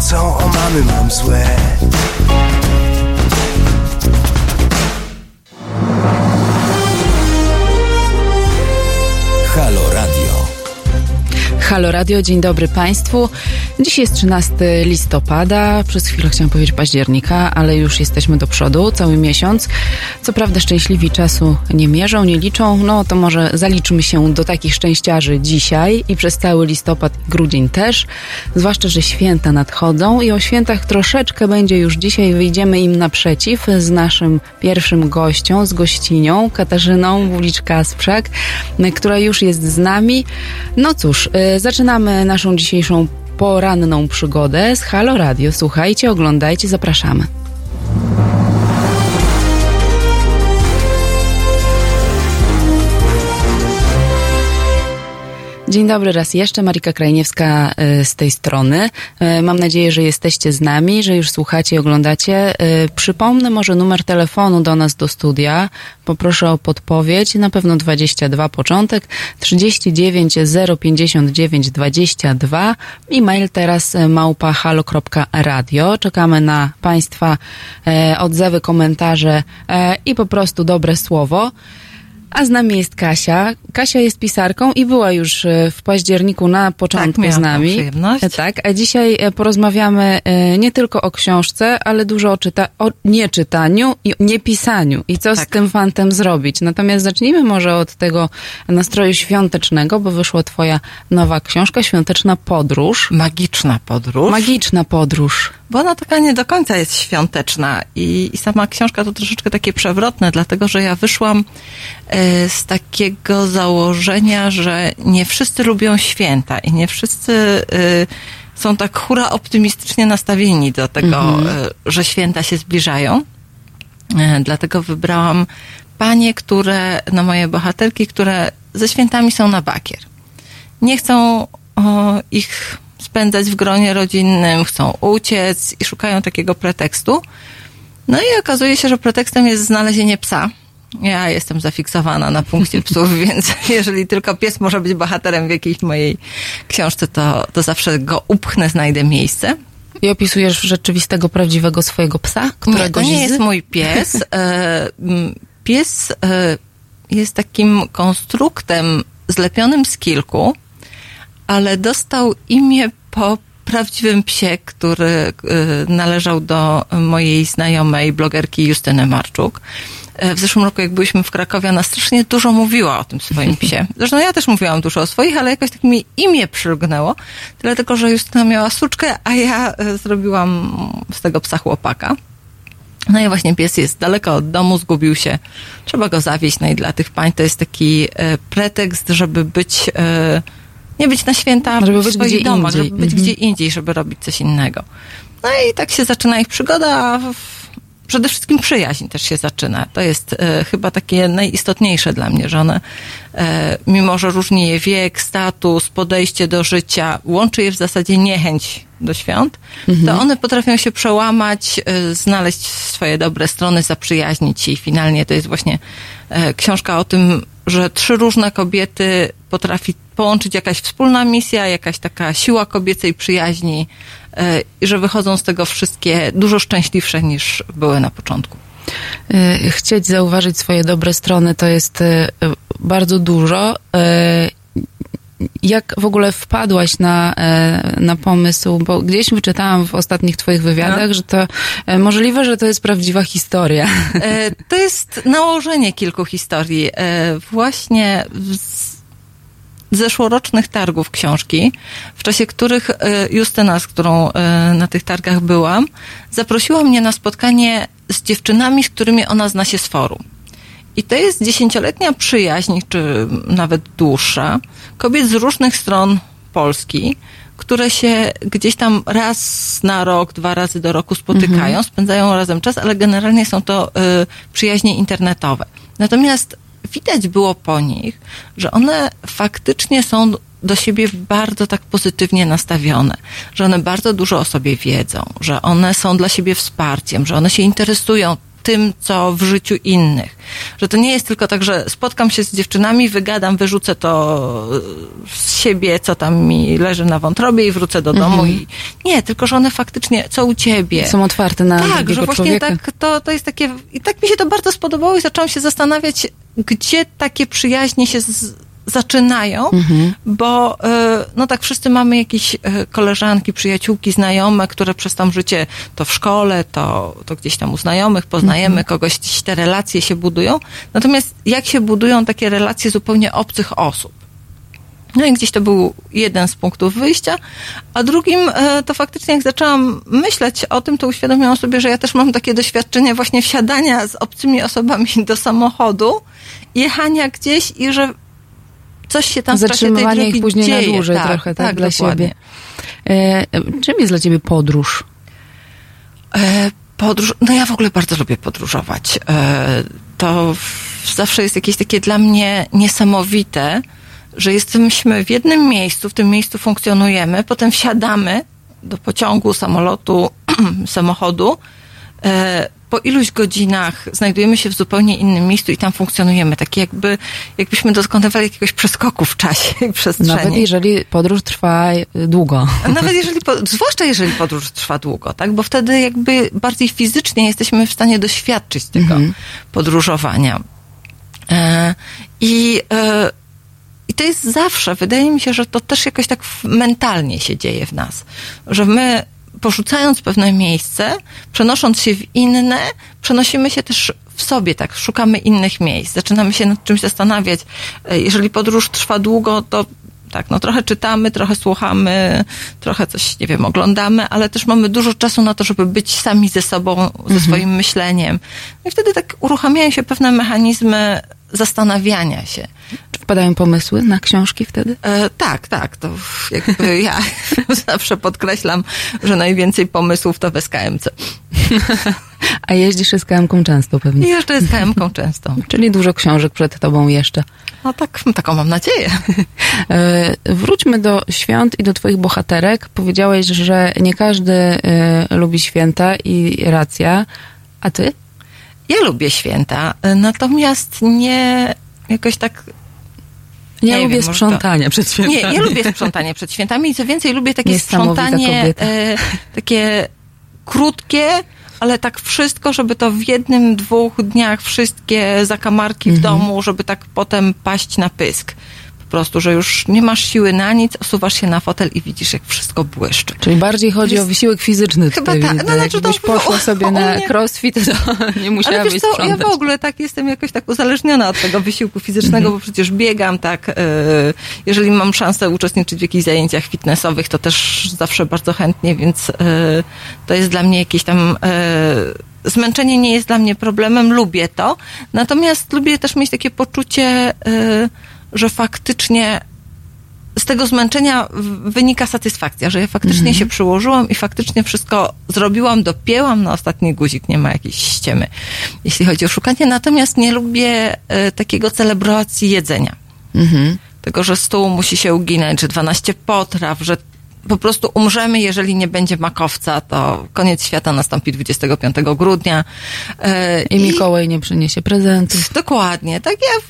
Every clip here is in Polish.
co o mamy mam złe. Halo Radio. Halo Radio, dzień dobry Państwu. Dziś jest 13 listopada, przez chwilę chciałam powiedzieć października, ale już jesteśmy do przodu, cały miesiąc. Co prawda szczęśliwi czasu nie mierzą, nie liczą, no to może zaliczmy się do takich szczęściarzy dzisiaj i przez cały listopad i grudzień też. Zwłaszcza, że święta nadchodzą i o świętach troszeczkę będzie już dzisiaj, wyjdziemy im naprzeciw z naszym pierwszym gością, z gościnią Katarzyną Wulicz-Kasprzak, która już jest z nami. No cóż, zaczynamy naszą dzisiejszą poranną przygodę z Halo Radio. Słuchajcie, oglądajcie, zapraszamy. Dzień dobry raz jeszcze, Marika Krajniewska z tej strony. Mam nadzieję, że jesteście z nami, że już słuchacie i oglądacie. Przypomnę może numer telefonu do nas do studia. Poproszę o podpowiedź, na pewno 22 początek, 39 059 22 i mail teraz @halo.radio. Czekamy na Państwa odzewy, komentarze i po prostu dobre słowo. A z nami jest Kasia. Kasia jest pisarką i była już w październiku na początku z nami. Tak, a dzisiaj porozmawiamy nie tylko o książce, ale dużo o nieczytaniu i niepisaniu i co z tym fantem zrobić. Natomiast zacznijmy może od tego nastroju świątecznego, bo wyszła twoja nowa książka, Świąteczna podróż. Magiczna podróż. Magiczna podróż. Bo ona taka nie do końca jest świąteczna i sama książka to troszeczkę takie przewrotne, dlatego że ja wyszłam z takiego założenia, że nie wszyscy lubią święta i nie wszyscy są tak hura optymistycznie nastawieni do tego, że święta się zbliżają. Dlatego wybrałam panie, moje bohaterki, które ze świętami są na bakier. Nie chcą ich spędzać w gronie rodzinnym, chcą uciec i szukają takiego pretekstu. No i okazuje się, że pretekstem jest znalezienie psa. Ja jestem zafiksowana na punkcie psów, więc jeżeli tylko pies może być bohaterem w jakiejś mojej książce, to zawsze go upchnę, znajdę miejsce. I opisujesz rzeczywistego, prawdziwego swojego psa, którego Nie, to nie jest mój pies. Pies jest takim konstruktem zlepionym z kilku, ale dostał imię po prawdziwym psie, który należał do mojej znajomej blogerki Justyny Marczuk. W zeszłym roku, jak byliśmy w Krakowie, ona strasznie dużo mówiła o tym swoim psie. Zresztą ja też mówiłam dużo o swoich, ale jakoś tak mi imię przylgnęło, dlatego że Justyna miała suczkę, a ja zrobiłam z tego psa chłopaka. No i właśnie pies jest daleko od domu, zgubił się, trzeba go zawieźć. No i dla tych pań to jest taki pretekst, żeby nie być na święta żeby w być swoich domach, indziej. żeby być gdzie indziej, żeby robić coś innego. No i tak się zaczyna ich przygoda, a przede wszystkim przyjaźń też się zaczyna. To jest chyba takie najistotniejsze dla mnie, że one, mimo że różni je wiek, status, podejście do życia, łączy je w zasadzie niechęć do świąt, to one potrafią się przełamać, znaleźć swoje dobre strony, zaprzyjaźnić się i finalnie to jest właśnie książka o tym, że 3 różne kobiety potrafi połączyć jakaś wspólna misja, jakaś taka siła kobiecej przyjaźni i że wychodzą z tego wszystkie dużo szczęśliwsze niż były na początku. Chcieć zauważyć swoje dobre strony to jest bardzo dużo. Jak w ogóle wpadłaś na pomysł, bo gdzieś wyczytałam w ostatnich twoich wywiadach, że to możliwe, że to jest prawdziwa historia. To jest nałożenie kilku historii. Właśnie z zeszłorocznych targów książki, w czasie których Justyna, z którą na tych targach byłam, zaprosiła mnie na spotkanie z dziewczynami, z którymi ona zna się z forum. I to jest 10-letnia przyjaźń, czy nawet dłuższa, kobiet z różnych stron Polski, które się gdzieś tam raz na rok, 2 razy do roku spotykają, spędzają razem czas, ale generalnie są to przyjaźnie internetowe. Natomiast widać było po nich, że one faktycznie są do siebie bardzo tak pozytywnie nastawione, że one bardzo dużo o sobie wiedzą, że one są dla siebie wsparciem, że one się interesują tym, co w życiu innych. Że to nie jest tylko tak, że spotkam się z dziewczynami, wygadam, wyrzucę to z siebie, co tam mi leży na wątrobie i wrócę do domu. I nie, tylko że one faktycznie, co u ciebie. Są otwarte na tak, drugiego że właśnie człowieka. tak, to jest takie, i tak mi się to bardzo spodobało i zaczęłam się zastanawiać, gdzie takie przyjaźnie się zaczynają, bo no tak wszyscy mamy jakieś koleżanki, przyjaciółki, znajome, które przez tam życie to w szkole, to gdzieś tam u znajomych poznajemy kogoś, gdzieś te relacje się budują. Natomiast jak się budują takie relacje zupełnie obcych osób? No i gdzieś to był jeden z punktów wyjścia, a drugim to faktycznie jak zaczęłam myśleć o tym, to uświadomiłam sobie, że ja też mam takie doświadczenie właśnie wsiadania z obcymi osobami do samochodu, jechania gdzieś i że coś się tam w czasie tej zatrzymywanie drogi ich później dzieje. na dłużej trochę, tak dla dokładnie. siebie. Czym jest dla ciebie podróż? Podróż, no ja w ogóle bardzo lubię podróżować. To zawsze jest jakieś takie dla mnie niesamowite, że jesteśmy w jednym miejscu, w tym miejscu funkcjonujemy, potem wsiadamy do pociągu, samolotu, samochodu, po iluś godzinach znajdujemy się w zupełnie innym miejscu i tam funkcjonujemy. Tak jakbyśmy dokonywali jakiegoś przeskoku w czasie i przestrzeni. Nawet jeżeli podróż trwa długo. Nawet zwłaszcza jeżeli podróż trwa długo, tak? Bo wtedy jakby bardziej fizycznie jesteśmy w stanie doświadczyć tego podróżowania. I to jest zawsze, wydaje mi się, że to też jakoś tak mentalnie się dzieje w nas, że my porzucając pewne miejsce, przenosząc się w inne, przenosimy się też w sobie, tak, szukamy innych miejsc, zaczynamy się nad czymś zastanawiać. Jeżeli podróż trwa długo, to tak, no trochę czytamy, trochę słuchamy, trochę coś, nie wiem, oglądamy, ale też mamy dużo czasu na to, żeby być sami ze sobą, ze swoim myśleniem. I wtedy tak uruchamiają się pewne mechanizmy zastanawiania się. Czy wpadają pomysły na książki wtedy? Tak. To jakby ja zawsze podkreślam, że najwięcej pomysłów to w SKM-ce. A jeździsz SKM-ką często pewnie. I jeszcze SKM-ką często. Czyli dużo książek przed tobą jeszcze. No tak, taką mam nadzieję. Wróćmy do świąt i do twoich bohaterek. Powiedziałeś, że nie każdy lubi święta i racja. A ty? Ja lubię święta, natomiast nie jakoś tak... Nie lubię sprzątania przed świętami. Nie lubię sprzątania przed świętami i co więcej, lubię takie sprzątanie, takie krótkie, ale tak wszystko, żeby to w 1-2 dniach wszystkie zakamarki w domu, żeby tak potem paść na pysk. Po prostu, że już nie masz siły na nic, osuwasz się na fotel i widzisz, jak wszystko błyszczy. Czyli bardziej chodzi o wysiłek fizyczny. Chyba tutaj, tak. No, znaczy jakbyś poszła sobie na crossfit, to nie musiałabyś sprzątać. Ja w ogóle tak jestem jakoś tak uzależniona od tego wysiłku fizycznego, bo przecież biegam, tak. Jeżeli mam szansę uczestniczyć w jakichś zajęciach fitnessowych, to też zawsze bardzo chętnie, więc to jest dla mnie jakieś tam... Zmęczenie nie jest dla mnie problemem, lubię to. Natomiast lubię też mieć takie poczucie... że faktycznie z tego zmęczenia wynika satysfakcja, że ja faktycznie się przyłożyłam i faktycznie wszystko zrobiłam, dopięłam na ostatni guzik, nie ma jakiejś ściemy, jeśli chodzi o szukanie. Natomiast nie lubię takiego celebracji jedzenia. Tego, że stół musi się uginać, że 12 potraw, że po prostu umrzemy, jeżeli nie będzie makowca, to koniec świata nastąpi 25 grudnia. I Mikołaj nie przyniesie prezentów. Dokładnie. Tak, ja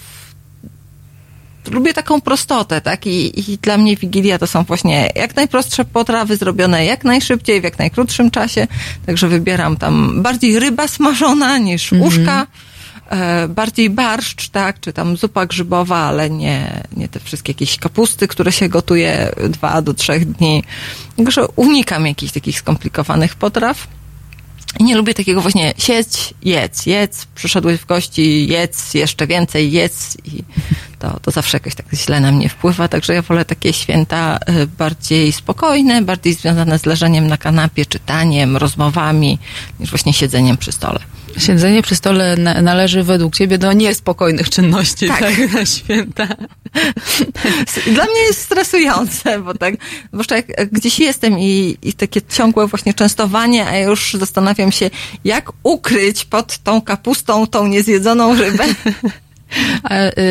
lubię taką prostotę, tak? I dla mnie Wigilia to są właśnie jak najprostsze potrawy zrobione jak najszybciej, w jak najkrótszym czasie. Także wybieram tam bardziej ryba smażona niż uszka, bardziej barszcz, tak? Czy tam zupa grzybowa, ale nie te wszystkie jakieś kapusty, które się gotuje 2 do 3 dni. Także unikam jakichś takich skomplikowanych potraw. I nie lubię takiego właśnie siedź, jedz, przyszedłeś w gości, jedz, jeszcze więcej, jedz i to zawsze jakoś tak źle na mnie wpływa, także ja wolę takie święta bardziej spokojne, bardziej związane z leżeniem na kanapie, czytaniem, rozmowami, niż właśnie siedzeniem przy stole. Siedzenie przy stole należy według ciebie do niespokojnych czynności, tak na święta. Dla mnie jest stresujące, bo tak, zwłaszcza jak gdzieś jestem i takie ciągłe właśnie częstowanie, a ja już zastanawiam się, jak ukryć pod tą kapustą tą niezjedzoną rybę. A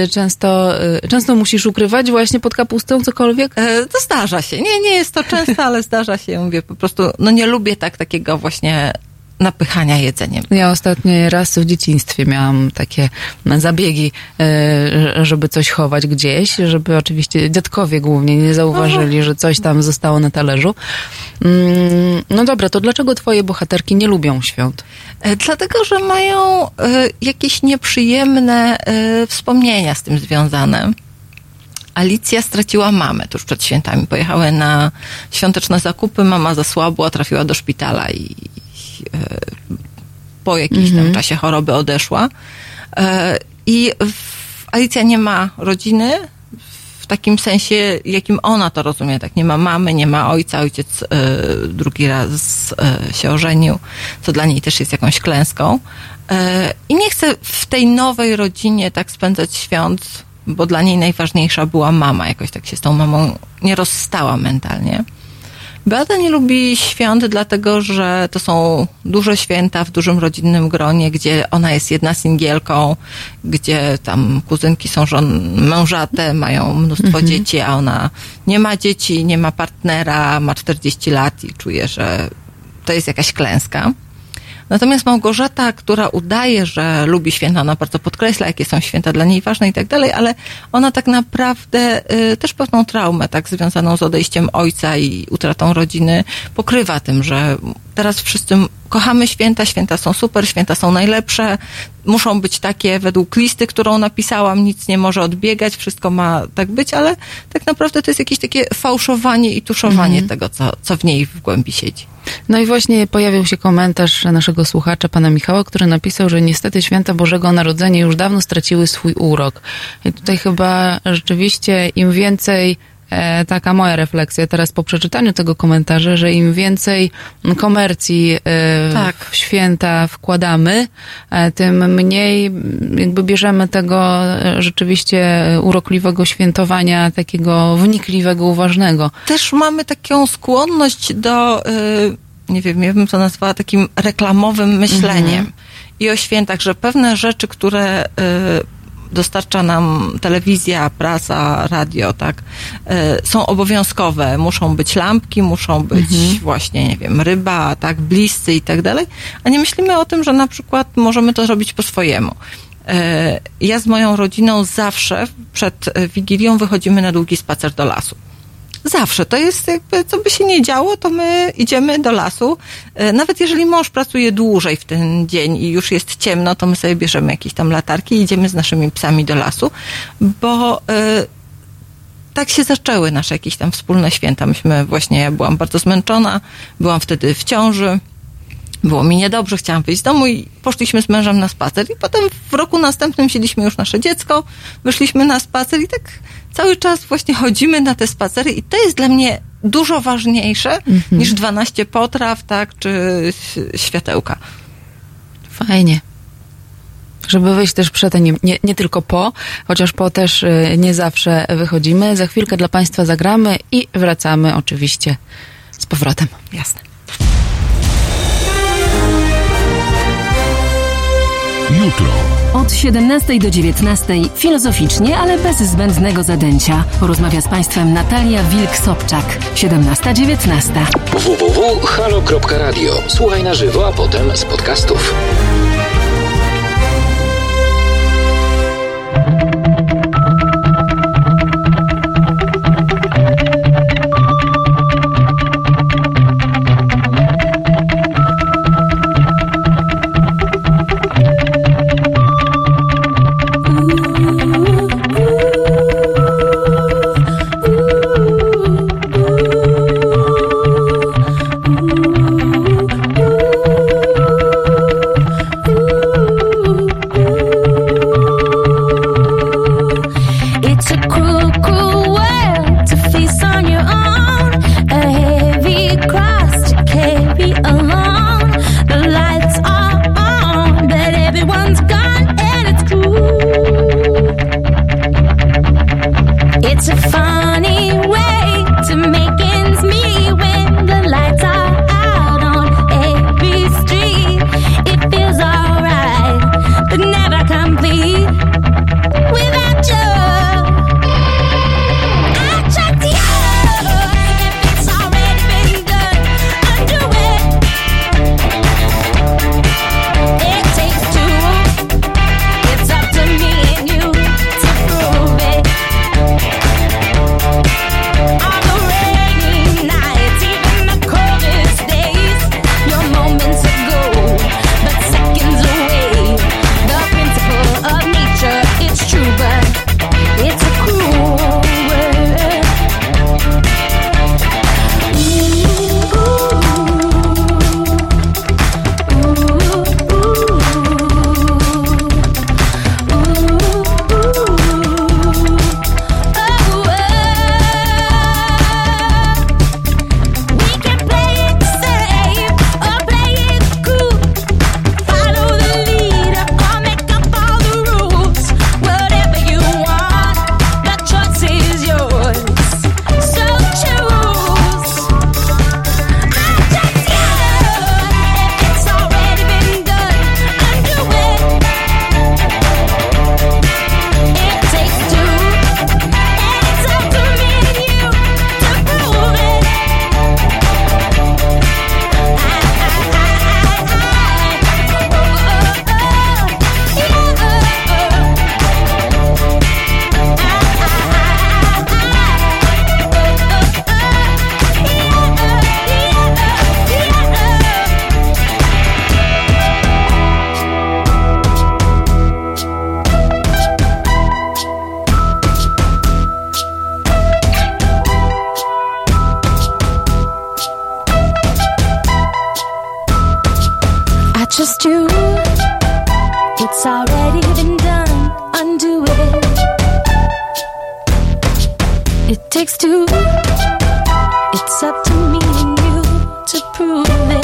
często musisz ukrywać właśnie pod kapustą cokolwiek? To zdarza się. Nie jest to często, ale zdarza się. Mówię po prostu, nie lubię takiego właśnie napychania jedzeniem. Ja ostatni raz w dzieciństwie miałam takie zabiegi, żeby coś chować gdzieś, żeby oczywiście dziadkowie głównie nie zauważyli, że coś tam zostało na talerzu. No dobra, to dlaczego twoje bohaterki nie lubią świąt? Dlatego, że mają jakieś nieprzyjemne wspomnienia z tym związane. Alicja straciła mamę tuż przed świętami. Pojechały na świąteczne zakupy, mama zasłabła, trafiła do szpitala i po jakimś tam czasie choroby odeszła. I Alicja nie ma rodziny w takim sensie, jakim ona to rozumie. Tak, nie ma mamy, nie ma ojca. Ojciec drugi raz się ożenił, co dla niej też jest jakąś klęską. I nie chce w tej nowej rodzinie tak spędzać świąt, bo dla niej najważniejsza była mama. Jakoś tak się z tą mamą nie rozstała mentalnie. Beata nie lubi świąt, dlatego że to są duże święta w dużym rodzinnym gronie, gdzie ona jest jedna singielką, gdzie tam kuzynki są mężate, mają mnóstwo dzieci, a ona nie ma dzieci, nie ma partnera, ma 40 lat i czuje, że to jest jakaś klęska. Natomiast Małgorzata, która udaje, że lubi święta, ona bardzo podkreśla, jakie są święta dla niej ważne i tak dalej, ale ona tak naprawdę też pewną traumę, tak, związaną z odejściem ojca i utratą rodziny, pokrywa tym, że teraz wszyscy kochamy święta, święta są super, święta są najlepsze, muszą być takie według listy, którą napisałam, nic nie może odbiegać, wszystko ma tak być, ale tak naprawdę to jest jakieś takie fałszowanie i tuszowanie tego, co w niej w głębi siedzi. No i właśnie pojawił się komentarz naszego słuchacza, pana Michała, który napisał, że niestety święta Bożego Narodzenia już dawno straciły swój urok. I tutaj chyba rzeczywiście im więcej, taka moja refleksja teraz po przeczytaniu tego komentarza, że im więcej komercji w święta wkładamy, tym mniej jakby bierzemy tego rzeczywiście urokliwego świętowania, takiego wnikliwego, uważnego. Też mamy taką skłonność do, nie wiem, ja bym to nazwała takim reklamowym myśleniem. I o świętach, że pewne rzeczy, które dostarcza nam telewizja, prasa, radio, tak, są obowiązkowe. Muszą być lampki, muszą być właśnie, nie wiem, ryba, tak, bliscy i tak dalej. A nie myślimy o tym, że na przykład możemy to robić po swojemu. Ja z moją rodziną zawsze przed Wigilią wychodzimy na długi spacer do lasu. Zawsze. To jest jakby, co by się nie działo, to my idziemy do lasu. Nawet jeżeli mąż pracuje dłużej w ten dzień i już jest ciemno, to my sobie bierzemy jakieś tam latarki i idziemy z naszymi psami do lasu, bo tak się zaczęły nasze jakieś tam wspólne święta. Ja byłam bardzo zmęczona, byłam wtedy w ciąży, było mi niedobrze, chciałam wyjść z domu i poszliśmy z mężem na spacer i potem w roku następnym wzięliśmy już nasze dziecko, wyszliśmy na spacer i tak cały czas właśnie chodzimy na te spacery i to jest dla mnie dużo ważniejsze niż 12 potraw, tak, czy światełka. Fajnie. Żeby wyjść też przed, nie tylko po, chociaż po też nie zawsze wychodzimy. Za chwilkę dla Państwa zagramy i wracamy oczywiście z powrotem. Jasne. Jutro. Od 17 do 19 filozoficznie, ale bez zbędnego zadęcia. Porozmawia z Państwem Natalia Wilk-Sobczak. 17-19. www.halo.radio. Słuchaj na żywo, a potem z podcastów. just you. It's already been done. Undo it. It takes two. It's up to me and you to prove it.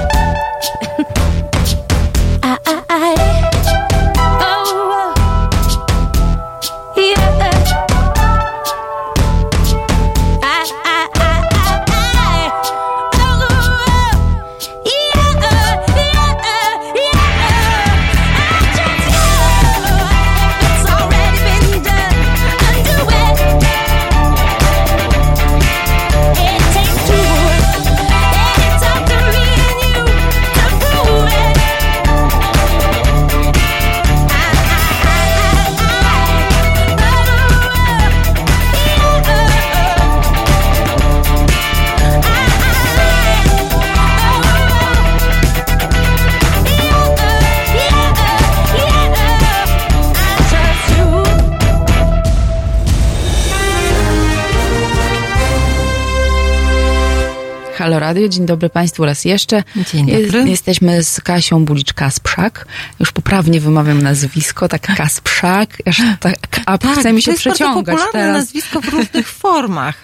Halo Radio, dzień dobry Państwu raz jeszcze. Dzień dobry. Jesteśmy z Kasią Bulicz-Kasprzak. Już poprawnie wymawiam nazwisko, tak Kasprzak, aż tak, chce mi się przeciągać to jest bardzo popularne nazwisko w różnych formach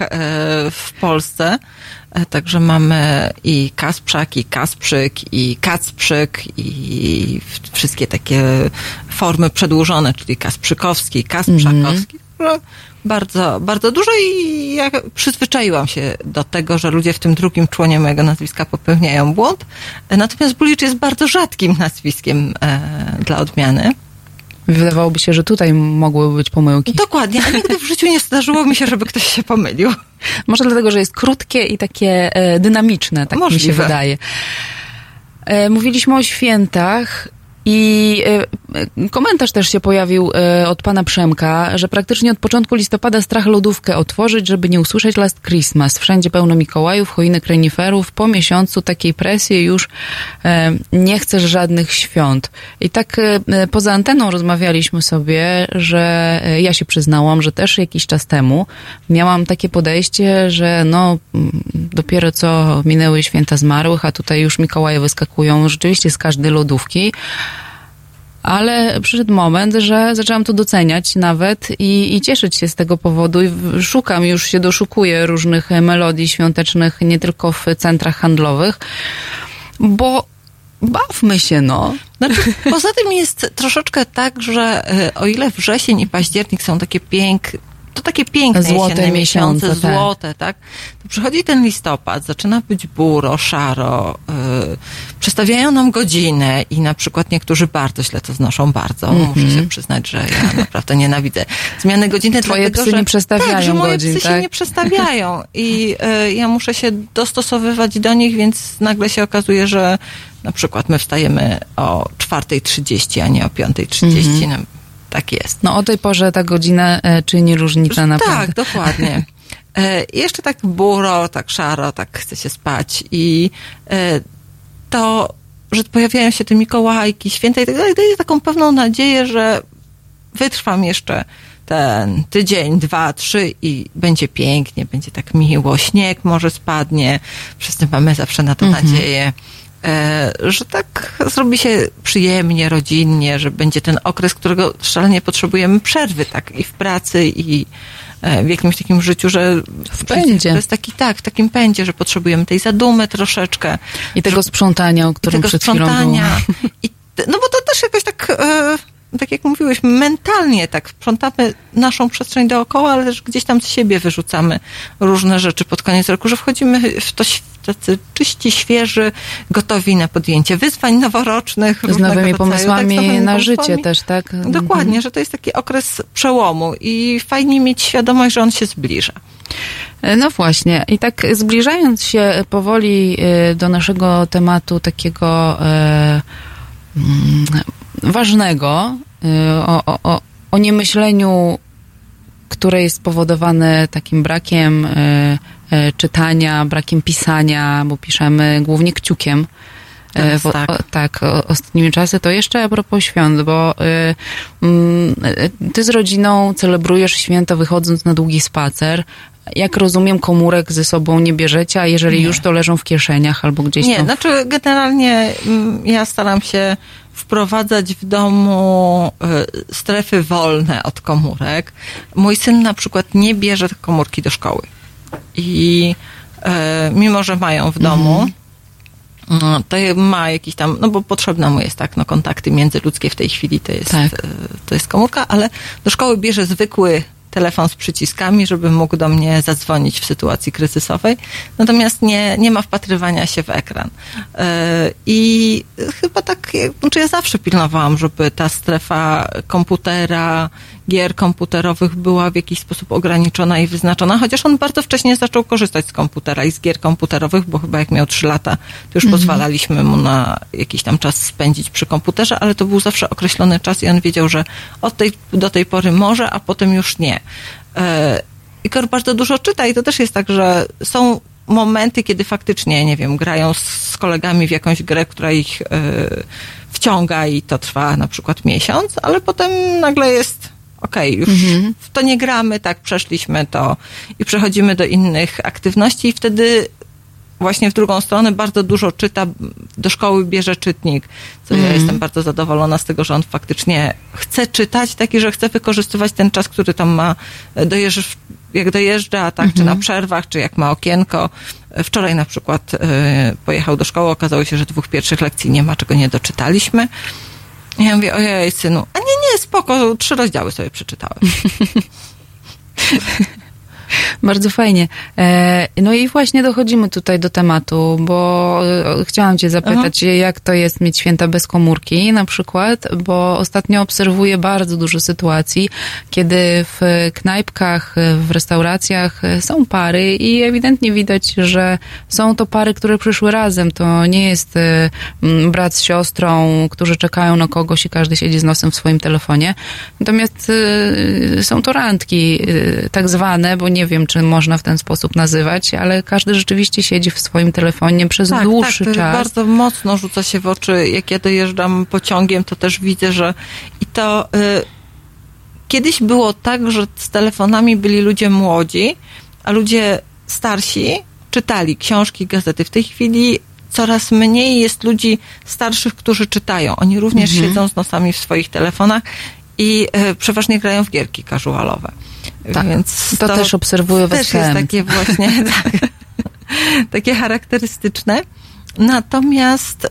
w Polsce. Także mamy i Kasprzak, i Kasprzyk, i Kacprzyk, i wszystkie takie formy przedłużone, czyli Kasprzykowski, Kasprzakowski. Bardzo, bardzo dużo i ja przyzwyczaiłam się do tego, że ludzie w tym drugim członie mojego nazwiska popełniają błąd. Natomiast Bulicz jest bardzo rzadkim nazwiskiem dla odmiany. Wydawałoby się, że tutaj mogłyby być pomyłki. Dokładnie, a nigdy w życiu nie zdarzyło mi się, żeby ktoś się pomylił. Może dlatego, że jest krótkie i takie dynamiczne, tak możliwe. Mi się wydaje. Mówiliśmy o świętach. I komentarz też się pojawił od pana Przemka, że praktycznie od początku listopada strach lodówkę otworzyć, żeby nie usłyszeć Last Christmas. Wszędzie pełno Mikołajów, choinek, reniferów. Po miesiącu takiej presji już nie chcesz żadnych świąt. I tak poza anteną rozmawialiśmy sobie, że ja się przyznałam, że też jakiś czas temu miałam takie podejście, że no dopiero co minęły święta zmarłych, a tutaj już Mikołaje wyskakują rzeczywiście z każdej lodówki. Ale przyszedł moment, że zaczęłam to doceniać nawet i cieszyć się z tego powodu. I szukam, już się doszukuję różnych melodii świątecznych, nie tylko w centrach handlowych, bo bawmy się, no. Znaczy, poza tym jest troszeczkę tak, że o ile wrzesień i październik są takie takie piękne złote miesiące, złote, tak? To przychodzi ten listopad, zaczyna być buro, szaro, przestawiają nam godzinę i na przykład niektórzy bardzo źle to znoszą, bardzo. Muszę się przyznać, że ja naprawdę nienawidzę zmiany godziny. Twoje psy nie przestawiają moje godzin, psy się nie przestawiają i ja muszę się dostosowywać do nich, więc nagle się okazuje, że na przykład my wstajemy o 4:30, a nie o 5:30. Tak jest. No o tej porze ta godzina czyni różnicę naprawdę. Tak, dokładnie. I jeszcze tak buro, tak szaro, tak chce się spać i to, że pojawiają się te Mikołajki, święta i tak dalej, daje taką pewną nadzieję, że wytrwam jeszcze ten tydzień, 2, 3 i będzie pięknie, będzie tak miło, śnieg może spadnie, wszyscy mamy zawsze na to nadzieję. Że tak zrobi się przyjemnie, rodzinnie, że będzie ten okres, którego szalenie potrzebujemy przerwy, tak, i w pracy, i w jakimś takim życiu, że w pędzie. To jest taki, tak, w takim pędzie, że potrzebujemy tej zadumy troszeczkę. I tego sprzątania, o którym przed chwilą było. No bo to też jakoś tak jak mówiłeś, mentalnie tak sprzątamy naszą przestrzeń dookoła, ale też gdzieś tam z siebie wyrzucamy różne rzeczy pod koniec roku, że wchodzimy w to tacy czyści, świeży, gotowi na podjęcie wyzwań noworocznych. Z nowymi pomysłami na życie też, tak? Dokładnie, że to jest taki okres przełomu i fajnie mieć świadomość, że on się zbliża. No właśnie. I tak zbliżając się powoli do naszego tematu takiego ważnego, o niemyśleniu, które jest spowodowane takim brakiem czytania, brakiem pisania, bo piszemy głównie kciukiem. Ostatnimi czasy. To jeszcze a propos świąt, bo ty z rodziną celebrujesz święto wychodząc na długi spacer. Jak rozumiem, komórek ze sobą nie bierzecie, a jeżeli już, to leżą w kieszeniach albo gdzieś Nie, tam. znaczy generalnie ja staram się wprowadzać w domu strefy wolne od komórek. Mój syn na przykład nie bierze komórki do szkoły. I mimo, że mają w domu, to ma jakiś tam, no bo potrzebna mu jest, tak, no kontakty międzyludzkie w tej chwili to jest komórka, ale do szkoły bierze zwykły telefon z przyciskami, żeby mógł do mnie zadzwonić w sytuacji kryzysowej. Natomiast nie ma wpatrywania się w ekran. I chyba tak, znaczy ja zawsze pilnowałam, żeby ta strefa komputera, gier komputerowych była w jakiś sposób ograniczona i wyznaczona, chociaż on bardzo wcześnie zaczął korzystać z komputera i z gier komputerowych, bo chyba jak miał 3 lata, to już pozwalaliśmy mu na jakiś tam czas spędzić przy komputerze, ale to był zawsze określony czas i on wiedział, że do tej pory może, a potem już nie. Igor bardzo dużo czyta i to też jest tak, że są momenty, kiedy faktycznie, nie wiem, grają z kolegami w jakąś grę, która ich wciąga i to trwa na przykład miesiąc, ale potem nagle jest okej, już w to nie gramy, tak, przeszliśmy to i przechodzimy do innych aktywności i wtedy właśnie w drugą stronę bardzo dużo czyta, do szkoły bierze czytnik, co ja jestem bardzo zadowolona z tego, że on faktycznie chce czytać, taki, że chce wykorzystywać ten czas, który tam ma, jak dojeżdża, tak, czy na przerwach, czy jak ma okienko. Wczoraj na przykład pojechał do szkoły, okazało się, że 2 pierwszych lekcji nie ma, czego nie doczytaliśmy. I ja mówię, ojej, synu, a nie, spoko, 3 rozdziały sobie przeczytałem. Bardzo fajnie. No i właśnie dochodzimy tutaj do tematu, bo chciałam cię zapytać, jak to jest mieć święta bez komórki na przykład, bo ostatnio obserwuję bardzo dużo sytuacji, kiedy w knajpkach, w restauracjach są pary i ewidentnie widać, że są to pary, które przyszły razem. To nie jest brat z siostrą, którzy czekają na kogoś i każdy siedzi z nosem w swoim telefonie. Natomiast są to randki tak zwane, bo nie wiem, czy można w ten sposób nazywać, ale każdy rzeczywiście siedzi w swoim telefonie przez dłuższy czas. Bardzo mocno rzuca się w oczy. Jak ja dojeżdżam pociągiem, to też widzę, że i to kiedyś było tak, że z telefonami byli ludzie młodzi, a ludzie starsi czytali książki, gazety. W tej chwili coraz mniej jest ludzi starszych, którzy czytają. Oni również siedzą z nosami w swoich telefonach i przeważnie grają w gierki casualowe. Tak, więc to też obserwuję też jest takie właśnie takie charakterystyczne. Natomiast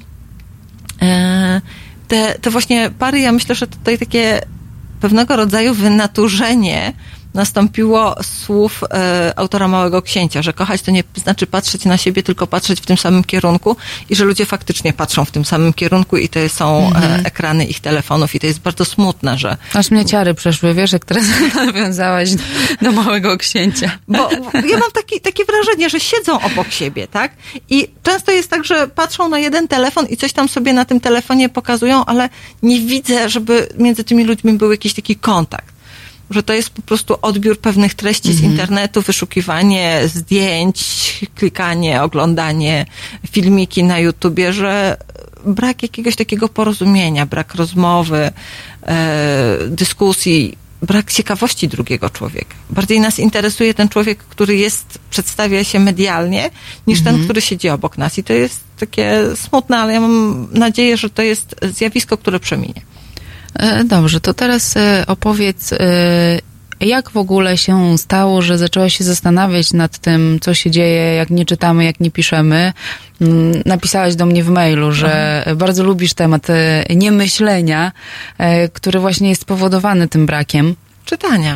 te właśnie pary, ja myślę, że tutaj takie pewnego rodzaju wynaturzenie nastąpiło słów autora Małego Księcia, że kochać to nie znaczy patrzeć na siebie, tylko patrzeć w tym samym kierunku i że ludzie faktycznie patrzą w tym samym kierunku i to są ekrany ich telefonów i to jest bardzo smutne, że... Aż mnie ciary przeszły, wiesz, jak teraz nawiązałaś do Małego Księcia. Bo ja mam takie wrażenie, że siedzą obok siebie, tak? I często jest tak, że patrzą na jeden telefon i coś tam sobie na tym telefonie pokazują, ale nie widzę, żeby między tymi ludźmi był jakiś taki kontakt. Że to jest po prostu odbiór pewnych treści z internetu, wyszukiwanie zdjęć, klikanie, oglądanie, filmiki na YouTubie, że brak jakiegoś takiego porozumienia, brak rozmowy, dyskusji, brak ciekawości drugiego człowieka. Bardziej nas interesuje ten człowiek, który przedstawia się medialnie, niż ten, który siedzi obok nas. I to jest takie smutne, ale ja mam nadzieję, że to jest zjawisko, które przeminie. Dobrze, to teraz opowiedz, jak w ogóle się stało, że zaczęłaś się zastanawiać nad tym, co się dzieje, jak nie czytamy, jak nie piszemy. Napisałaś do mnie w mailu, że bardzo lubisz temat niemyślenia, który właśnie jest spowodowany tym brakiem czytania.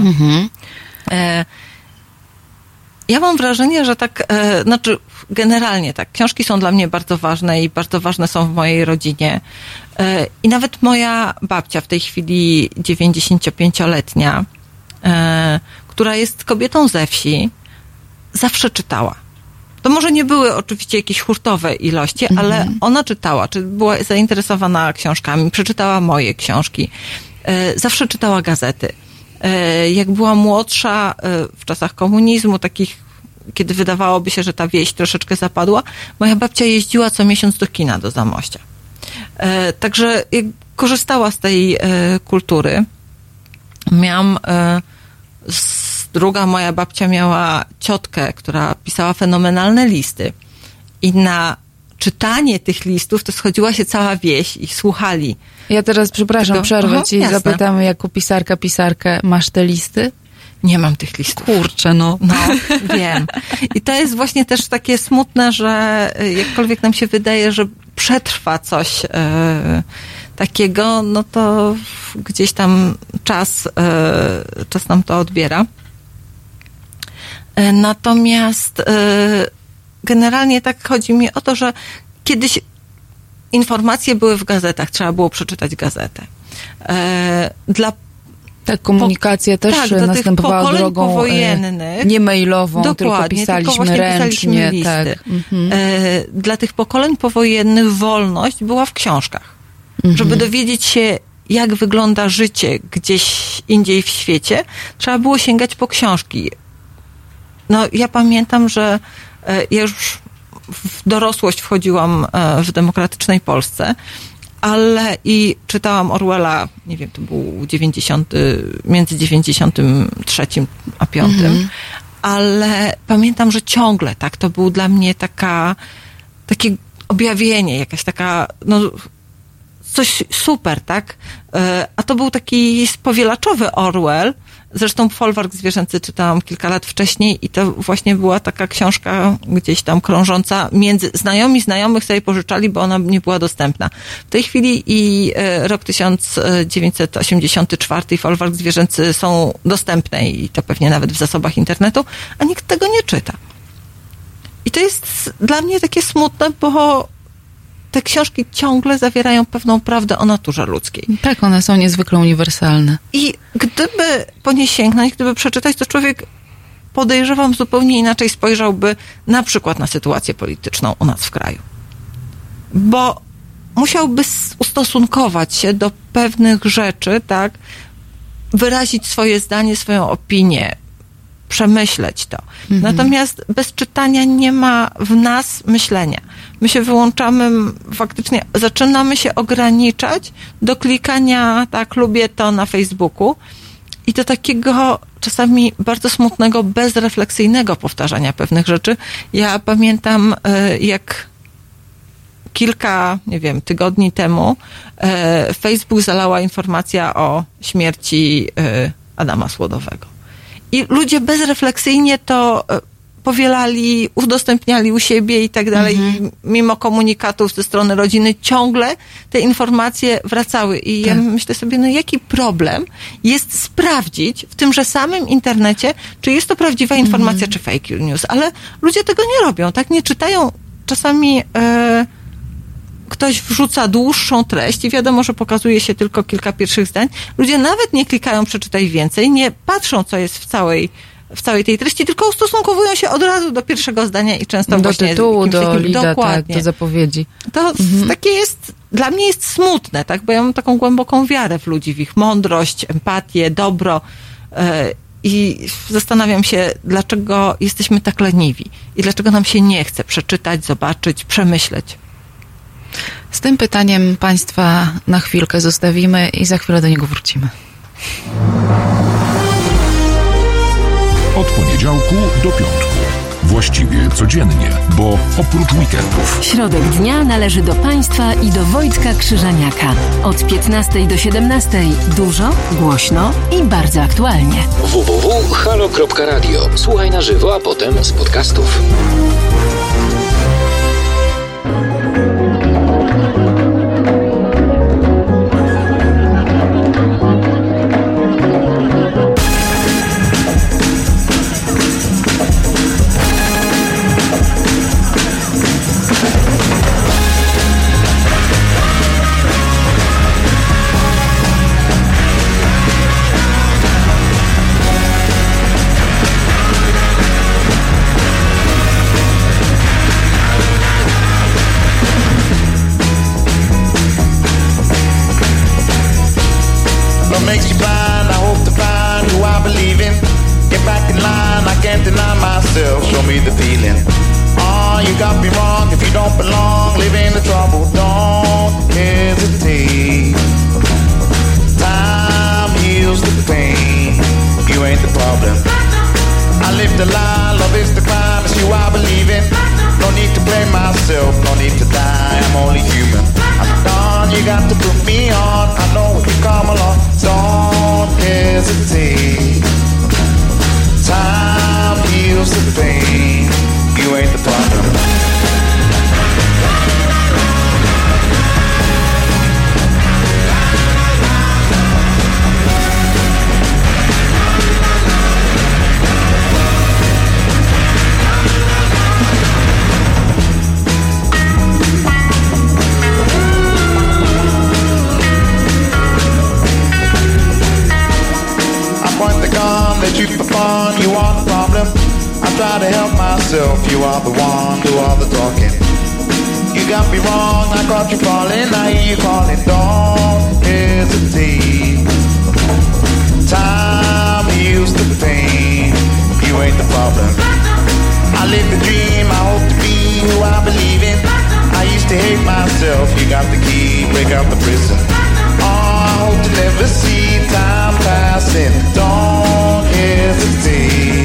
Ja mam wrażenie, że tak, znaczy generalnie tak, książki są dla mnie bardzo ważne i bardzo ważne są w mojej rodzinie. I nawet moja babcia, w tej chwili 95-letnia, która jest kobietą ze wsi, zawsze czytała. To może nie były oczywiście jakieś hurtowe ilości, ale ona czytała, czy była zainteresowana książkami, przeczytała moje książki, zawsze czytała gazety. Jak była młodsza, w czasach komunizmu, takich, kiedy wydawałoby się, że ta wieś troszeczkę zapadła, moja babcia jeździła co miesiąc do kina, do Zamościa. Także korzystała z tej kultury. Miałam z druga moja babcia miała ciotkę, która pisała fenomenalne listy i na czytanie tych listów to schodziła się cała wieś i słuchali. Ja teraz, przepraszam, przerwę ci i zapytam, jako pisarkę, masz te listy? Nie mam tych listów. Kurczę, no. No, wiem. I to jest właśnie też takie smutne, że jakkolwiek nam się wydaje, że przetrwa coś takiego, no to gdzieś tam czas nam to odbiera. Natomiast generalnie tak chodzi mi o to, że kiedyś informacje były w gazetach, trzeba było przeczytać gazetę. Tak, komunikacja też następowała drogą powojennych, nie mailową, tylko pisaliśmy ręcznie. Listy. Tak. Dla tych pokoleń powojennych wolność była w książkach. Żeby dowiedzieć się, jak wygląda życie gdzieś indziej w świecie, trzeba było sięgać po książki. No, ja pamiętam, że ja już w dorosłość wchodziłam w demokratycznej Polsce, ale i czytałam Orwella, nie wiem, to był między 93 a 5, ale pamiętam, że ciągle, tak, to był dla mnie takie objawienie, jakaś taka, no, coś super, tak? A to był taki spowielaczowy Orwell. Zresztą Folwark zwierzęcy czytałam kilka lat wcześniej i to właśnie była taka książka gdzieś tam krążąca między znajomych sobie pożyczali, bo ona nie była dostępna. W tej chwili i rok 1984 i Folwark zwierzęcy są dostępne i to pewnie nawet w zasobach internetu, a nikt tego nie czyta. I to jest dla mnie takie smutne, bo te książki ciągle zawierają pewną prawdę o naturze ludzkiej. Tak, one są niezwykle uniwersalne. I gdyby po nie sięgnąć, gdyby przeczytać, to człowiek, podejrzewam, zupełnie inaczej spojrzałby na przykład na sytuację polityczną u nas w kraju. Bo musiałby ustosunkować się do pewnych rzeczy, tak, wyrazić swoje zdanie, swoją opinię, przemyśleć to. Natomiast bez czytania nie ma w nas myślenia. My się wyłączamy, faktycznie zaczynamy się ograniczać do klikania, tak, lubię to na Facebooku i do takiego czasami bardzo smutnego, bezrefleksyjnego powtarzania pewnych rzeczy. Ja pamiętam, jak kilka, nie wiem, tygodni temu Facebook zalała informacja o śmierci Adama Słodowego. I ludzie bezrefleksyjnie to powielali, udostępniali u siebie i tak dalej. Mimo komunikatów ze strony rodziny ciągle te informacje wracały. I ja myślę sobie, no jaki problem jest sprawdzić w tymże samym internecie, czy jest to prawdziwa informacja, czy fake news. Ale ludzie tego nie robią, tak? Nie czytają czasami... Ktoś wrzuca dłuższą treść i wiadomo, że pokazuje się tylko kilka pierwszych zdań. Ludzie nawet nie klikają przeczytaj więcej, nie patrzą, co jest w całej tej treści, tylko ustosunkowują się od razu do pierwszego zdania i często do właśnie... tytułu, do lida, tak, do zapowiedzi. To takie jest, dla mnie jest smutne, tak, bo ja mam taką głęboką wiarę w ludzi, w ich mądrość, empatię, dobro i zastanawiam się, dlaczego jesteśmy tak leniwi i dlaczego nam się nie chce przeczytać, zobaczyć, przemyśleć. Z tym pytaniem Państwa na chwilkę zostawimy i za chwilę do niego wrócimy. Od poniedziałku do piątku. Właściwie codziennie, bo oprócz weekendów. Środek dnia należy do Państwa i do Wojtka Krzyżaniaka. Od 15 do 17 dużo, głośno i bardzo aktualnie. www.halo.radio. Słuchaj na żywo, a potem z podcastów. Show me the feeling. Oh, you got me wrong. If you don't belong, live in the trouble. Don't hesitate. Time heals the pain. You ain't the problem. I live the lie, love is the crime, it's you I believe in. No need to blame myself, no need to die, I'm only human. I'm gone, you got to put me on, I know when you come along, don't hesitate. Time heals the pain, you ain't the problem. That you perform, you are the problem. I try to help myself, you are the one, do all the talking. You got me wrong, I caught you falling, I hear you calling, don't hesitate. Time heals the pain, you ain't the problem. I live the dream, I hope to be who I believe in. I used to hate myself, you got the key, break out the prison. Oh, I hope to never see time passing, don't hesitate.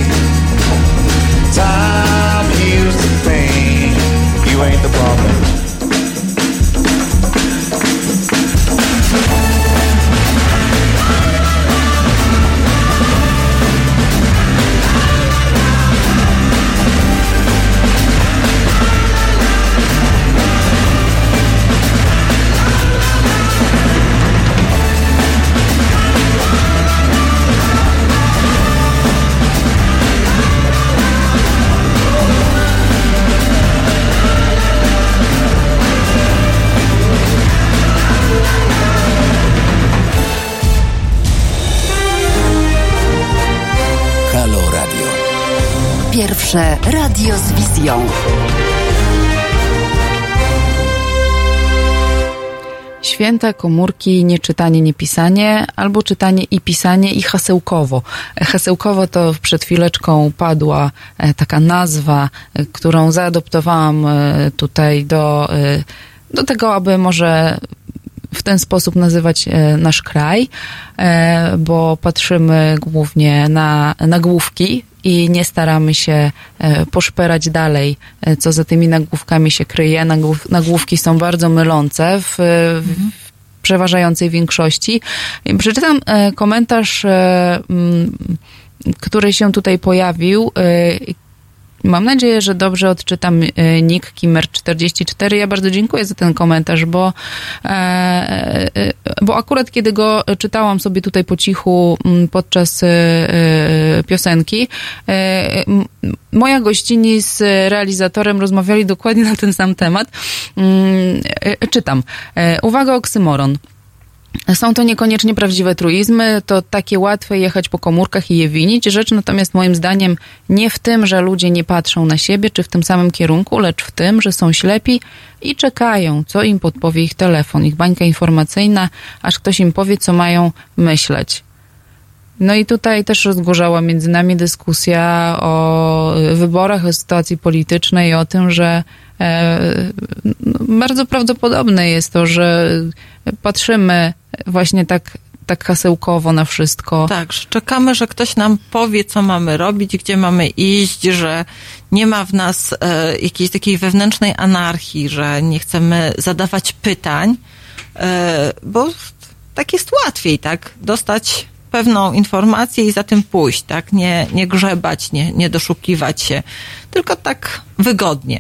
Time heals the pain, you ain't the problem. Pierwsze radio z wizją. Święta, komórki, nieczytanie, niepisanie, albo czytanie i pisanie i hasełkowo. Hasełkowo to przed chwileczką padła taka nazwa, którą zaadoptowałam tutaj do tego, aby może w ten sposób nazywać nasz kraj, bo patrzymy głównie na nagłówki i nie staramy się poszperać dalej, co za tymi nagłówkami się kryje. Nagłówki są bardzo mylące w przeważającej większości. Przeczytam komentarz, który się tutaj pojawił. Mam nadzieję, że dobrze odczytam nick Kimmer44. Ja bardzo dziękuję za ten komentarz, bo akurat kiedy go czytałam sobie tutaj po cichu podczas piosenki, moja gościni z realizatorem rozmawiali dokładnie na ten sam temat. Czytam. Uwaga, oksymoron. Są to niekoniecznie prawdziwe truizmy, to takie łatwe jechać po komórkach i je winić. Rzecz natomiast moim zdaniem nie w tym, że ludzie nie patrzą na siebie, czy w tym samym kierunku, lecz w tym, że są ślepi i czekają, co im podpowie ich telefon, ich bańka informacyjna, aż ktoś im powie, co mają myśleć. No i tutaj też rozgorzała między nami dyskusja o wyborach, o sytuacji politycznej, o tym, że bardzo prawdopodobne jest to, że patrzymy właśnie tak hasełkowo na wszystko. Tak, że czekamy, że ktoś nam powie, co mamy robić, gdzie mamy iść, że nie ma w nas jakiejś takiej wewnętrznej anarchii, że nie chcemy zadawać pytań, bo tak jest łatwiej, tak? Dostać pewną informację i za tym pójść, tak? Nie grzebać, nie doszukiwać się, tylko tak wygodnie.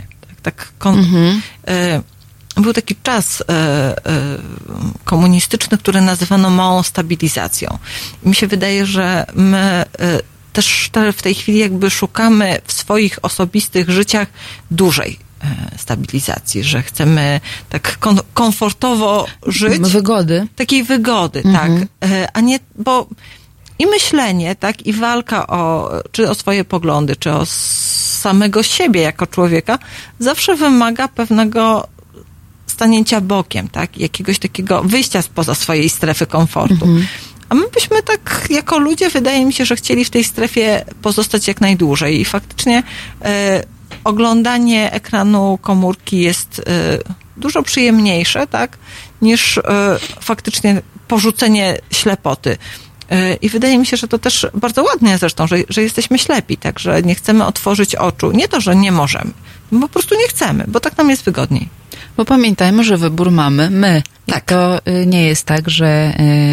Był taki czas komunistyczny, który nazywano małą stabilizacją. I mi się wydaje, że my też w tej chwili jakby szukamy w swoich osobistych życiach dużej stabilizacji, że chcemy tak komfortowo żyć. Wygody. Takiej wygody, tak. A nie, bo i myślenie, tak, i walka czy o swoje poglądy, czy o samego siebie jako człowieka zawsze wymaga pewnego stanięcia bokiem, tak, jakiegoś takiego wyjścia spoza swojej strefy komfortu. A my byśmy tak, jako ludzie, wydaje mi się, że chcieli w tej strefie pozostać jak najdłużej i faktycznie oglądanie ekranu komórki jest dużo przyjemniejsze, tak, niż faktycznie porzucenie ślepoty. I wydaje mi się, że to też bardzo ładnie zresztą, że jesteśmy ślepi, tak, że nie chcemy otworzyć oczu. Nie to, że nie możemy, bo po prostu nie chcemy, bo tak nam jest wygodniej. Bo pamiętajmy, że wybór mamy my. Tak. I to nie jest tak, że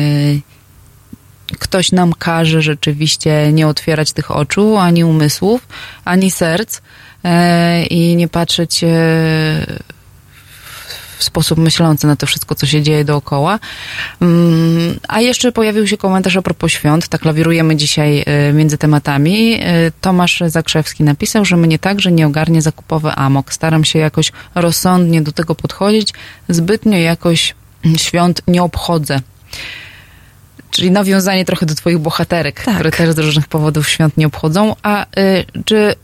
ktoś nam każe rzeczywiście nie otwierać tych oczu, ani umysłów, ani serc i nie patrzeć w sposób myślący na to wszystko, co się dzieje dookoła. A jeszcze pojawił się komentarz a propos świąt. Tak lawirujemy dzisiaj między tematami. Tomasz Zakrzewski napisał, że mnie także nie ogarnie zakupowy amok. Staram się jakoś rozsądnie do tego podchodzić. Zbytnio jakoś świąt nie obchodzę. Czyli nawiązanie trochę do twoich bohaterek, które też z różnych powodów świąt nie obchodzą. A czy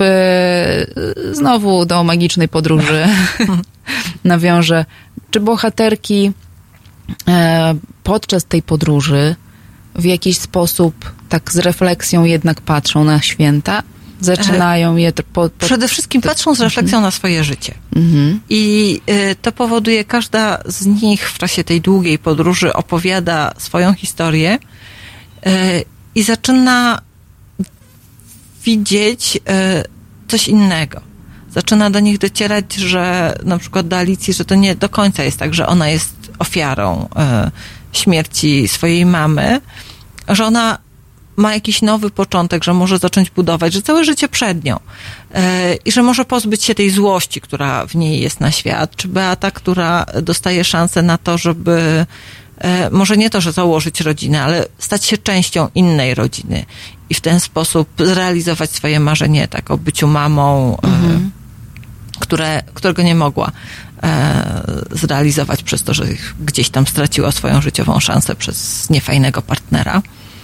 znowu do magicznej podróży nawiążę, czy bohaterki podczas tej podróży w jakiś sposób tak z refleksją jednak patrzą na święta? Zaczynają je... Przede wszystkim patrzą z refleksją na swoje życie. I to powoduje, każda z nich w czasie tej długiej podróży opowiada swoją historię i zaczyna widzieć coś innego. Zaczyna do nich docierać, że na przykład do Alicji, że to nie do końca jest tak, że ona jest ofiarą śmierci swojej mamy, że ona ma jakiś nowy początek, że może zacząć budować, że całe życie przed nią i że może pozbyć się tej złości, która w niej jest na świat. Czy Beata, która dostaje szansę na to, żeby może nie to, że założyć rodzinę, ale stać się częścią innej rodziny i w ten sposób zrealizować swoje marzenie tak o byciu mamą, którego nie mogła zrealizować przez to, że gdzieś tam straciła swoją życiową szansę przez niefajnego partnera.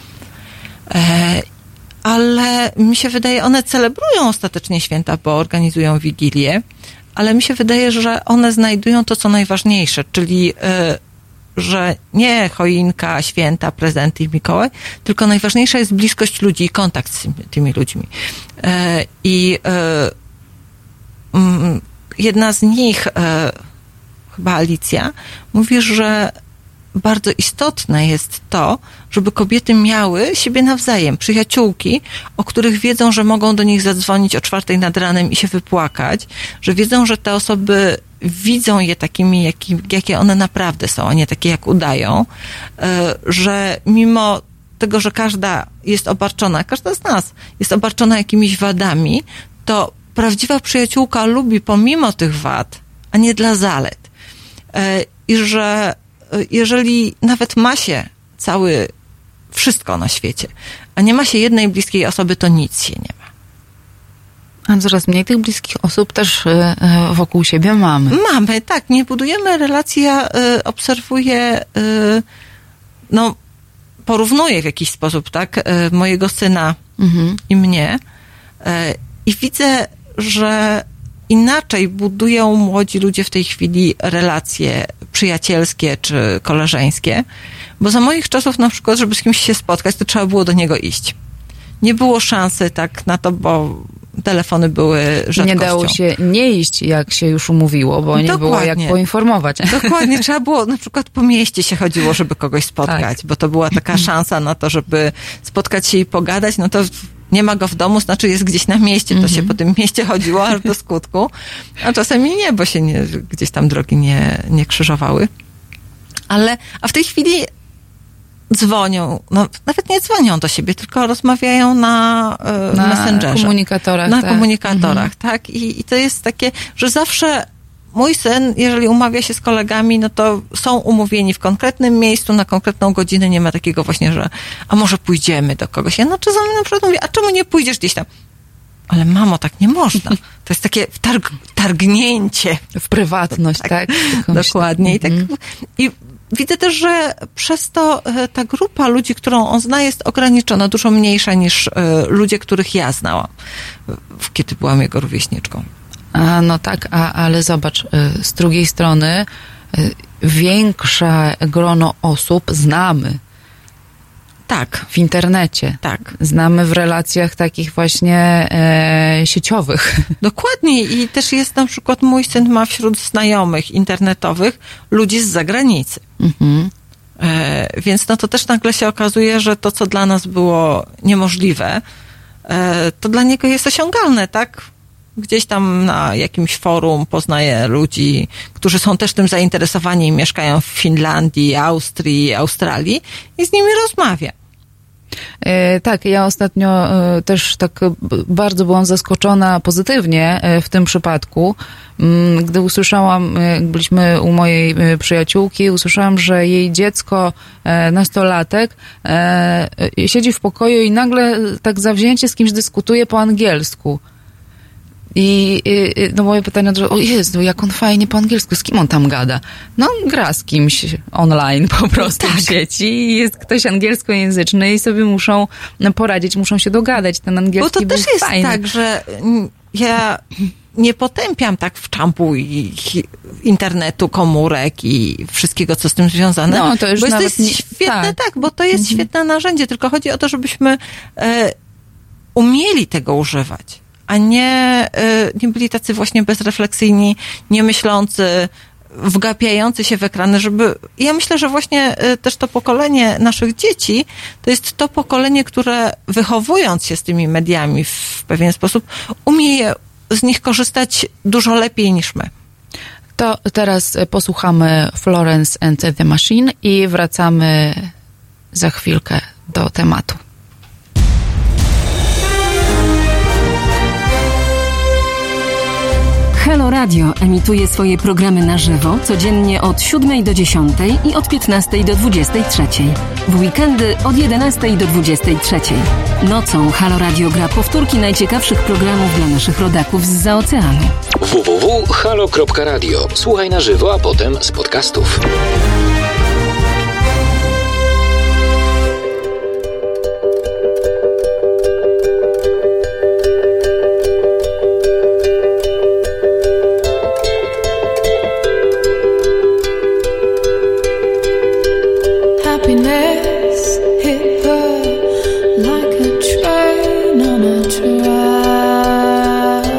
Ale mi się wydaje, one celebrują ostatecznie święta, bo organizują Wigilię, ale mi się wydaje, że one znajdują to, co najważniejsze, czyli że nie choinka, święta, prezenty i Mikołaj, tylko najważniejsza jest bliskość ludzi i kontakt z tymi ludźmi. Jedna z nich, chyba Alicja, mówi, że bardzo istotne jest to, żeby kobiety miały siebie nawzajem, przyjaciółki, o których wiedzą, że mogą do nich zadzwonić o 4:00 nad ranem i się wypłakać, że wiedzą, że te osoby widzą je takimi, jakie one naprawdę są, a nie takie, jak udają, że mimo tego, że każda jest obarczona, każda z nas jest obarczona jakimiś wadami, to prawdziwa przyjaciółka lubi pomimo tych wad, a nie dla zalet. I że jeżeli nawet ma się wszystko na świecie, a nie ma się jednej bliskiej osoby, to nic się nie ma. A coraz mniej tych bliskich osób też wokół siebie mamy. Mamy, tak. Nie budujemy relacji. Ja obserwuję, porównuję w jakiś sposób, tak, mojego syna i mnie i widzę, że inaczej budują młodzi ludzie w tej chwili relacje przyjacielskie czy koleżeńskie, bo za moich czasów na przykład, żeby z kimś się spotkać, to trzeba było do niego iść. Nie było szansy tak na to, bo telefony były rzadkością. Nie dało się nie iść, jak się już umówiło, bo nie było jak poinformować. Dokładnie. Trzeba było, na przykład po mieście się chodziło, żeby kogoś spotkać, bo to była taka szansa na to, żeby spotkać się i pogadać, no to nie ma go w domu, znaczy jest gdzieś na mieście, to się po tym mieście chodziło aż do skutku, a czasami nie, bo się gdzieś tam drogi nie krzyżowały. A w tej chwili dzwonią, nawet nie dzwonią do siebie, tylko rozmawiają na Messengerze. Komunikatorach. Na komunikatorach, tak. I to jest takie, że zawsze mój syn, jeżeli umawia się z kolegami, no to są umówieni w konkretnym miejscu, na konkretną godzinę, nie ma takiego właśnie, że a może pójdziemy do kogoś. Ja czasami na przykład mówię, a czemu nie pójdziesz gdzieś tam? Ale mamo, tak nie można. To jest takie targnięcie. W prywatność, tak? Dokładnie. I widzę też, że przez to ta grupa ludzi, którą on zna, jest ograniczona, dużo mniejsza niż ludzie, których ja znałam, kiedy byłam jego rówieśniczką. No tak, ale zobacz, z drugiej strony większe grono osób znamy. Tak. W internecie. Tak. Znamy w relacjach takich właśnie sieciowych. Dokładnie. I też jest na przykład, mój syn ma wśród znajomych internetowych ludzi z zagranicy. Więc no to też nagle się okazuje, że to, co dla nas było niemożliwe, to dla niego jest osiągalne, tak? Gdzieś tam na jakimś forum poznaje ludzi, którzy są też tym zainteresowani i mieszkają w Finlandii, Austrii, Australii i z nimi rozmawia. Tak, ja ostatnio też tak bardzo byłam zaskoczona pozytywnie w tym przypadku, gdy usłyszałam, jak byliśmy u mojej przyjaciółki, usłyszałam, że jej dziecko, nastolatek, siedzi w pokoju i nagle tak zawzięcie z kimś dyskutuje po angielsku. I no moje pytanie, o Jezu, jak on fajnie po angielsku, z kim on tam gada? No gra z kimś online po prostu w sieci i jest ktoś angielskojęzyczny i sobie muszą poradzić, muszą się dogadać. Ten angielski Bo to był też jest fajny. tak, że ja nie potępiam tak w czampu internetu, komórek i wszystkiego, co z tym związane. No, to już bo nawet to jest świetne, tak, bo to jest świetne narzędzie, tylko chodzi o to, żebyśmy umieli tego używać, a nie byli tacy właśnie bezrefleksyjni, niemyślący, wgapiający się w ekrany, żeby... Ja myślę, że właśnie też to pokolenie naszych dzieci to jest to pokolenie, które wychowując się z tymi mediami w pewien sposób umie z nich korzystać dużo lepiej niż my. To teraz posłuchamy Florence and the Machine i wracamy za chwilkę do tematu. Halo Radio emituje swoje programy na żywo codziennie od 7 do 10 i od 15 do 23. W weekendy od 11 do 23. Nocą Halo Radio gra powtórki najciekawszych programów dla naszych rodaków zza oceanu. www.halo.radio. Słuchaj na żywo, a potem z podcastów. Happiness hit her like a train on a track.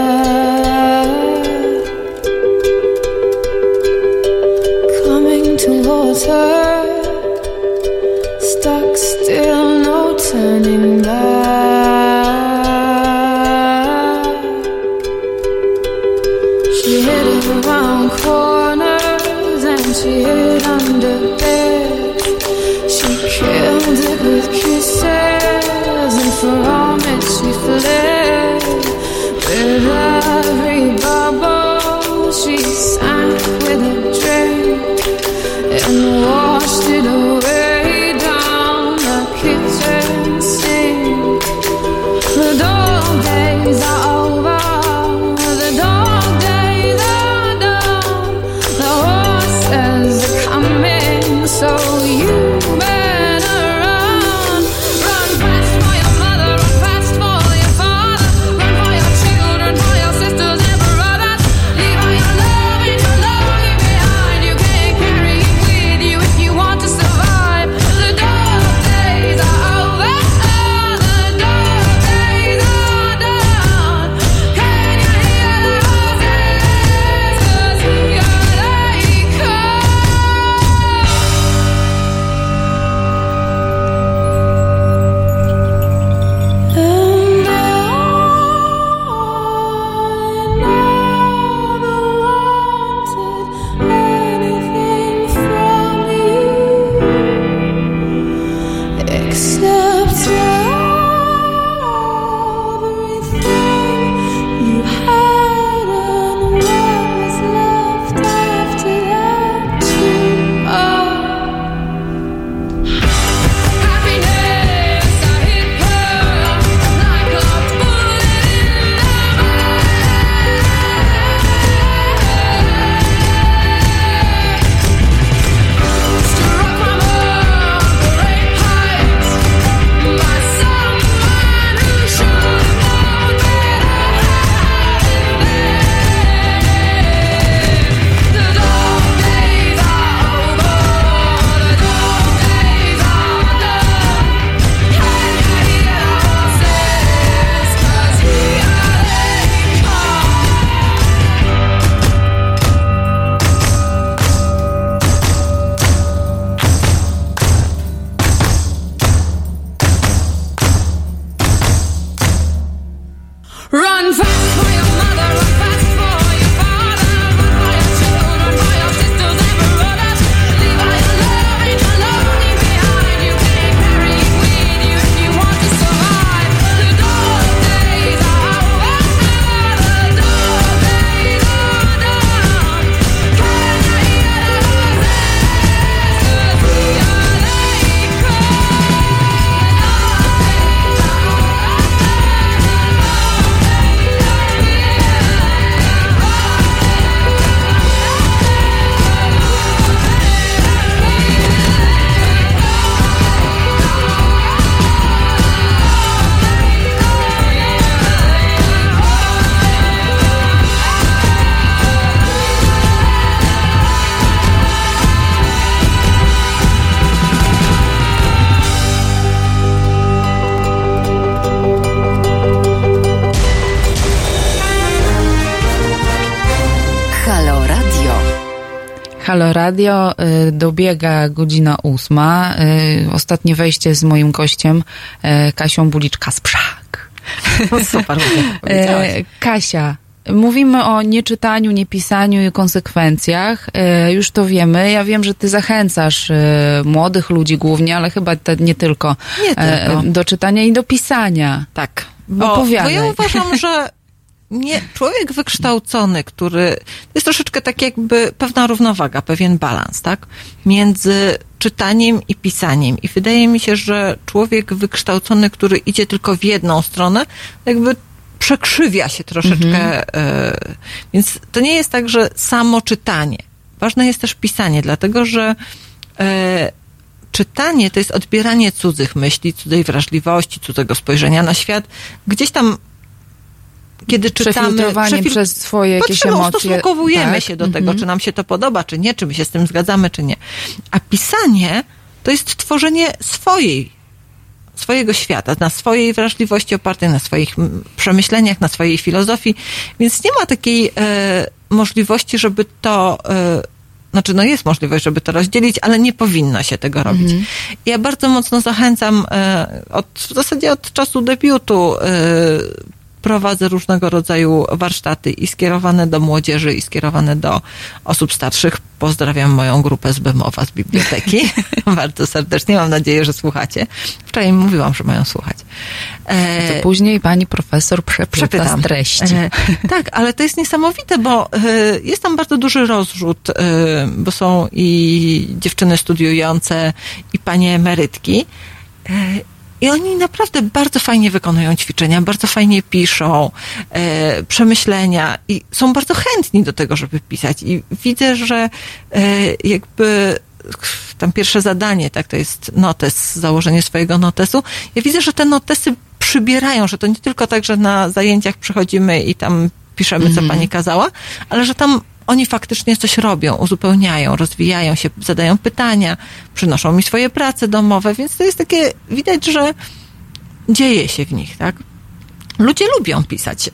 Coming towards her, stuck still, no turning back. She hid around corners and she hid under beds. She killed it with kisses, and from it she fled. With every bubble she sank with a drink and washed it away down the kitchen sink. The dog days are over, the dog days are done. The horses are coming, so you better run. Run fast for your mother, run fast for your father, run for your children, for your sisters and brothers. Leave all your love and your longing behind. You can't carry it with you if you want to survive. Halo Radio, dobiega godzina 8. Ostatnie wejście z moim gościem, Kasią Buliczka-Sprzak. No super, Kasia, mówimy o nieczytaniu, niepisaniu i konsekwencjach. Już to wiemy. Ja wiem, że ty zachęcasz młodych ludzi głównie, ale chyba nie tylko. Do czytania i do pisania. Tak. Bo ja uważam, że człowiek wykształcony, który jest troszeczkę tak jakby pewna równowaga, pewien balans, tak? Między czytaniem i pisaniem. I wydaje mi się, że człowiek wykształcony, który idzie tylko w jedną stronę, jakby przekrzywia się troszeczkę. Więc to nie jest tak, że samo czytanie. Ważne jest też pisanie, dlatego że czytanie to jest odbieranie cudzych myśli, cudzej wrażliwości, cudzego spojrzenia na świat. Gdzieś tam, kiedy czytamy... Przefiltrowanie przez swoje jakieś emocje. Ustosunkowujemy się do tego, czy nam się to podoba, czy nie, czy my się z tym zgadzamy, czy nie. A pisanie to jest tworzenie swojego świata, na swojej wrażliwości opartej, na swoich przemyśleniach, na swojej filozofii, więc nie ma takiej możliwości, żeby to... jest możliwość, żeby to rozdzielić, ale nie powinno się tego robić. Ja bardzo mocno zachęcam, w zasadzie od czasu debiutu prowadzę różnego rodzaju warsztaty i skierowane do młodzieży, i skierowane do osób starszych. Pozdrawiam moją grupę z Bemowa, z biblioteki. Bardzo serdecznie, mam nadzieję, że słuchacie. Wczoraj im mówiłam, że mają słuchać. To później pani profesor przepyta treści. Tak, ale to jest niesamowite, bo jest tam bardzo duży rozrzut, bo są i dziewczyny studiujące, i panie emerytki. I oni naprawdę bardzo fajnie wykonują ćwiczenia, bardzo fajnie piszą przemyślenia i są bardzo chętni do tego, żeby pisać. I widzę, że jakby tam pierwsze zadanie, tak, to jest notes, założenie swojego notesu. Ja widzę, że te notesy przybierają, że to nie tylko tak, że na zajęciach przychodzimy i tam piszemy, co pani kazała, ale że tam oni faktycznie coś robią, uzupełniają, rozwijają się, zadają pytania, przynoszą mi swoje prace domowe, więc to jest takie, widać, że dzieje się w nich, tak? Ludzie lubią pisać.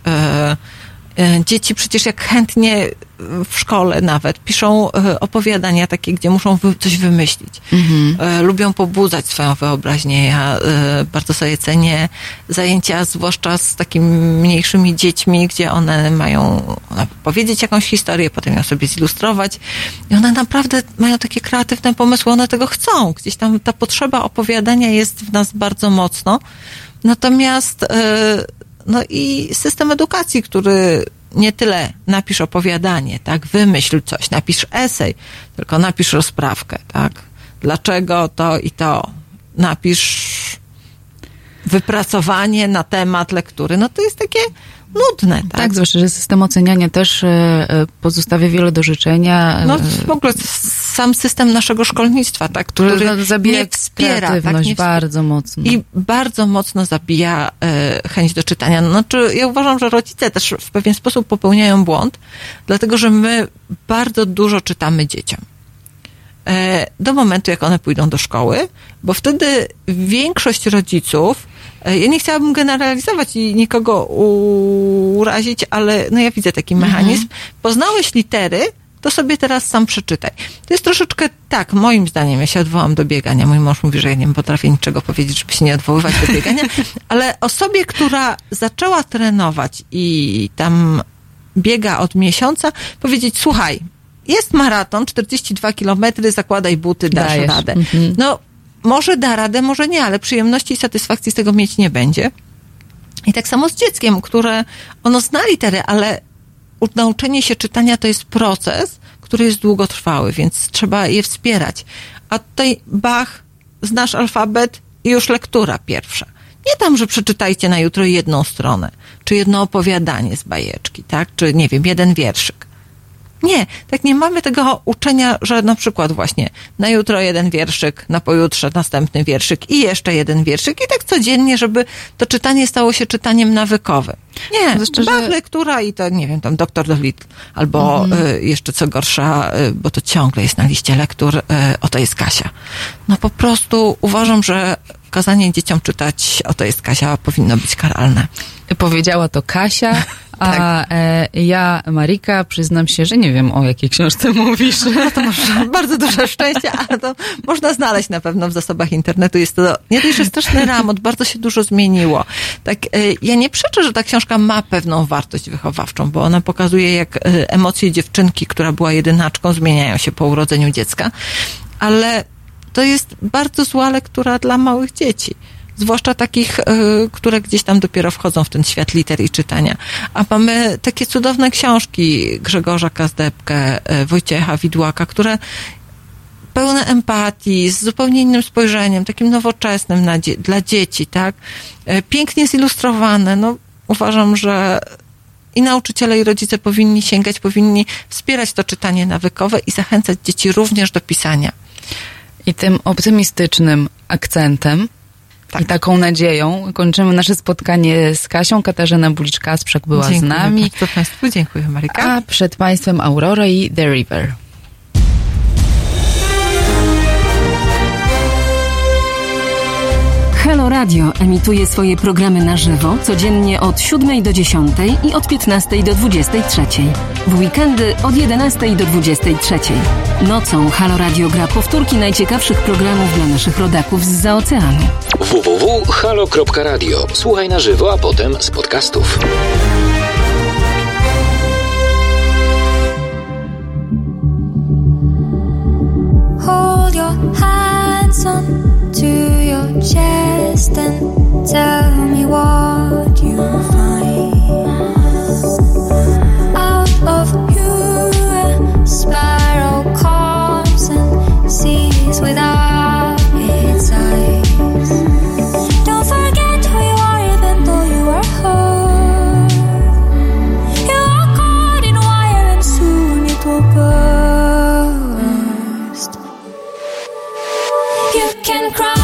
Dzieci przecież jak chętnie w szkole nawet piszą opowiadania takie, gdzie muszą coś wymyślić. Lubią pobudzać swoją wyobraźnię. Ja bardzo sobie cenię zajęcia, zwłaszcza z takimi mniejszymi dziećmi, gdzie one mają powiedzieć jakąś historię, potem ją sobie zilustrować. I one naprawdę mają takie kreatywne pomysły, one tego chcą. Gdzieś tam ta potrzeba opowiadania jest w nas bardzo mocno. Natomiast i system edukacji, który nie tyle napisz opowiadanie, tak, wymyśl coś, napisz esej, tylko napisz rozprawkę, tak, dlaczego to i to, napisz wypracowanie na temat lektury, to jest takie nudne, tak? Tak, zwłaszcza, że system oceniania też pozostawia wiele do życzenia. W ogóle sam system naszego szkolnictwa, tak, który zabija nie wspiera, kreatywność, tak, bardzo mocno. I bardzo mocno zabija chęć do czytania. Ja uważam, że rodzice też w pewien sposób popełniają błąd, dlatego, że my bardzo dużo czytamy dzieciom. Do momentu, jak one pójdą do szkoły, bo wtedy większość rodziców, ja nie chciałabym generalizować i nikogo urazić, ale ja widzę taki mechanizm. Poznałeś litery, to sobie teraz sam przeczytaj. To jest troszeczkę tak, moim zdaniem, ja się odwołam do biegania. Mój mąż mówi, że ja nie potrafię niczego powiedzieć, żeby się nie odwoływać do biegania, ale osobie, która zaczęła trenować i tam biega od miesiąca, powiedzieć, słuchaj, jest maraton, 42 kilometry, zakładaj buty, dasz radę. Może da radę, może nie, ale przyjemności i satysfakcji z tego mieć nie będzie. I tak samo z dzieckiem, które ono zna litery, ale nauczenie się czytania to jest proces, który jest długotrwały, więc trzeba je wspierać. A tutaj znasz alfabet i już lektura pierwsza. Nie tam, że przeczytajcie na jutro jedną stronę, czy jedno opowiadanie z bajeczki, tak? Czy nie wiem, jeden wierszyk. Nie, tak nie mamy tego uczenia, że na przykład właśnie na jutro jeden wierszyk, na pojutrze następny wierszyk i jeszcze jeden wierszyk i tak codziennie, żeby to czytanie stało się czytaniem nawykowym. Nie, lektura i to, nie wiem, tam Doktor Dolittle albo jeszcze co gorsza, bo to ciągle jest na liście lektur, oto jest Kasia. Po prostu uważam, że kazanie dzieciom czytać oto jest Kasia powinno być karalne. Powiedziała to Kasia, A ja, Marika, przyznam się, że nie wiem, o jakiej książce mówisz. No to masz bardzo duże szczęście, ale to można znaleźć na pewno w zasobach internetu. Jest to nie dość, że straszny ramot, bardzo się dużo zmieniło. Tak, ja nie przeczę, że ta książka ma pewną wartość wychowawczą, bo ona pokazuje, jak emocje dziewczynki, która była jedynaczką, zmieniają się po urodzeniu dziecka, ale to jest bardzo zła lektura dla małych dzieci. Zwłaszcza takich, które gdzieś tam dopiero wchodzą w ten świat liter i czytania. A mamy takie cudowne książki Grzegorza Kazdebkę, Wojciecha Widłaka, które pełne empatii, z zupełnie innym spojrzeniem, takim nowoczesnym dla dzieci, tak? Pięknie zilustrowane. No, uważam, że i nauczyciele, i rodzice powinni sięgać, powinni wspierać to czytanie nawykowe i zachęcać dzieci również do pisania. I tym optymistycznym akcentem i taką nadzieją kończymy nasze spotkanie z Kasią. Katarzyna Buliczka-Sprzak była z nami. Dziękuję Państwu, dziękuję Maryka. A przed Państwem Aurora i The River. Halo Radio emituje swoje programy na żywo codziennie od 7 do 10 i od 15 do 23. W weekendy od 11 do 23. Nocą Halo Radio gra powtórki najciekawszych programów dla naszych rodaków zza oceanu. www.halo.radio. Słuchaj na żywo, a potem z podcastów. Hold your hands on to your chest and tell me what you find. Out of you a spiral comes and sees without its eyes. Don't forget who you are even though you are hurt. You are caught in wire and soon it will burst. You can cry.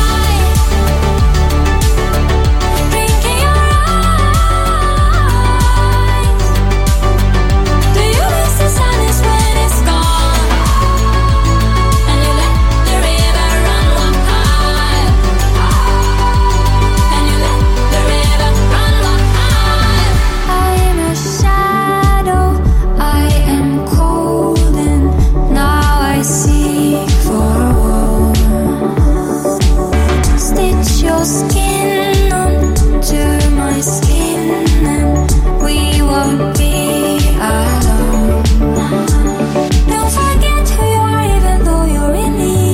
Skin onto my skin and we won't be alone. Don't forget who you are even though you're in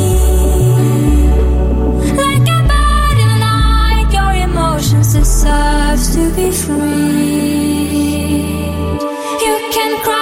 need. Like a bird in the night, your emotions deserve to be free. You can cry.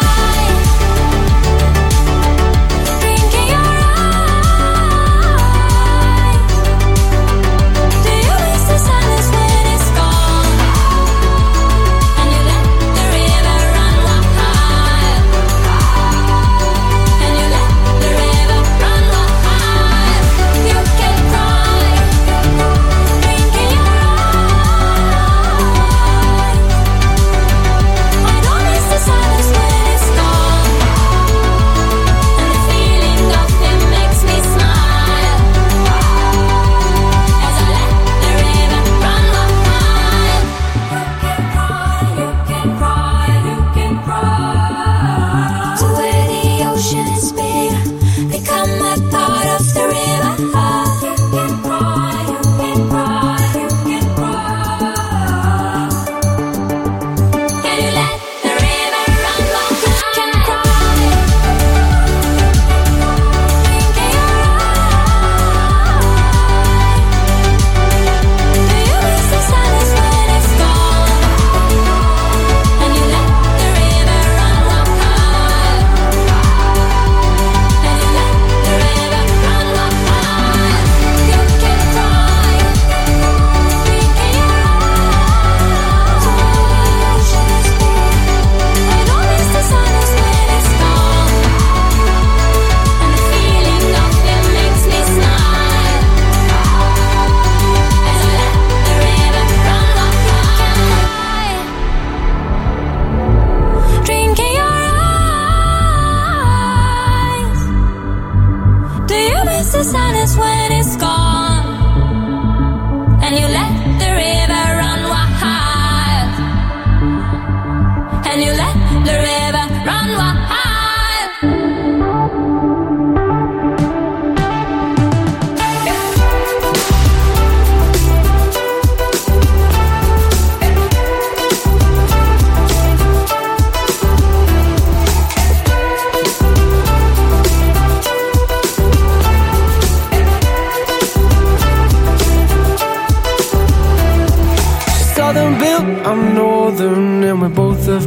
And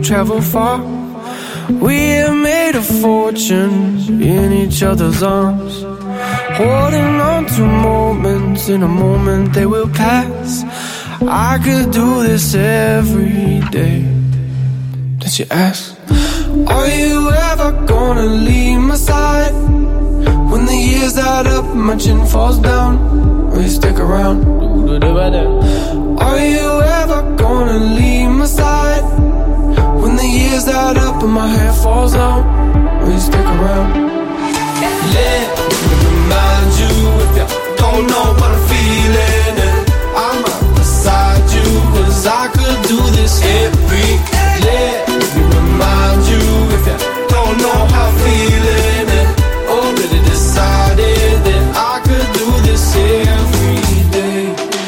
travel far. We have made a fortune in each other's arms, holding on to moments, in a moment they will pass. I could do this every day. Did you ask? Are you ever gonna leave my side? When the years add up, my chin falls down. Will you stick around? Are you ever gonna leave my side? When the years add up and my hair falls out, will you stick around? Let me remind you, if you don't know what I'm feeling, and I'm right beside you, 'cause I could do this every day. Let me remind you, if you don't know how I'm feeling, and already decided that I could do this every day.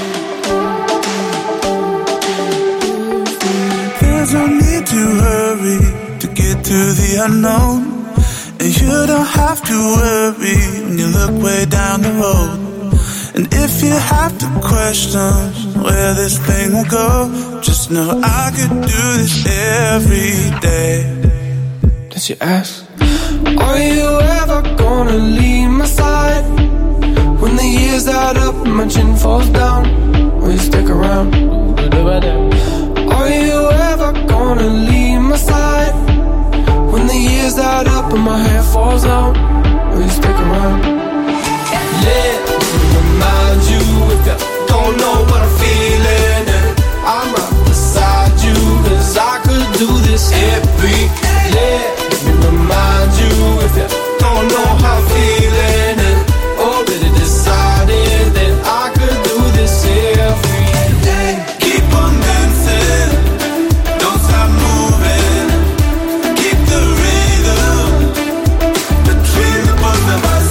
There's no need to hurry to get to the unknown, and you don't have to worry when you look way down the road. And if you have to question where this thing will go, just know I could do this every day. Did you ask? Are you ever gonna leave my side? When the years add up and my chin falls down, will you stick around? Are you ever gonna leave my side? When the years add up and my hair falls out, will you stick around? Let me remind you, if you don't know what I'm feeling, and I'm right beside you, 'cause I could do this every day. Let me remind you, if you don't know how I'm feeling, and already decided that I could do this every day. Keep on dancing, don't stop moving, keep the rhythm between the both of us.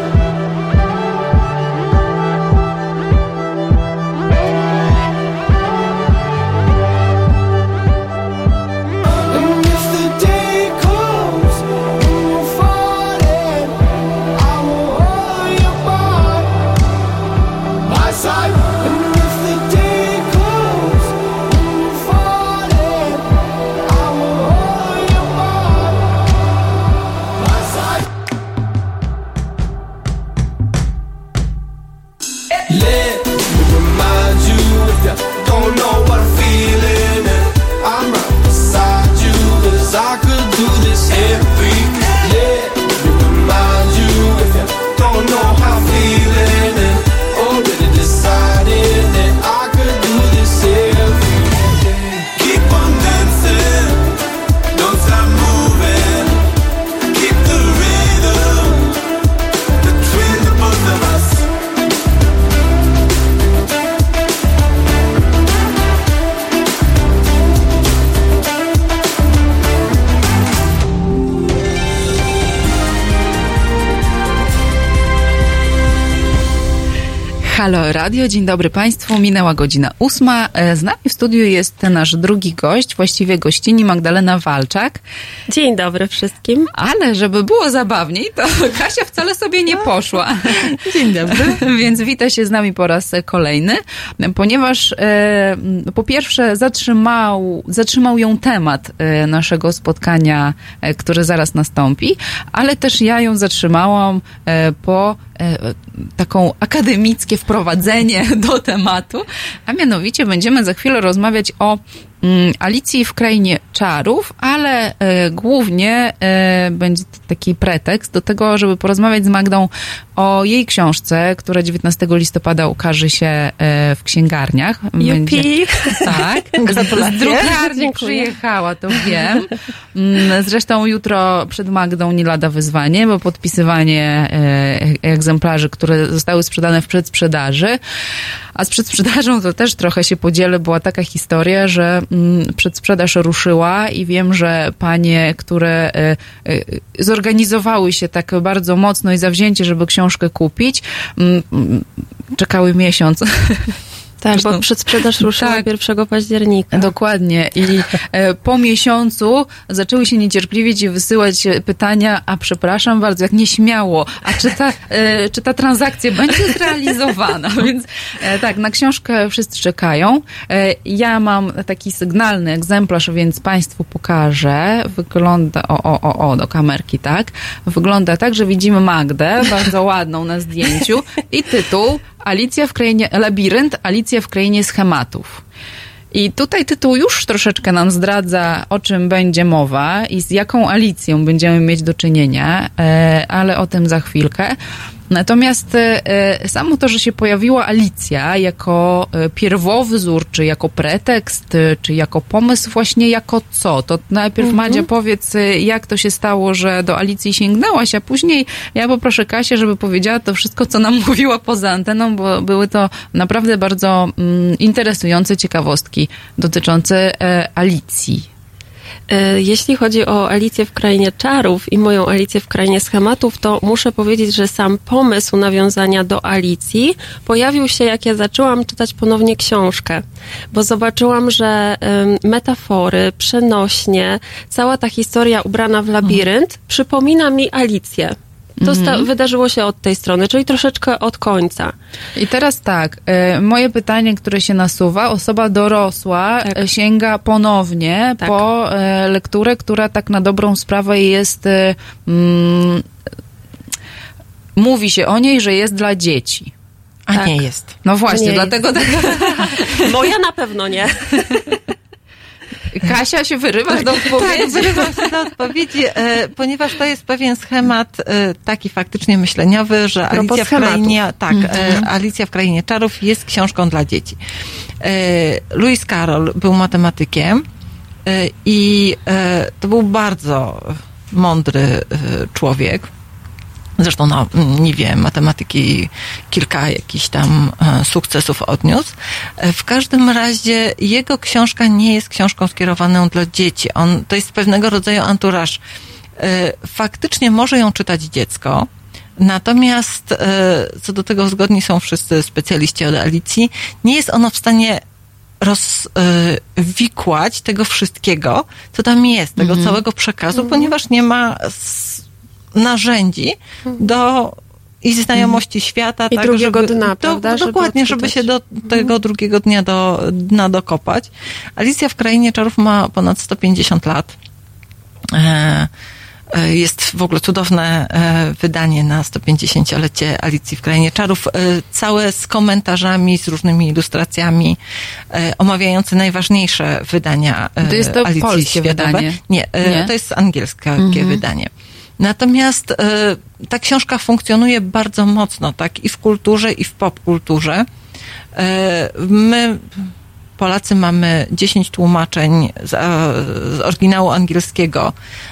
And if the day comes and you're falling, I will hold you by my side. And if the day comes and you're falling, I will hold you by my side. Let me remind you, if you don't know what I'm feeling, and I'm right beside you, 'cause I could do this every day. Let me remind you, if you don't know how I'm feeling, and already decided that I could do this every day. Keep on dancing, don't stop moving, keep the rhythm between the both of us. Halo Radio, dzień dobry Państwu, minęła godzina 8. Z nami w studiu jest nasz drugi gość, właściwie gościni Magdalena Walczak. Dzień dobry wszystkim. Ale żeby było zabawniej, to Kasia wcale sobie nie poszła. Dzień dobry. Więc wita się z nami po raz kolejny, ponieważ po pierwsze zatrzymał ją temat naszego spotkania, które zaraz nastąpi, ale też ja ją zatrzymałam po taką akademickie wprowadzenie do tematu, a mianowicie będziemy za chwilę rozmawiać o Alicji w Krainie Czarów, ale głównie będzie to taki pretekst do tego, żeby porozmawiać z Magdą o jej książce, która 19 listopada ukaże się w księgarniach. Jupi! Tak, z drukarni przyjechała, to wiem. Zresztą jutro przed Magdą nie lada wyzwanie, bo podpisywanie egzemplarzy, które zostały sprzedane w przedsprzedaży. A z przedsprzedażą to też trochę się podzielę. Była taka historia, że przedsprzedaż ruszyła i wiem, że panie, które zorganizowały się tak bardzo mocno i zawzięcie, żeby książkę kupić, czekały miesiąc Tak, Zresztą, bo przedsprzedaż ruszyła tak. 1 października. Dokładnie. I po miesiącu zaczęły się niecierpliwić i wysyłać pytania, a przepraszam bardzo, jak nieśmiało, a czy ta transakcja będzie zrealizowana? Więc tak, na książkę wszyscy czekają. Ja mam taki sygnalny egzemplarz, więc Państwu pokażę. Wygląda, do kamerki, tak? Wygląda tak, że widzimy Magdę, bardzo ładną na zdjęciu i tytuł Labirynt, Alicja w krainie schematów. I tutaj tytuł już troszeczkę nam zdradza, o czym będzie mowa i z jaką Alicją będziemy mieć do czynienia, ale o tym za chwilkę. Natomiast samo to, że się pojawiła Alicja jako pierwowzór, czy jako pretekst, czy jako pomysł, właśnie jako co? To najpierw Madzia powiedz, jak to się stało, że do Alicji sięgnęłaś, a później ja poproszę Kasię, żeby powiedziała to wszystko, co nam mówiła poza anteną, bo były to naprawdę bardzo interesujące ciekawostki dotyczące Alicji. Jeśli chodzi o Alicję w krainie czarów i moją Alicję w krainie schematów, to muszę powiedzieć, że sam pomysł nawiązania do Alicji pojawił się, jak ja zaczęłam czytać ponownie książkę, bo zobaczyłam, że metafory, przenośnie, cała ta historia ubrana w labirynt przypomina mi Alicję. To wydarzyło się od tej strony, czyli troszeczkę od końca. I teraz tak, moje pytanie, które się nasuwa, osoba dorosła sięga ponownie po lekturę, która tak na dobrą sprawę jest, mówi się o niej, że jest dla dzieci. A nie jest. No właśnie, dlatego tak. Moja na pewno nie. Kasia, się wyrywasz do odpowiedzi? Tak, wyrywam się do odpowiedzi, ponieważ to jest pewien schemat taki faktycznie myśleniowy, że Alicja w krainie, Alicja w krainie czarów jest książką dla dzieci. Lewis Carroll był matematykiem i to był bardzo mądry człowiek. Zresztą na niwie matematyki kilka jakichś tam sukcesów odniósł. W każdym razie jego książka nie jest książką skierowaną dla dzieci. To jest pewnego rodzaju anturaż. Faktycznie może ją czytać dziecko, natomiast co do tego zgodni są wszyscy specjaliści od Alicji, nie jest ono w stanie rozwikłać tego wszystkiego, co tam jest, tego całego przekazu, ponieważ nie ma narzędzi i znajomości świata. I tak, drugiego dna, prawda? Dokładnie, żeby się do tego drugiego dnia dna dokopać. Alicja w krainie czarów ma ponad 150 lat. Jest w ogóle cudowne wydanie na 150-lecie Alicji w krainie czarów, całe z komentarzami, z różnymi ilustracjami, omawiające najważniejsze wydania to jest to Alicji polskie światowe. wydanie? Nie, to jest angielskie wydanie. Natomiast ta książka funkcjonuje bardzo mocno, tak, i w kulturze, i w popkulturze. My, Polacy, mamy 10 tłumaczeń z oryginału angielskiego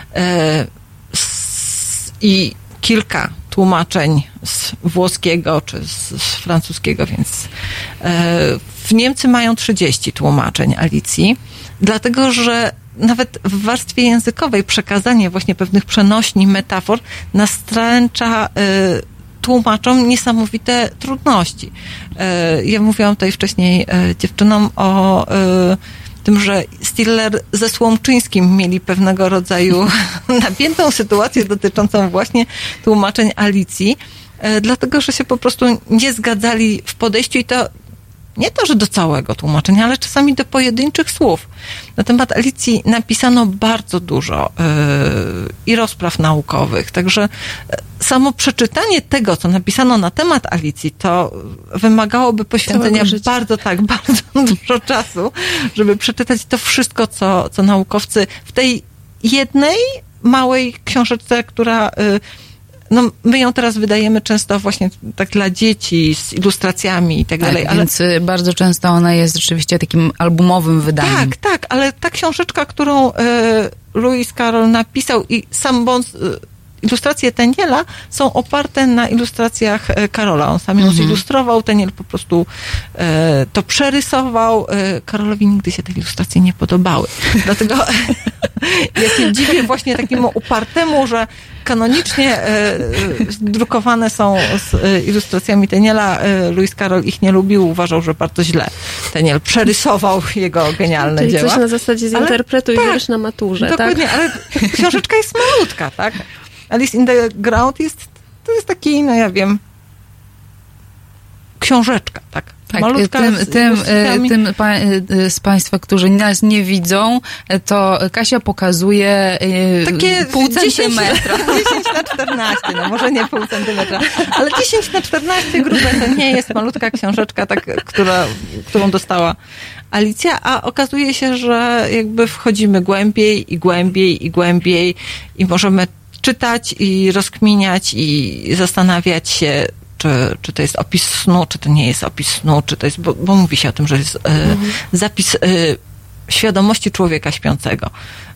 i kilka tłumaczeń z włoskiego czy z francuskiego, więc w Niemcy mają 30 tłumaczeń Alicji, dlatego że nawet w warstwie językowej przekazanie właśnie pewnych przenośni, metafor nastręcza tłumaczom niesamowite trudności. Ja mówiłam tutaj wcześniej dziewczynom o tym, że Stiller ze Słomczyńskim mieli pewnego rodzaju napiętą sytuację dotyczącą właśnie tłumaczeń Alicji, dlatego że się po prostu nie zgadzali w podejściu i to nie to, że do całego tłumaczenia, ale czasami do pojedynczych słów. Na temat Alicji napisano bardzo dużo i rozpraw naukowych, także samo przeczytanie tego, co napisano na temat Alicji, to wymagałoby poświęcenia bardzo dużo czasu, żeby przeczytać to wszystko, co naukowcy w tej jednej małej książeczce, która my ją teraz wydajemy często właśnie tak dla dzieci, z ilustracjami i tak dalej. Więc bardzo często ona jest rzeczywiście takim albumowym wydaniem. Tak, ale ta książeczka, którą Lewis Carroll napisał i sam ilustracje Tenniela są oparte na ilustracjach Karola. On sam ją zilustrował, Tenniel po prostu to przerysował. Karolowi nigdy się te ilustracje nie podobały. Dlatego ja się dziwię właśnie takiemu upartemu, że kanonicznie drukowane są z ilustracjami Tenniela. Lewis Carroll ich nie lubił, uważał, że bardzo źle Tenniel przerysował jego genialne Czyli dzieła. coś na zasadzie zinterpretuj wiersz na maturze, dokładnie, tak? ale książeczka jest malutka, tak? Alice in the Ground to jest taki, no ja wiem, książeczka, tak? Tak, malutka tym z Państwa, którzy nas nie widzą, to Kasia pokazuje takie pół centymetra. 10 na 14, no może nie pół centymetra, ale 10 na 14 grube to nie jest malutka książeczka, tak, którą dostała Alicja, a okazuje się, że jakby wchodzimy głębiej i głębiej i głębiej i możemy czytać i rozkminiać i zastanawiać się, czy to jest opis snu, czy to nie jest opis snu, czy to jest, bo mówi się o tym, że jest zapis świadomości człowieka śpiącego.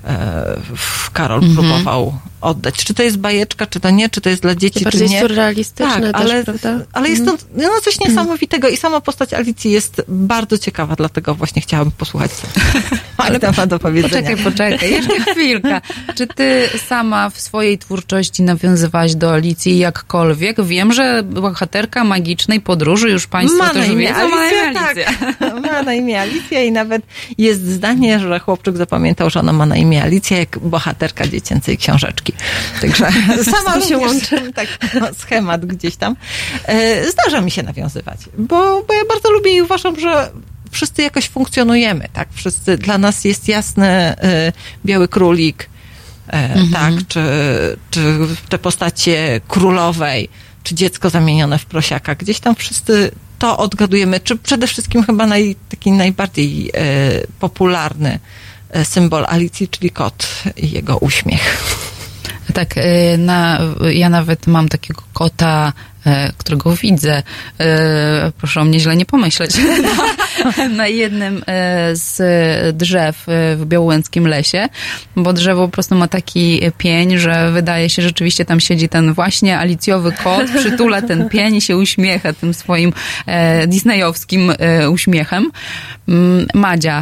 Karol próbował oddać. Czy to jest bajeczka, czy to nie, czy to jest dla dzieci, czy nie. Surrealistyczne tak, też, prawda? ale jest to coś niesamowitego i sama postać Alicji jest bardzo ciekawa, dlatego właśnie chciałabym posłuchać, co ale tam ma do powiedzenia. Poczekaj, jeszcze chwilkę. Czy ty sama w swojej twórczości nawiązywałaś do Alicji jakkolwiek? Wiem, że bohaterka magicznej podróży, już Państwo też wiedzą, ma na imię Alicja. Tak. Ma na imię Alicja i nawet jest zdanie, że chłopczyk zapamiętał, że ona ma na imię Alicja, jak bohaterka dziecięcej książeczki. Także sama się łączy. Tak, schemat gdzieś tam. Zdarza mi się nawiązywać, bo ja bardzo lubię i uważam, że wszyscy jakoś funkcjonujemy, tak? Wszyscy, dla nas jest jasny biały królik, tak? Czy te postacie królowej, czy dziecko zamienione w prosiaka. Gdzieś tam wszyscy to odgadujemy, czy przede wszystkim chyba taki najbardziej popularny symbol Alicji, czyli kot i jego uśmiech. Tak, ja nawet mam takiego kota, którego widzę, proszę o mnie źle nie pomyśleć, na jednym z drzew w Białołęckim lesie, bo drzewo po prostu ma taki pień, że wydaje się, że rzeczywiście tam siedzi ten właśnie alicjowy kot, przytula ten pień i się uśmiecha tym swoim disneyowskim uśmiechem. Madzia,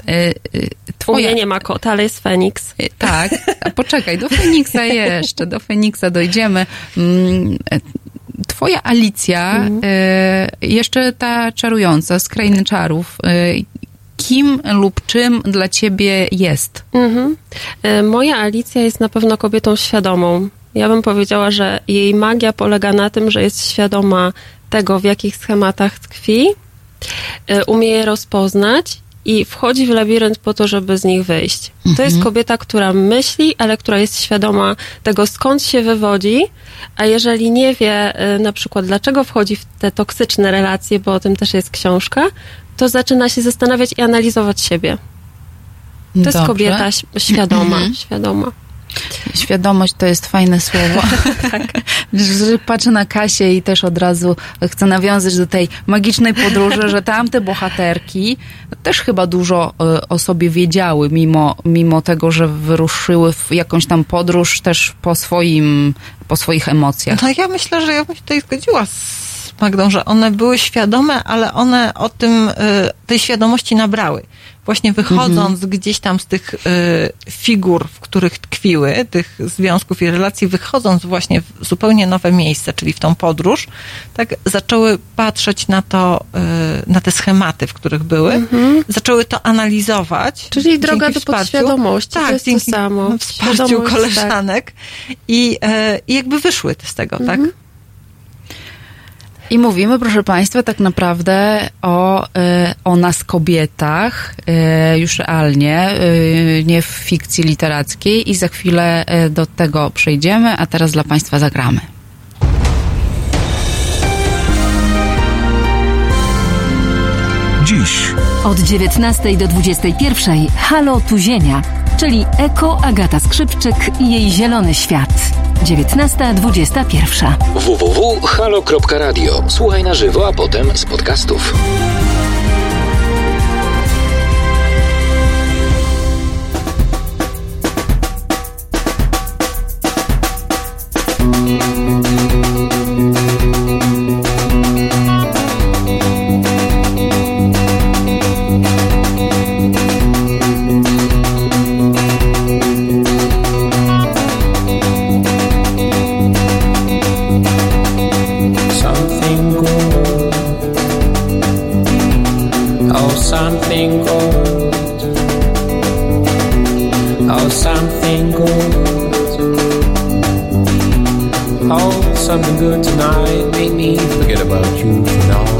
U mnie nie ma kota, ale jest Feniks. Tak, a poczekaj, do Feniksa dojdziemy. Twoja Alicja, jeszcze ta czarująca z Krainy Czarów, kim lub czym dla ciebie jest? Moja Alicja jest na pewno kobietą świadomą. Ja bym powiedziała, że jej magia polega na tym, że jest świadoma tego, w jakich schematach tkwi, umie je rozpoznać i wchodzi w labirynt po to, żeby z nich wyjść. To jest kobieta, która myśli, ale która jest świadoma tego, skąd się wywodzi, a jeżeli nie wie na przykład, dlaczego wchodzi w te toksyczne relacje, bo o tym też jest książka, to zaczyna się zastanawiać i analizować siebie. To jest kobieta świadoma. Świadomość to jest fajne słowo. Tak. Patrzę na Kasię i też od razu chcę nawiązać do tej magicznej podróży, że tamte bohaterki też chyba dużo o sobie wiedziały, mimo tego, że wyruszyły w jakąś tam podróż też po swoich emocjach. No ja myślę, że ja bym się tutaj zgodziła z Magdą, że one były świadome, ale one o tym, tej świadomości nabrały. Właśnie wychodząc gdzieś tam z tych figur, w których tkwiły, tych związków i relacji, wychodząc właśnie w zupełnie nowe miejsce, czyli w tą podróż, tak zaczęły patrzeć na to, na te schematy, w których były, zaczęły to analizować. Czyli droga do podświadomości, tak, to jest dzięki to samo. Wsparciu koleżanek i jakby wyszły z tego, tak? I mówimy, proszę Państwa, tak naprawdę o nas kobietach, już realnie, nie w fikcji literackiej i za chwilę do tego przejdziemy, a teraz dla Państwa zagramy. Dziś od 19 do 21 Halo tu Ziemia, czyli Eko, Agata Skrzypczyk i jej zielony świat. 19:21. www.halo.radio. Słuchaj na żywo, a potem z podcastów. tonight, make me forget about you for now.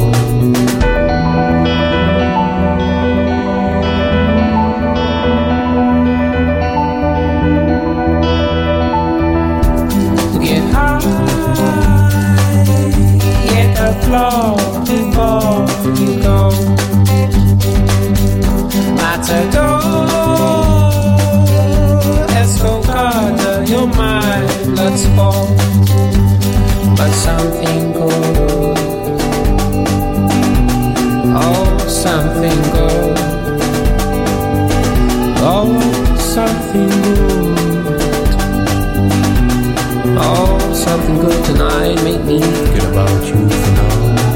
Floor before you go. Matador, Escocada, you're my blood sport, but something good. Oh, something good. Oh, something good. Oh, something good tonight, make me forget about you for now.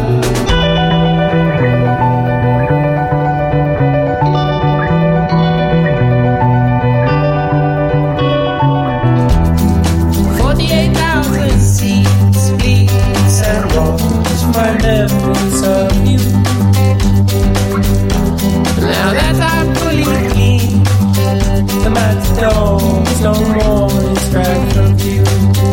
Memories of you. Now that I'm fully clean, the matador's no more distract from view.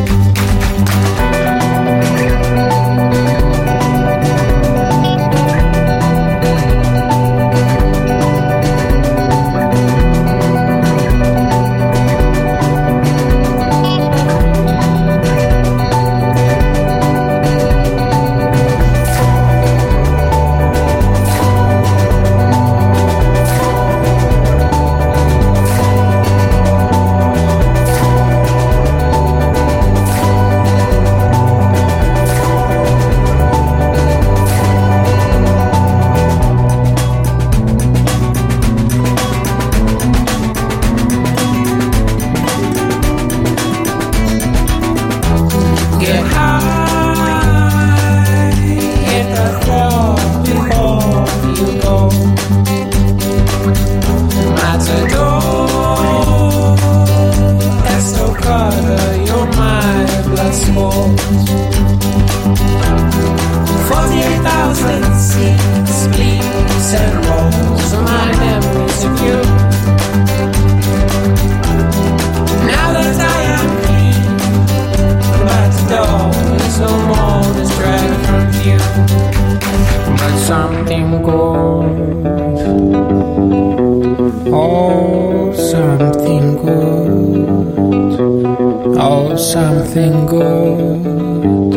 Something good.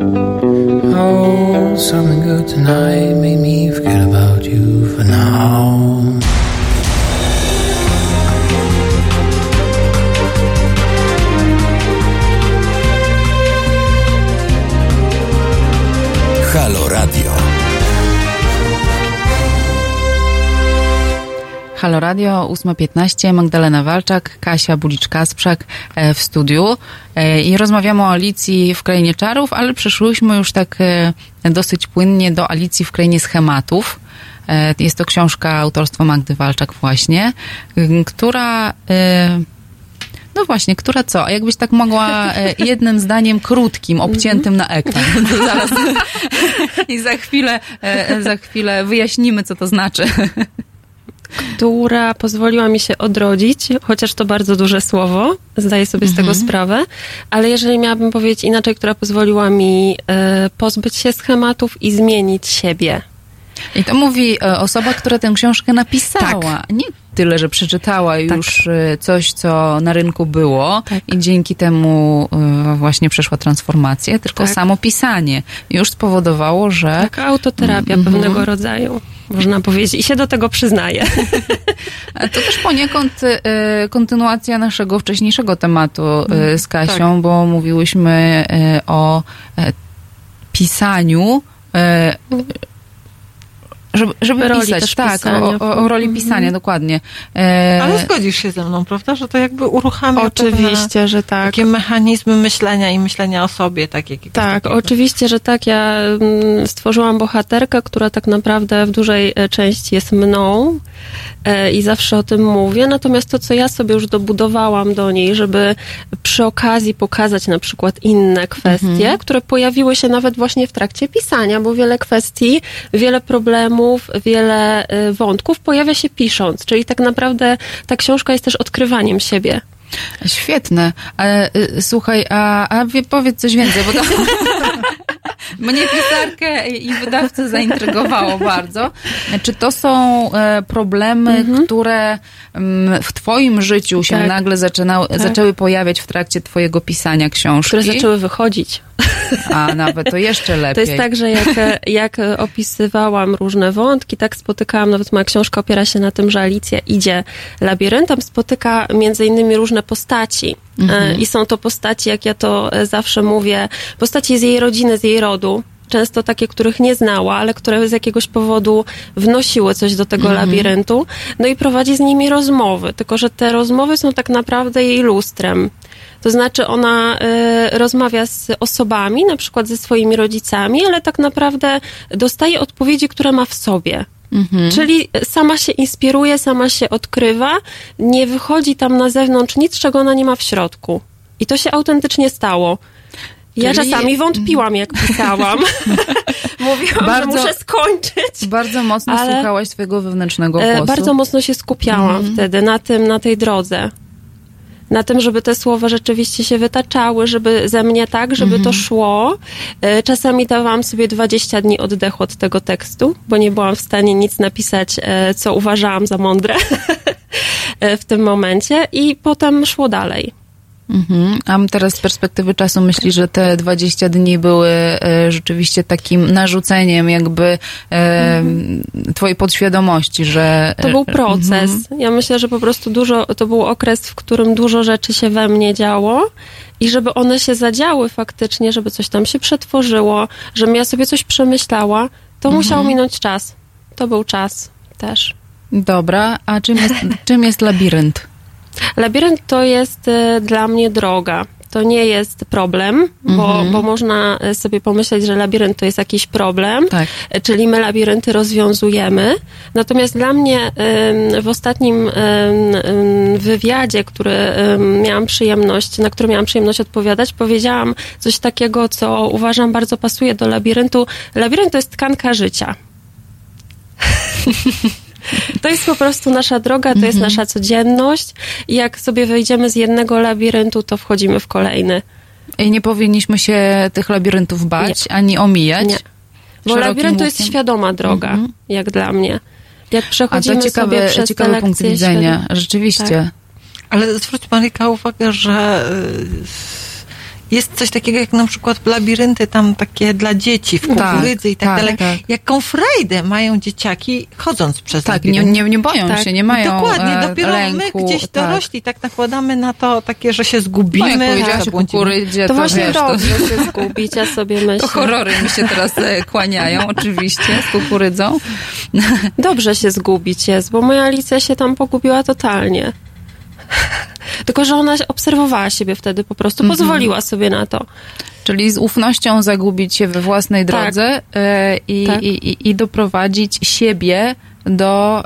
Oh, something good tonight. Make me forget about you for now. Halo Radio. Halo Radio, 8:15, Magdalena Walczak, Kasia Bulicz-Kasprzak w studiu i rozmawiamy o Alicji w Krainie Czarów, ale przeszłyśmy już tak dosyć płynnie do Alicji w Krainie Schematów. Jest to książka autorstwa Magdy Walczak właśnie, która... No właśnie, która co? A jakbyś tak mogła jednym zdaniem krótkim, obciętym na ekran. Zaraz. I za chwilę wyjaśnimy, co to znaczy. Która pozwoliła mi się odrodzić, chociaż to bardzo duże słowo, zdaję sobie z tego sprawę, ale jeżeli miałabym powiedzieć inaczej, która pozwoliła mi pozbyć się schematów i zmienić siebie. I to mówi osoba, która tę książkę napisała. Tak. Nie tyle, że przeczytała już coś, co na rynku było i dzięki temu właśnie przeszła transformację, tylko samo pisanie już spowodowało, że... Taka autoterapia pewnego rodzaju, można powiedzieć. I się do tego przyznaję. To też poniekąd kontynuacja naszego wcześniejszego tematu z Kasią, bo mówiłyśmy o pisaniu, żeby pisać, o roli pisania, dokładnie. Ale zgodzisz się ze mną, prawda, że to jakby uruchamia oczywiście, że tak. Takie mechanizmy myślenia i myślenia o sobie. Oczywiście, że tak. Ja stworzyłam bohaterkę, która tak naprawdę w dużej części jest mną i zawsze o tym mówię, natomiast to, co ja sobie już dobudowałam do niej, żeby przy okazji pokazać na przykład inne kwestie, które pojawiły się nawet właśnie w trakcie pisania, bo wiele kwestii, wiele problemów, wiele wątków pojawia się pisząc, czyli tak naprawdę ta książka jest też odkrywaniem siebie. Świetne. Ale słuchaj, powiedz coś więcej, bo to mnie pisarkę i wydawcę zaintrygowało bardzo. Czy to są problemy, które w twoim życiu się nagle zaczęły pojawiać w trakcie twojego pisania książki? Które zaczęły wychodzić. A nawet to jeszcze lepiej. To jest tak, że jak opisywałam różne wątki, tak spotykałam, nawet moja książka opiera się na tym, że Alicja idzie labiryntem, spotyka między innymi różne postaci. I są to postaci, jak ja to zawsze mówię, postaci z jej rodziny, z jej rodu. Często takie, których nie znała, ale które z jakiegoś powodu wnosiły coś do tego labiryntu. No i prowadzi z nimi rozmowy, tylko że te rozmowy są tak naprawdę jej lustrem. To znaczy ona rozmawia z osobami, na przykład ze swoimi rodzicami, ale tak naprawdę dostaje odpowiedzi, które ma w sobie. Czyli sama się inspiruje, sama się odkrywa, nie wychodzi tam na zewnątrz nic, czego ona nie ma w środku. I to się autentycznie stało. Ja czasami wątpiłam, jak pisałam. Mówiłam, że muszę skończyć. Bardzo mocno słuchałaś swojego wewnętrznego głosu. Bardzo mocno się skupiałam wtedy na tej drodze. Na tym, żeby te słowa rzeczywiście się wytaczały, żeby ze mnie tak, żeby to szło. Czasami dawałam sobie 20 dni oddechu od tego tekstu, bo nie byłam w stanie nic napisać, co uważałam za mądre w tym momencie i potem szło dalej. A teraz z perspektywy czasu myślisz, że te 20 dni były rzeczywiście takim narzuceniem jakby twojej podświadomości, że... To był proces. Ja myślę, że po prostu to był okres, w którym dużo rzeczy się we mnie działo i żeby one się zadziały faktycznie, żeby coś tam się przetworzyło, żebym ja sobie coś przemyślała, to musiał minąć czas. To był czas też. Dobra, a czym jest labirynt? Labirynt to jest dla mnie droga. To nie jest problem, bo można sobie pomyśleć, że labirynt to jest jakiś problem, czyli my labirynty rozwiązujemy. Natomiast dla mnie w ostatnim wywiadzie, na który miałam przyjemność odpowiadać, powiedziałam coś takiego, co uważam bardzo pasuje do labiryntu. Labirynt to jest tkanka życia. To jest po prostu nasza droga, to jest nasza codzienność i jak sobie wejdziemy z jednego labiryntu, to wchodzimy w kolejny. I nie powinniśmy się tych labiryntów bać, ani omijać? Nie. Bo labirynt to jest świadoma droga, jak dla mnie. Jak przechodzimy sobie przez ciekawy punkt widzenia, rzeczywiście. Tak. Ale zwróć, Maryka, uwagę, że jest coś takiego jak na przykład labirynty tam takie dla dzieci w kukurydzy i tak dalej. Tak. Jaką frajdę mają dzieciaki chodząc przez labirynt. Nie boją się, nie mają dokładnie, dopiero lęku, my gdzieś dorośli tak nakładamy na to takie, że się zgubimy. Jak powiedziałaś o kukurydzie, to właśnie dobrze się zgubić, ja sobie myślę. To horrory mi się teraz kłaniają, oczywiście, z kukurydzą. Dobrze się zgubić jest, bo moja Alicja się tam pogubiła totalnie. Tylko że ona obserwowała siebie wtedy po prostu, pozwoliła sobie na to. Czyli z ufnością zagubić się we własnej drodze i doprowadzić siebie do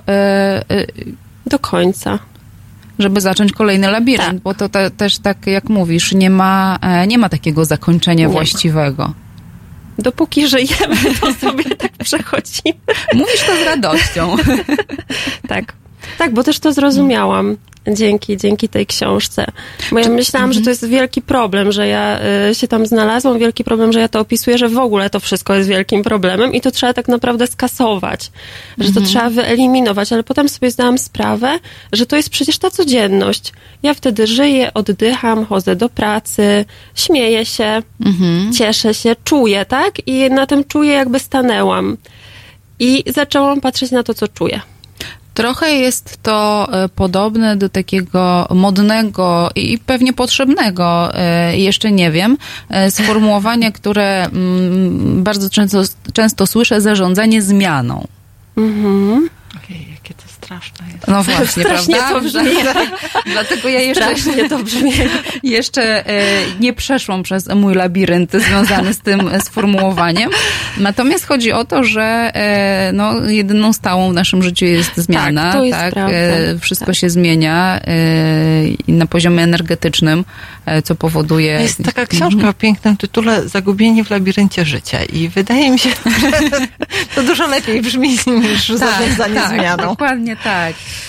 końca. Żeby zacząć kolejny labirynt, bo to też tak jak mówisz, nie ma takiego zakończenia właściwego. Dopóki żyjemy, to sobie tak przechodzimy. Mówisz to z radością. Tak, bo też to zrozumiałam. Dzięki tej książce. Bo ja myślałam, że to jest wielki problem, że ja się tam znalazłam, wielki problem, że ja to opisuję, że w ogóle to wszystko jest wielkim problemem i to trzeba tak naprawdę skasować, że to trzeba wyeliminować, ale potem sobie zdałam sprawę, że to jest przecież ta codzienność. Ja wtedy żyję, oddycham, chodzę do pracy, śmieję się, cieszę się, czuję, tak? I na tym czuję, jakby stanęłam. I zaczęłam patrzeć na to, co czuję. Trochę jest to podobne do takiego modnego i pewnie potrzebnego, jeszcze nie wiem, sformułowania, które bardzo często słyszę, zarządzanie zmianą. Ojej, jakie to straszne jest. No właśnie, strasznie prawda? To brzmi. Dlatego ja to brzmi. Jeszcze nie przeszłam przez mój labirynt związany z tym sformułowaniem. Natomiast chodzi o to, że jedyną stałą w naszym życiu jest zmiana. Tak, to jest prawda. Wszystko się zmienia i na poziomie energetycznym, co powoduje... Jest taka książka o pięknym tytule Zagubieni w labiryncie życia i wydaje mi się, że to dużo lepiej brzmi niż zarządzanie zmianą. Dokładnie tak.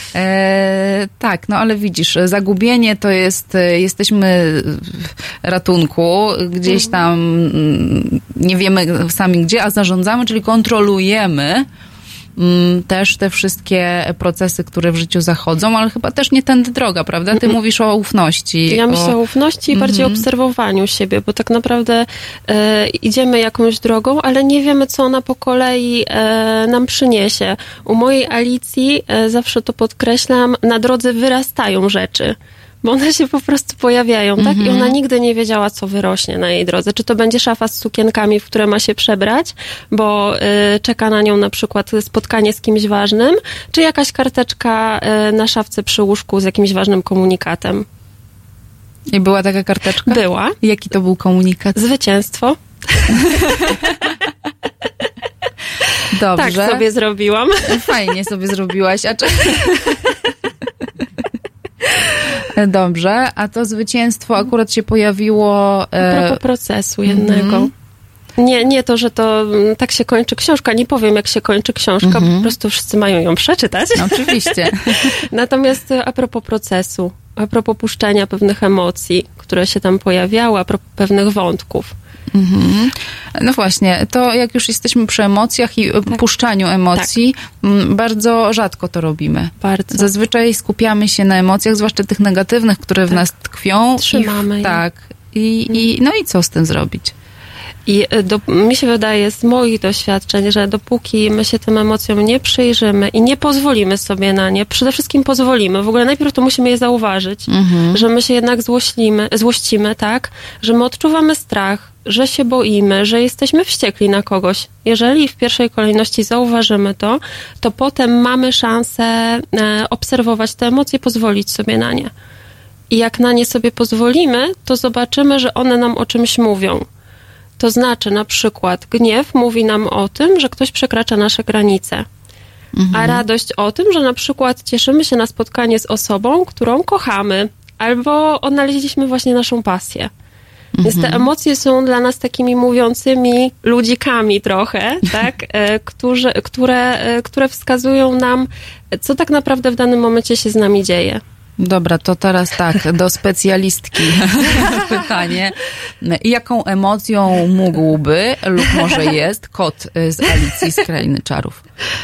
Tak, no ale widzisz, zagubienie to jest, jesteśmy ratunku, gdzieś tam nie wiemy sami gdzie, a zarządzamy, czyli kontrolujemy też te wszystkie procesy, które w życiu zachodzą, ale chyba też nie tędy droga, prawda? Ty mówisz o ufności. Ja myślę o ufności i bardziej obserwowaniu siebie, bo tak naprawdę idziemy jakąś drogą, ale nie wiemy, co ona po kolei nam przyniesie. U mojej Alicji, zawsze to podkreślam, na drodze wyrastają rzeczy. Bo one się po prostu pojawiają, tak? I ona nigdy nie wiedziała, co wyrośnie na jej drodze. Czy to będzie szafa z sukienkami, w które ma się przebrać, bo czeka na nią na przykład spotkanie z kimś ważnym, czy jakaś karteczka na szafce przy łóżku z jakimś ważnym komunikatem. I była taka karteczka? Była. Jaki to był komunikat? Zwycięstwo. Dobrze. Tak sobie zrobiłam. Fajnie sobie zrobiłaś. Dobrze, a to zwycięstwo akurat się pojawiło... A propos procesu jednego. Nie to, że to tak się kończy książka. Nie powiem, jak się kończy książka, po prostu wszyscy mają ją przeczytać. No, oczywiście. Natomiast a propos procesu, a propos puszczania pewnych emocji, które się tam pojawiały, a propos pewnych wątków. No właśnie, to jak już jesteśmy przy emocjach i puszczaniu emocji, bardzo rzadko to robimy. Bardzo. Zazwyczaj skupiamy się na emocjach, zwłaszcza tych negatywnych, które w nas tkwią. Trzymamy je. Tak. No i co z tym zrobić? I mi się wydaje z moich doświadczeń, że dopóki my się tym emocjom nie przyjrzymy i nie pozwolimy sobie na nie, przede wszystkim pozwolimy, w ogóle najpierw to musimy je zauważyć, że my się jednak złościmy, tak, że my odczuwamy strach, że się boimy, że jesteśmy wściekli na kogoś. Jeżeli w pierwszej kolejności zauważymy to potem mamy szansę obserwować te emocje, pozwolić sobie na nie. I jak na nie sobie pozwolimy, to zobaczymy, że one nam o czymś mówią. To znaczy, na przykład, gniew mówi nam o tym, że ktoś przekracza nasze granice. A radość o tym, że na przykład cieszymy się na spotkanie z osobą, którą kochamy, albo odnaleźliśmy właśnie naszą pasję. Więc te emocje są dla nas takimi mówiącymi ludzikami trochę, tak? które wskazują nam, co tak naprawdę w danym momencie się z nami dzieje. Dobra, to teraz tak, do specjalistki pytanie. Jaką emocją mógłby lub może jest kot z Alicji z Krainy Czarów?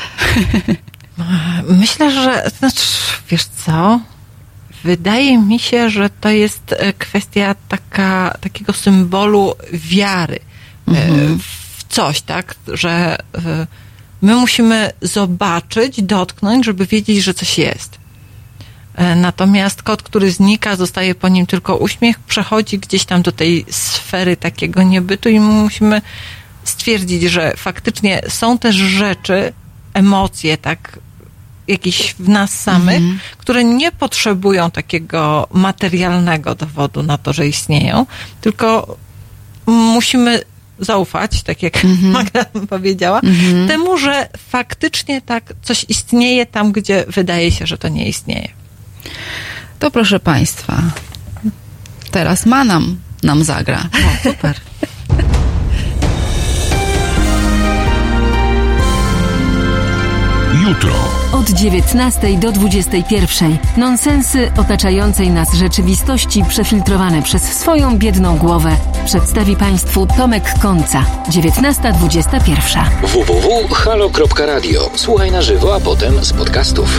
Myślę, że, wiesz co? Wydaje mi się, że to jest kwestia takiego symbolu wiary w coś, tak? Że my musimy zobaczyć, dotknąć, żeby wiedzieć, że coś jest. Natomiast kot, który znika, zostaje po nim tylko uśmiech, przechodzi gdzieś tam do tej sfery takiego niebytu i musimy stwierdzić, że faktycznie są też rzeczy, emocje, tak, jakieś w nas samych, które nie potrzebują takiego materialnego dowodu na to, że istnieją, tylko musimy zaufać, tak jak Magda powiedziała, temu, że faktycznie tak coś istnieje tam, gdzie wydaje się, że to nie istnieje. To proszę Państwa, teraz nam zagra. O, super. Jutro. Od 19 do 21. Nonsensy otaczającej nas rzeczywistości przefiltrowane przez swoją biedną głowę przedstawi Państwu Tomek Końca. 19:21. www.halo.radio. Słuchaj na żywo, a potem z podcastów.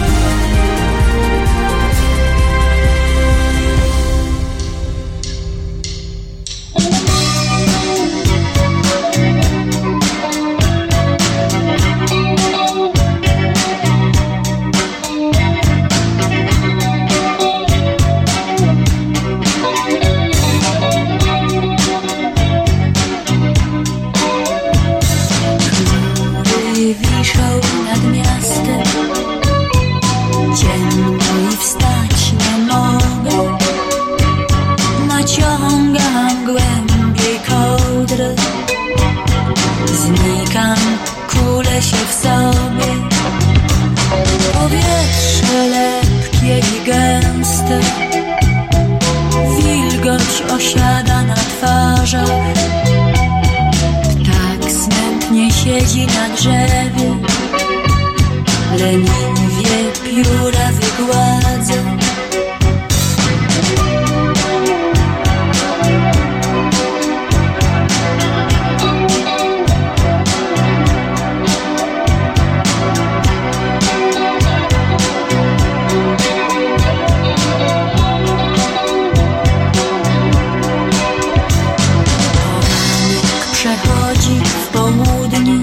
Osiada na twarzach. Ptak smętnie siedzi na drzewie, leniwie pióra wygładzę. Przechodzi w południe,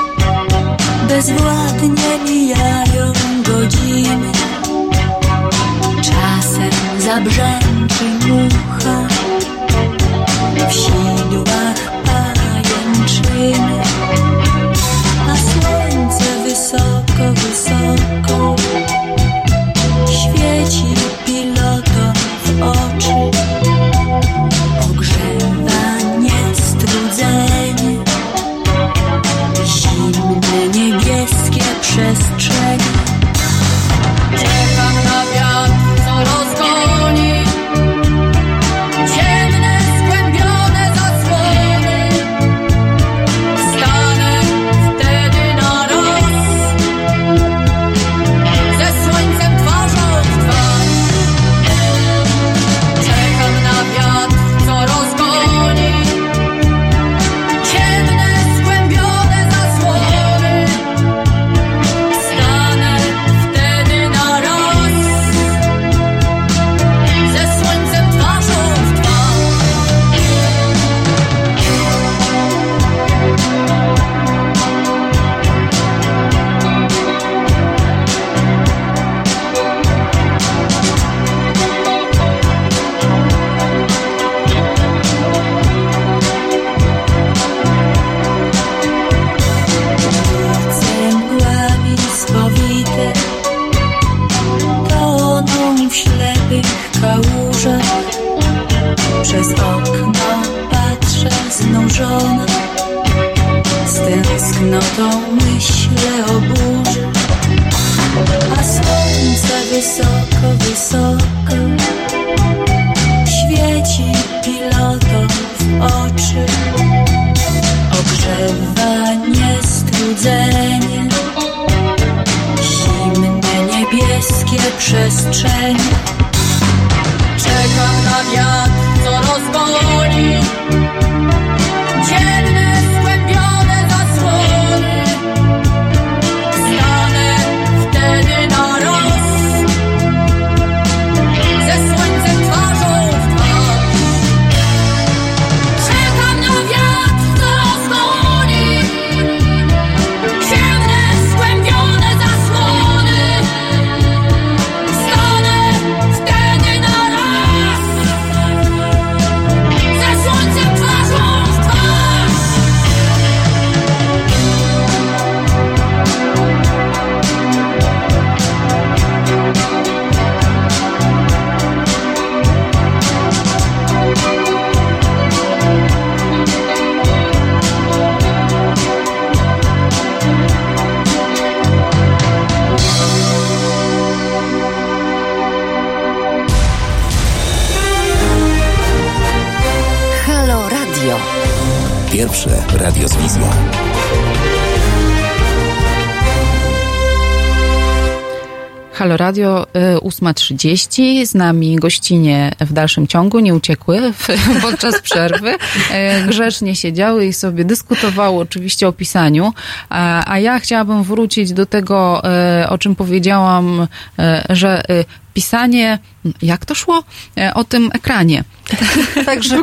bezwładnie mijają godziny. Czasem zabrzęczy mucha, w sidłach pajęczyny, a słońce wysoko, wysoko świeci pilotom w oczy. Strudzenie, zimne niebieskie przestrzenie. Czekam na wiatr, co rozgoni ciemne, skłębione zasłony. Stanę wtedy na raz ze słońcem twarzą w twarz. Czekam na wiatr, co rozgoni przez okno patrzę znużona, z tęsknotą myślę o burzy, a słońce wysoko, wysoko świeci pilotom w oczy. Ogrzewa niestrudzenie, zimne niebieskie przestrzenie. Czekam na wiatr, co rozgoni ciemne, skłębione zasłony. Stanę wtedy na raz ze słońcem twarzą w twarz. Czekam na wiatr, co rozgoni ciemne, skłębione zasłony. Stanę wtedy na raz ze słońcem twarzą w twarz. Halo Radio. Pierwsze radio z wizją. Halo Radio, 8:30. Z nami gościnie w dalszym ciągu nie uciekły podczas przerwy. Grzecznie siedziały i sobie dyskutowały oczywiście o pisaniu. A ja chciałabym wrócić do tego, o czym powiedziałam, że pisanie, jak to szło? O tym ekranie. Także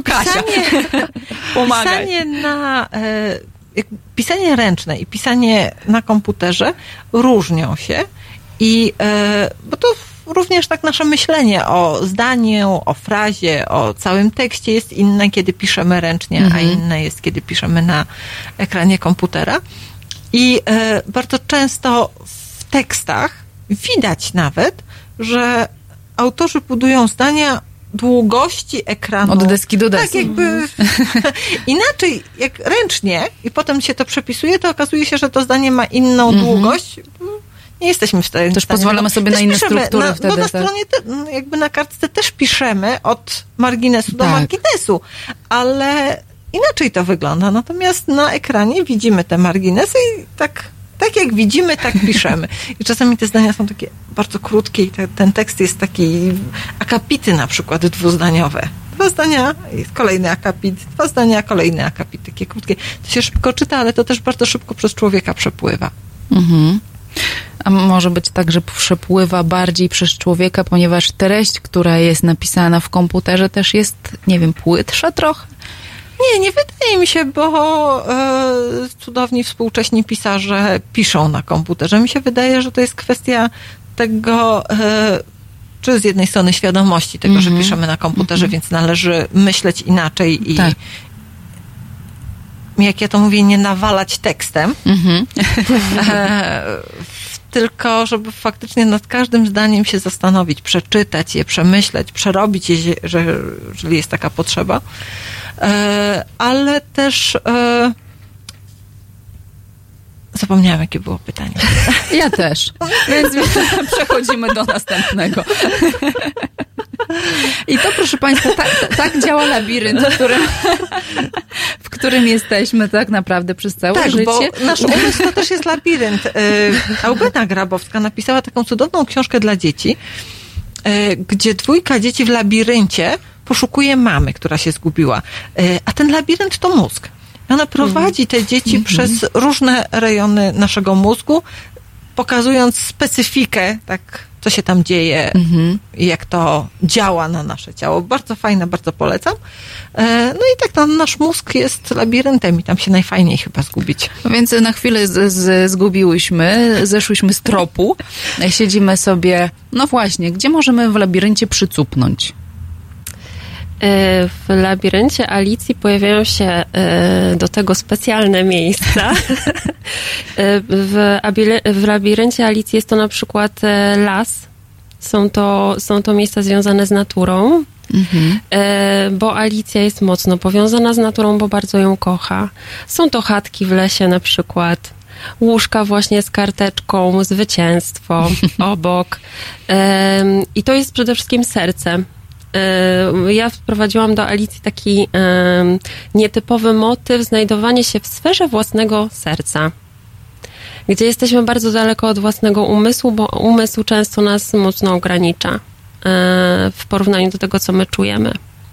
pisanie ręczne i pisanie na komputerze różnią się. I bo to również tak nasze myślenie o zdaniu, o frazie, o całym tekście jest inne, kiedy piszemy ręcznie, a inne jest, kiedy piszemy na ekranie komputera. I bardzo często w tekstach widać nawet, że autorzy budują zdania długości ekranu. Od deski do deski. Tak jakby inaczej, jak ręcznie i potem się to przepisuje, to okazuje się, że to zdanie ma inną długość. Nie jesteśmy w stanie. Też pozwalamy sobie na inne struktury wtedy. Bo na stronie, jakby na kartce też piszemy od marginesu do marginesu, ale inaczej to wygląda. Natomiast na ekranie widzimy te marginesy i tak Tak jak widzimy, tak piszemy. I czasami te zdania są takie bardzo krótkie i ten tekst jest taki, akapity na przykład dwuzdaniowe. 2 zdania, jest kolejny akapit, 2 zdania, kolejny akapit, takie krótkie. To się szybko czyta, ale to też bardzo szybko przez człowieka przepływa. Mhm. A może być tak, że przepływa bardziej przez człowieka, ponieważ treść, która jest napisana w komputerze, też jest, nie wiem, płytsza trochę? Nie wydaje mi się, bo cudowni współcześni pisarze piszą na komputerze. Mi się wydaje, że to jest kwestia tego, czy z jednej strony świadomości tego, że piszemy na komputerze, więc należy myśleć inaczej i jak ja to mówię, nie nawalać tekstem, tylko żeby faktycznie nad każdym zdaniem się zastanowić, przeczytać je, przemyśleć, przerobić je, jeżeli jest taka potrzeba. Ale też zapomniałam, jakie było pytanie. Ja też. Więc przechodzimy do następnego. I to, proszę Państwa, tak działa labirynt, w którym jesteśmy tak naprawdę przez całe życie. Bo nasz umysł to też jest labirynt. Eugenia Grabowska napisała taką cudowną książkę dla dzieci, gdzie 2 dzieci w labiryncie poszukuje mamy, która się zgubiła. A ten labirynt to mózg. Ona prowadzi te dzieci przez różne rejony naszego mózgu, pokazując specyfikę, tak, co się tam dzieje i jak to działa na nasze ciało. Bardzo fajne, bardzo polecam. No i tak, nasz mózg jest labiryntem i tam się najfajniej chyba zgubić. Więc na chwilę zgubiłyśmy, zeszłyśmy z tropu. Siedzimy sobie, no właśnie, gdzie możemy w labiryncie przycupnąć? W labiryncie Alicji pojawiają się do tego specjalne miejsca. W labiryncie Alicji jest to na przykład las. Są to miejsca związane z naturą, bo Alicja jest mocno powiązana z naturą, bo bardzo ją kocha. Są to chatki w lesie na przykład, łóżka właśnie z karteczką, zwycięstwo obok. I to jest przede wszystkim serce. Ja wprowadziłam do Alicji taki nietypowy motyw, znajdowanie się w sferze własnego serca, gdzie jesteśmy bardzo daleko od własnego umysłu, bo umysł często nas mocno ogranicza w porównaniu do tego, co my czujemy.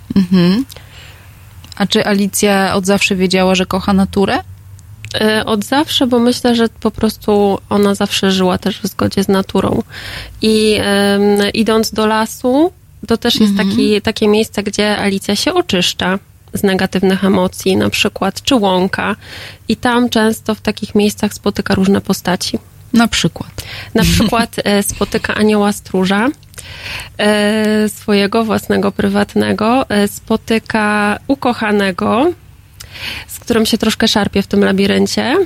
A czy Alicja od zawsze wiedziała, że kocha naturę? Od zawsze, bo myślę, że po prostu ona zawsze żyła też w zgodzie z naturą. I idąc do lasu, to też jest takie miejsce, gdzie Alicja się oczyszcza z negatywnych emocji, na przykład, czy łąka. I tam często w takich miejscach spotyka różne postaci. Na przykład? Na przykład spotyka anioła stróża, swojego własnego, prywatnego. Spotyka ukochanego, z którym się troszkę szarpie w tym labiryncie.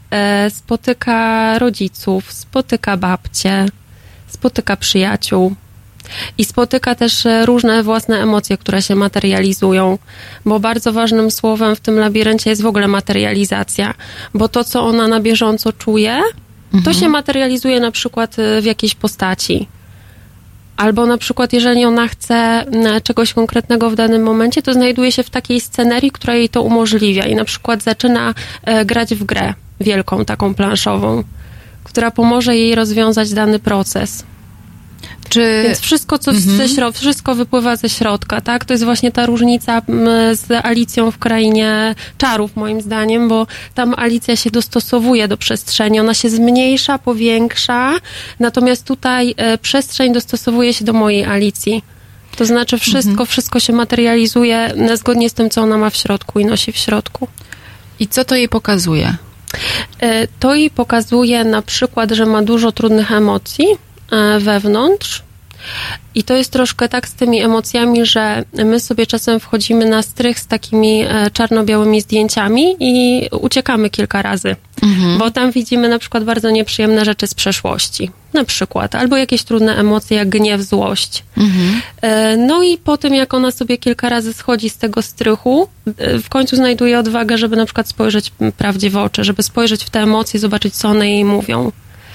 Spotyka rodziców, spotyka babcię, spotyka przyjaciół. I spotyka też różne własne emocje, które się materializują, bo bardzo ważnym słowem w tym labiryncie jest w ogóle materializacja, bo to, co ona na bieżąco czuje, to się materializuje na przykład w jakiejś postaci. Albo na przykład, jeżeli ona chce czegoś konkretnego w danym momencie, to znajduje się w takiej scenerii, która jej to umożliwia i na przykład zaczyna grać w grę wielką, taką planszową, która pomoże jej rozwiązać dany proces. Więc wszystko, co wszystko wypływa ze środka, tak? To jest właśnie ta różnica z Alicją w Krainie Czarów, moim zdaniem, bo tam Alicja się dostosowuje do przestrzeni, ona się zmniejsza, powiększa, natomiast tutaj przestrzeń dostosowuje się do mojej Alicji. To znaczy wszystko się materializuje zgodnie z tym, co ona ma w środku i nosi w środku. I co to jej pokazuje? To jej pokazuje na przykład, że ma dużo trudnych emocji wewnątrz. I to jest troszkę tak z tymi emocjami, że my sobie czasem wchodzimy na strych z takimi czarno-białymi zdjęciami i uciekamy kilka razy. Bo tam widzimy na przykład bardzo nieprzyjemne rzeczy z przeszłości. Na przykład. Albo jakieś trudne emocje, jak gniew, złość. No i po tym, jak ona sobie kilka razy schodzi z tego strychu, w końcu znajduje odwagę, żeby na przykład spojrzeć prawdzie w oczy, żeby spojrzeć w te emocje, zobaczyć, co one jej mówią.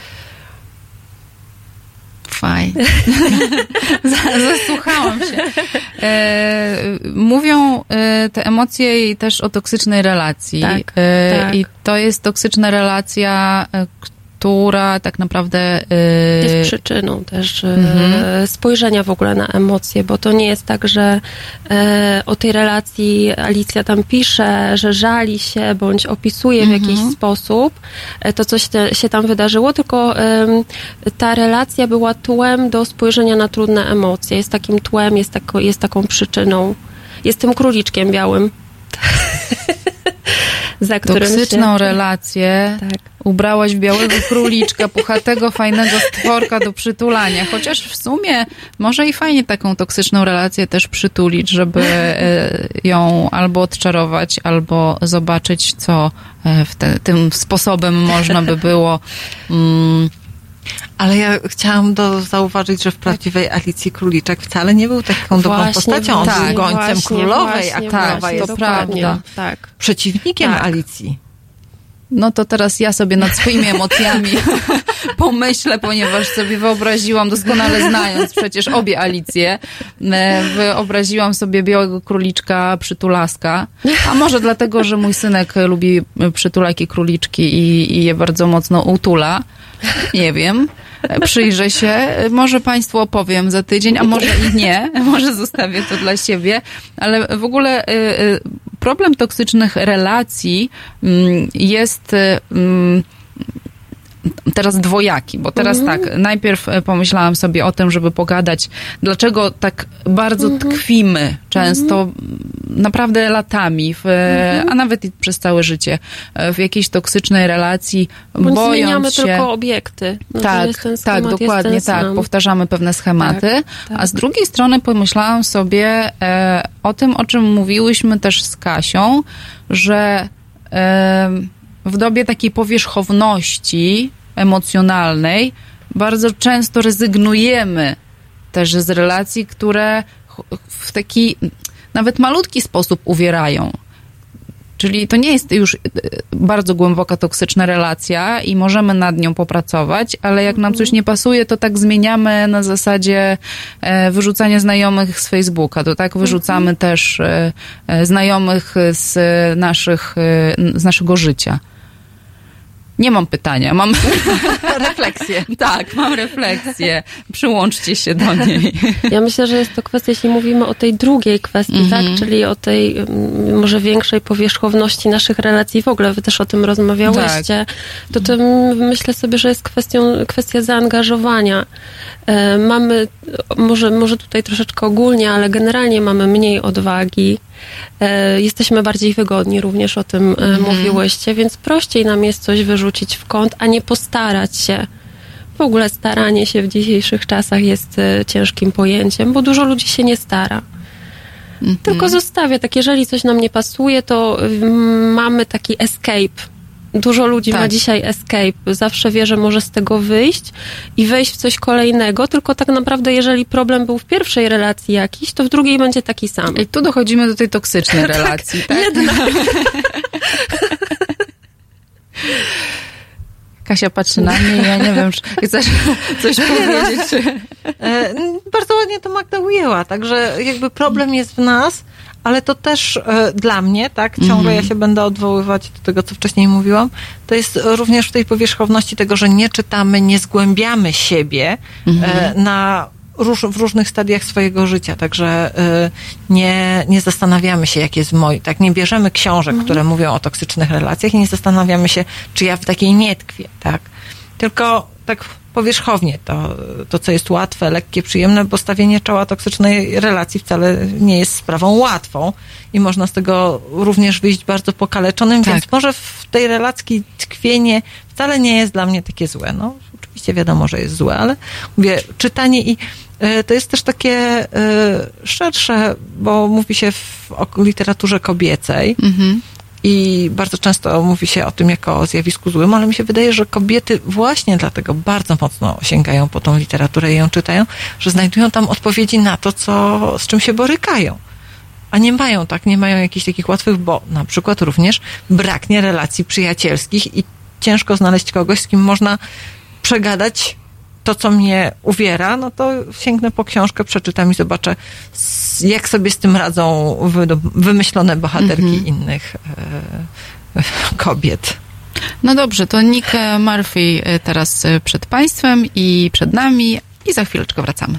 Fajnie. Zasłuchałam się. Mówią te emocje i też o toksycznej relacji. Tak. I to jest toksyczna relacja, która tak naprawdę jest przyczyną też spojrzenia w ogóle na emocje, bo to nie jest tak, że o tej relacji Alicja tam pisze, że żali się bądź opisuje w jakiś sposób to, co się tam wydarzyło, tylko ta relacja była tłem do spojrzenia na trudne emocje. Jest takim tłem, jest taką przyczyną. Jest tym króliczkiem białym. Za którym toksyczną relację ubrałaś w białego króliczka, puchatego, fajnego stworka do przytulania. Chociaż w sumie może i fajnie taką toksyczną relację też przytulić, żeby ją albo odczarować, albo zobaczyć, co tym sposobem można by było... Ale ja chciałam zauważyć, że w prawdziwej Alicji króliczek wcale nie był taką dobrą postacią. On był gońcem królowej, a królowa jest to prawda. Przeciwnikiem Alicji. No to teraz ja sobie nad swoimi emocjami pomyślę, ponieważ sobie wyobraziłam, doskonale znając przecież obie Alicje, wyobraziłam sobie białego króliczka przytulaska, a może dlatego, że mój synek lubi przytulaki króliczki i je bardzo mocno utula. Nie wiem. Przyjrzę się. Może Państwu opowiem za tydzień, a może i nie. Może zostawię to dla siebie. Ale w ogóle problem toksycznych relacji jest teraz dwojaki, bo teraz najpierw pomyślałam sobie o tym, żeby pogadać, dlaczego tak bardzo tkwimy często, naprawdę latami, a nawet i przez całe życie, w jakiejś toksycznej relacji, bądź bojąc zmieniamy się... tylko obiekty. Tak, dokładnie tak. Powtarzamy pewne schematy. A z drugiej strony pomyślałam sobie o tym, o czym mówiłyśmy też z Kasią, że w dobie takiej powierzchowności emocjonalnej bardzo często rezygnujemy też z relacji, które w taki nawet malutki sposób uwierają. Czyli to nie jest już bardzo głęboka, toksyczna relacja i możemy nad nią popracować, ale jak nam coś nie pasuje, to tak zmieniamy na zasadzie wyrzucania znajomych z Facebooka. To tak wyrzucamy też znajomych z naszego życia. Nie mam pytania, mam refleksję. Tak, mam refleksję. Przyłączcie się do niej. Ja myślę, że jest to kwestia, jeśli mówimy o tej drugiej kwestii, tak? Czyli o tej może większej powierzchowności naszych relacji. W ogóle wy też o tym rozmawiałyście. Tak. To myślę sobie, że jest kwestia zaangażowania. Mamy, może tutaj troszeczkę ogólnie, ale generalnie mamy mniej odwagi. Jesteśmy bardziej wygodni, również o tym mówiłyście, więc prościej nam jest coś wyrzucić w kąt, a nie postarać się. W ogóle staranie się w dzisiejszych czasach jest ciężkim pojęciem, bo dużo ludzi się nie stara. Tylko zostawia. Tak, jeżeli coś nam nie pasuje, to mamy taki escape. Dużo ludzi ma dzisiaj escape. Zawsze wie, że może z tego wyjść i wejść w coś kolejnego, tylko tak naprawdę jeżeli problem był w pierwszej relacji jakiś, to w drugiej będzie taki sam. I tu dochodzimy do tej toksycznej relacji. Tak? Jedna. Kasia patrzy na mnie i ja nie wiem, czy chcesz coś powiedzieć. Czy... Bardzo ładnie to Magda ujęła, także jakby problem jest w nas, ale to też dla mnie, tak, ciągle ja się będę odwoływać do tego, co wcześniej mówiłam, to jest również w tej powierzchowności tego, że nie czytamy, nie zgłębiamy siebie w różnych stadiach swojego życia, także nie zastanawiamy się, jak jest tak, nie bierzemy książek, które mówią o toksycznych relacjach i nie zastanawiamy się, czy ja w takiej nie tkwię, tak, tylko tak powierzchownie to, co jest łatwe, lekkie, przyjemne, bo stawienie czoła toksycznej relacji wcale nie jest sprawą łatwą i można z tego również wyjść bardzo pokaleczonym, więc może w tej relacji tkwienie wcale nie jest dla mnie takie złe. No, oczywiście wiadomo, że jest złe, ale mówię, czytanie i to jest też takie szersze, bo mówi się o literaturze kobiecej, i bardzo często mówi się o tym jako o zjawisku złym, ale mi się wydaje, że kobiety właśnie dlatego bardzo mocno sięgają po tą literaturę i ją czytają, że znajdują tam odpowiedzi na to, z czym się borykają. A nie mają jakichś takich łatwych, bo na przykład również braknie relacji przyjacielskich i ciężko znaleźć kogoś, z kim można przegadać to, co mnie uwiera, no to sięgnę po książkę, przeczytam i zobaczę, jak sobie z tym radzą wymyślone bohaterki innych kobiet. No dobrze, to Nick Murphy teraz przed Państwem i przed nami i za chwileczkę wracamy.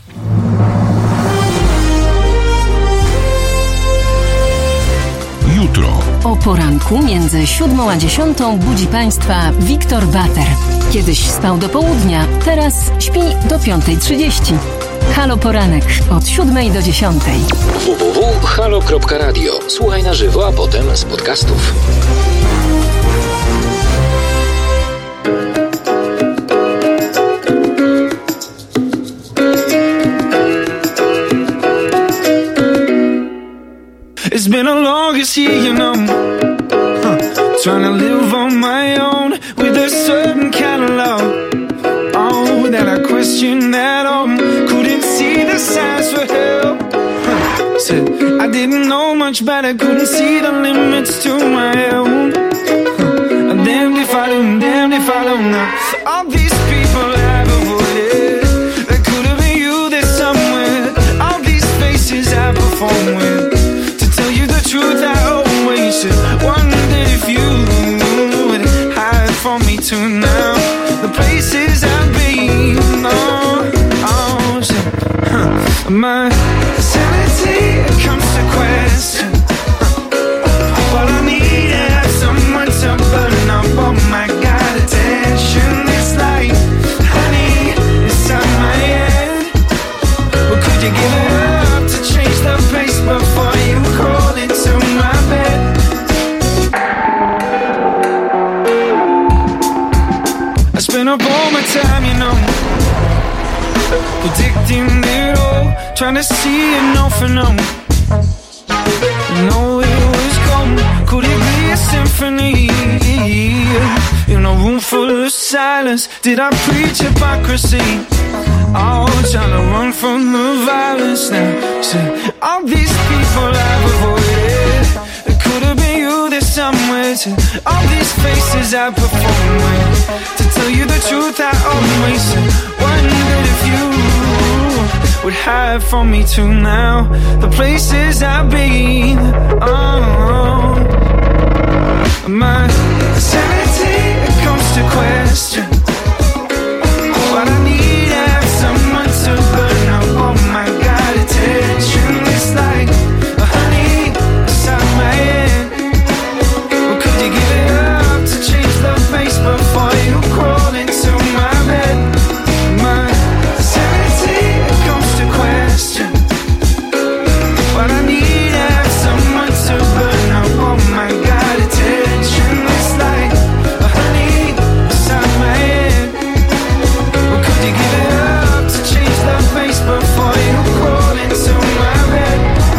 Jutro. O poranku między 7 a 10 budzi Państwa Wiktor Bater. Kiedyś spał do południa, teraz śpi do 5:30. Halo Poranek od 7 do 10. www.halo.radio. Słuchaj na żywo, a potem z podcastów. It's been a longest year, you know. Trying to live on my own with a certain kind of love. Oh, that I questioned at all. Couldn't see the signs for help. Said I didn't know much better. Couldn't see the limits to my own. And damned if I don't, damned if I don't know. All these people I've avoided. That could have been you there somewhere. All these faces I perform with. Truth I always wondered if you would hide from me too now. The places I've been, my sanity comes to question. What I need is someone to burn up. Oh my God, attention. It's like honey inside my head. Well, could you give it up to change the pace before you crawl into my bed? I spent up all my time, you know, predicting it all, trying to see it no for no. No, it was gone. Could it be a symphony in a room full of silence? Did I preach hypocrisy? Oh, trying to run from the violence now. See, all these people I've avoided. It could have been you there somewhere too. All these faces I perform with. To tell you the truth, I always wondered if you would hide from me too now. The places I've been. Oh, my sanity comes to question. What I need is someone to burn up. Oh my God, attention. It's like a honey inside my head. Well, could you give it up to change the face before you crawl into my bed? My sanity comes to question. What I need is someone to burn up. Oh my God, attention. It's like a honey inside my head. Well, could you give it up to change the face before you crawl into my bed?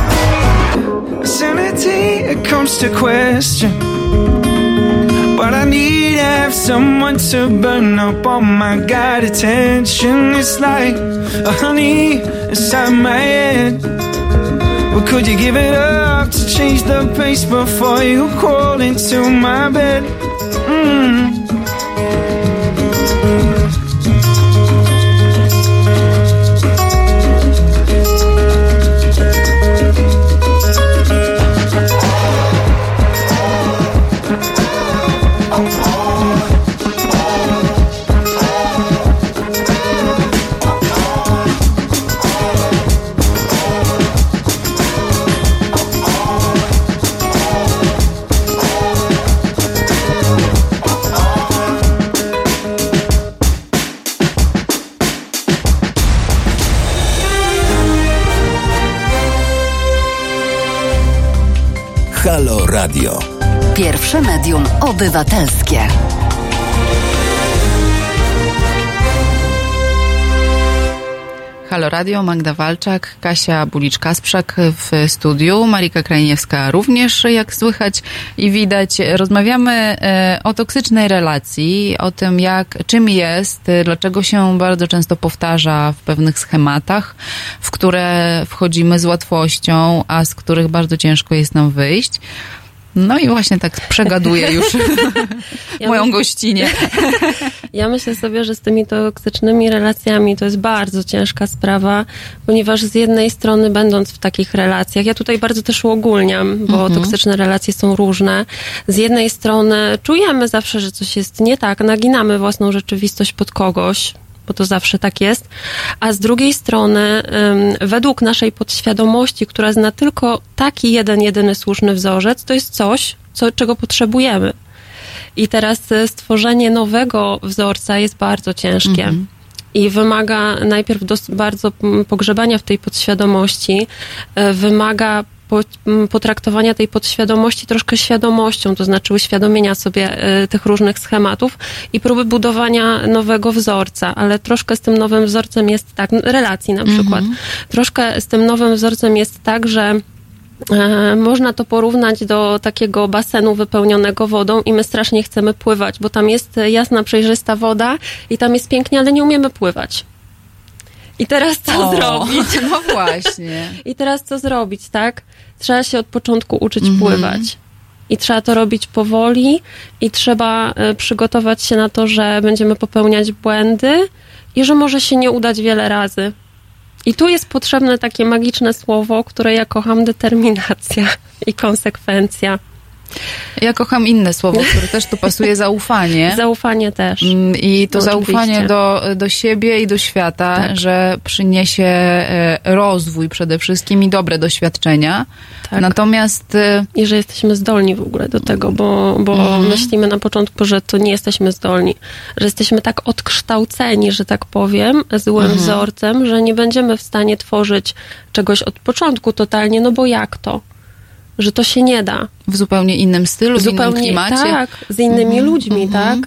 Sanity, it comes to question. What I need is someone to burn up. Oh my God, attention. It's like a honey inside my head. Well, could you give it up to change the pace before you crawl into my bed? Halo Radio. Pierwsze medium obywatelskie. Halo Radio, Magda Walczak, Kasia Bulicz-Kasprzak w studiu, Marika Krajniewska również, jak słychać i widać. Rozmawiamy o toksycznej relacji, o tym czym jest, dlaczego się bardzo często powtarza w pewnych schematach, w które wchodzimy z łatwością, a z których bardzo ciężko jest nam wyjść. No i właśnie tak przegaduję już moją gościnę. Ja myślę sobie, że z tymi toksycznymi relacjami to jest bardzo ciężka sprawa, ponieważ z jednej strony będąc w takich relacjach, ja tutaj bardzo też uogólniam, bo toksyczne relacje są różne. Z jednej strony czujemy zawsze, że coś jest nie tak, naginamy własną rzeczywistość pod kogoś, bo to zawsze tak jest, a z drugiej strony według naszej podświadomości, która zna tylko taki jedyny słuszny wzorzec, to jest coś, czego potrzebujemy. I teraz stworzenie nowego wzorca jest bardzo ciężkie. I wymaga najpierw bardzo pogrzebania w tej podświadomości, wymaga potraktowania tej podświadomości troszkę świadomością, to znaczy uświadomienia sobie tych różnych schematów i próby budowania nowego wzorca, ale troszkę z tym nowym wzorcem jest tak, relacji na przykład, troszkę z tym nowym wzorcem jest tak, że można to porównać do takiego basenu wypełnionego wodą i my strasznie chcemy pływać, bo tam jest jasna, przejrzysta woda i tam jest pięknie, ale nie umiemy pływać. I teraz co zrobić? No właśnie. I teraz co zrobić, tak? Trzeba się od początku uczyć pływać. I trzeba to robić powoli i trzeba przygotować się na to, że będziemy popełniać błędy i że może się nie udać wiele razy. I tu jest potrzebne takie magiczne słowo, które ja kocham, determinacja i konsekwencja. Ja kocham inne słowo, które też tu pasuje, zaufanie. Zaufanie też. I to zaufanie do siebie i do świata, tak, że przyniesie rozwój przede wszystkim i dobre doświadczenia. Tak. Natomiast... I że jesteśmy zdolni w ogóle do tego, bo myślimy na początku, że to nie jesteśmy zdolni. Że jesteśmy tak odkształceni, że tak powiem, złym wzorcem, że nie będziemy w stanie tworzyć czegoś od początku totalnie, no bo jak to? Że to się nie da. W zupełnie innym stylu, w innym klimacie. Tak, z innymi ludźmi, tak?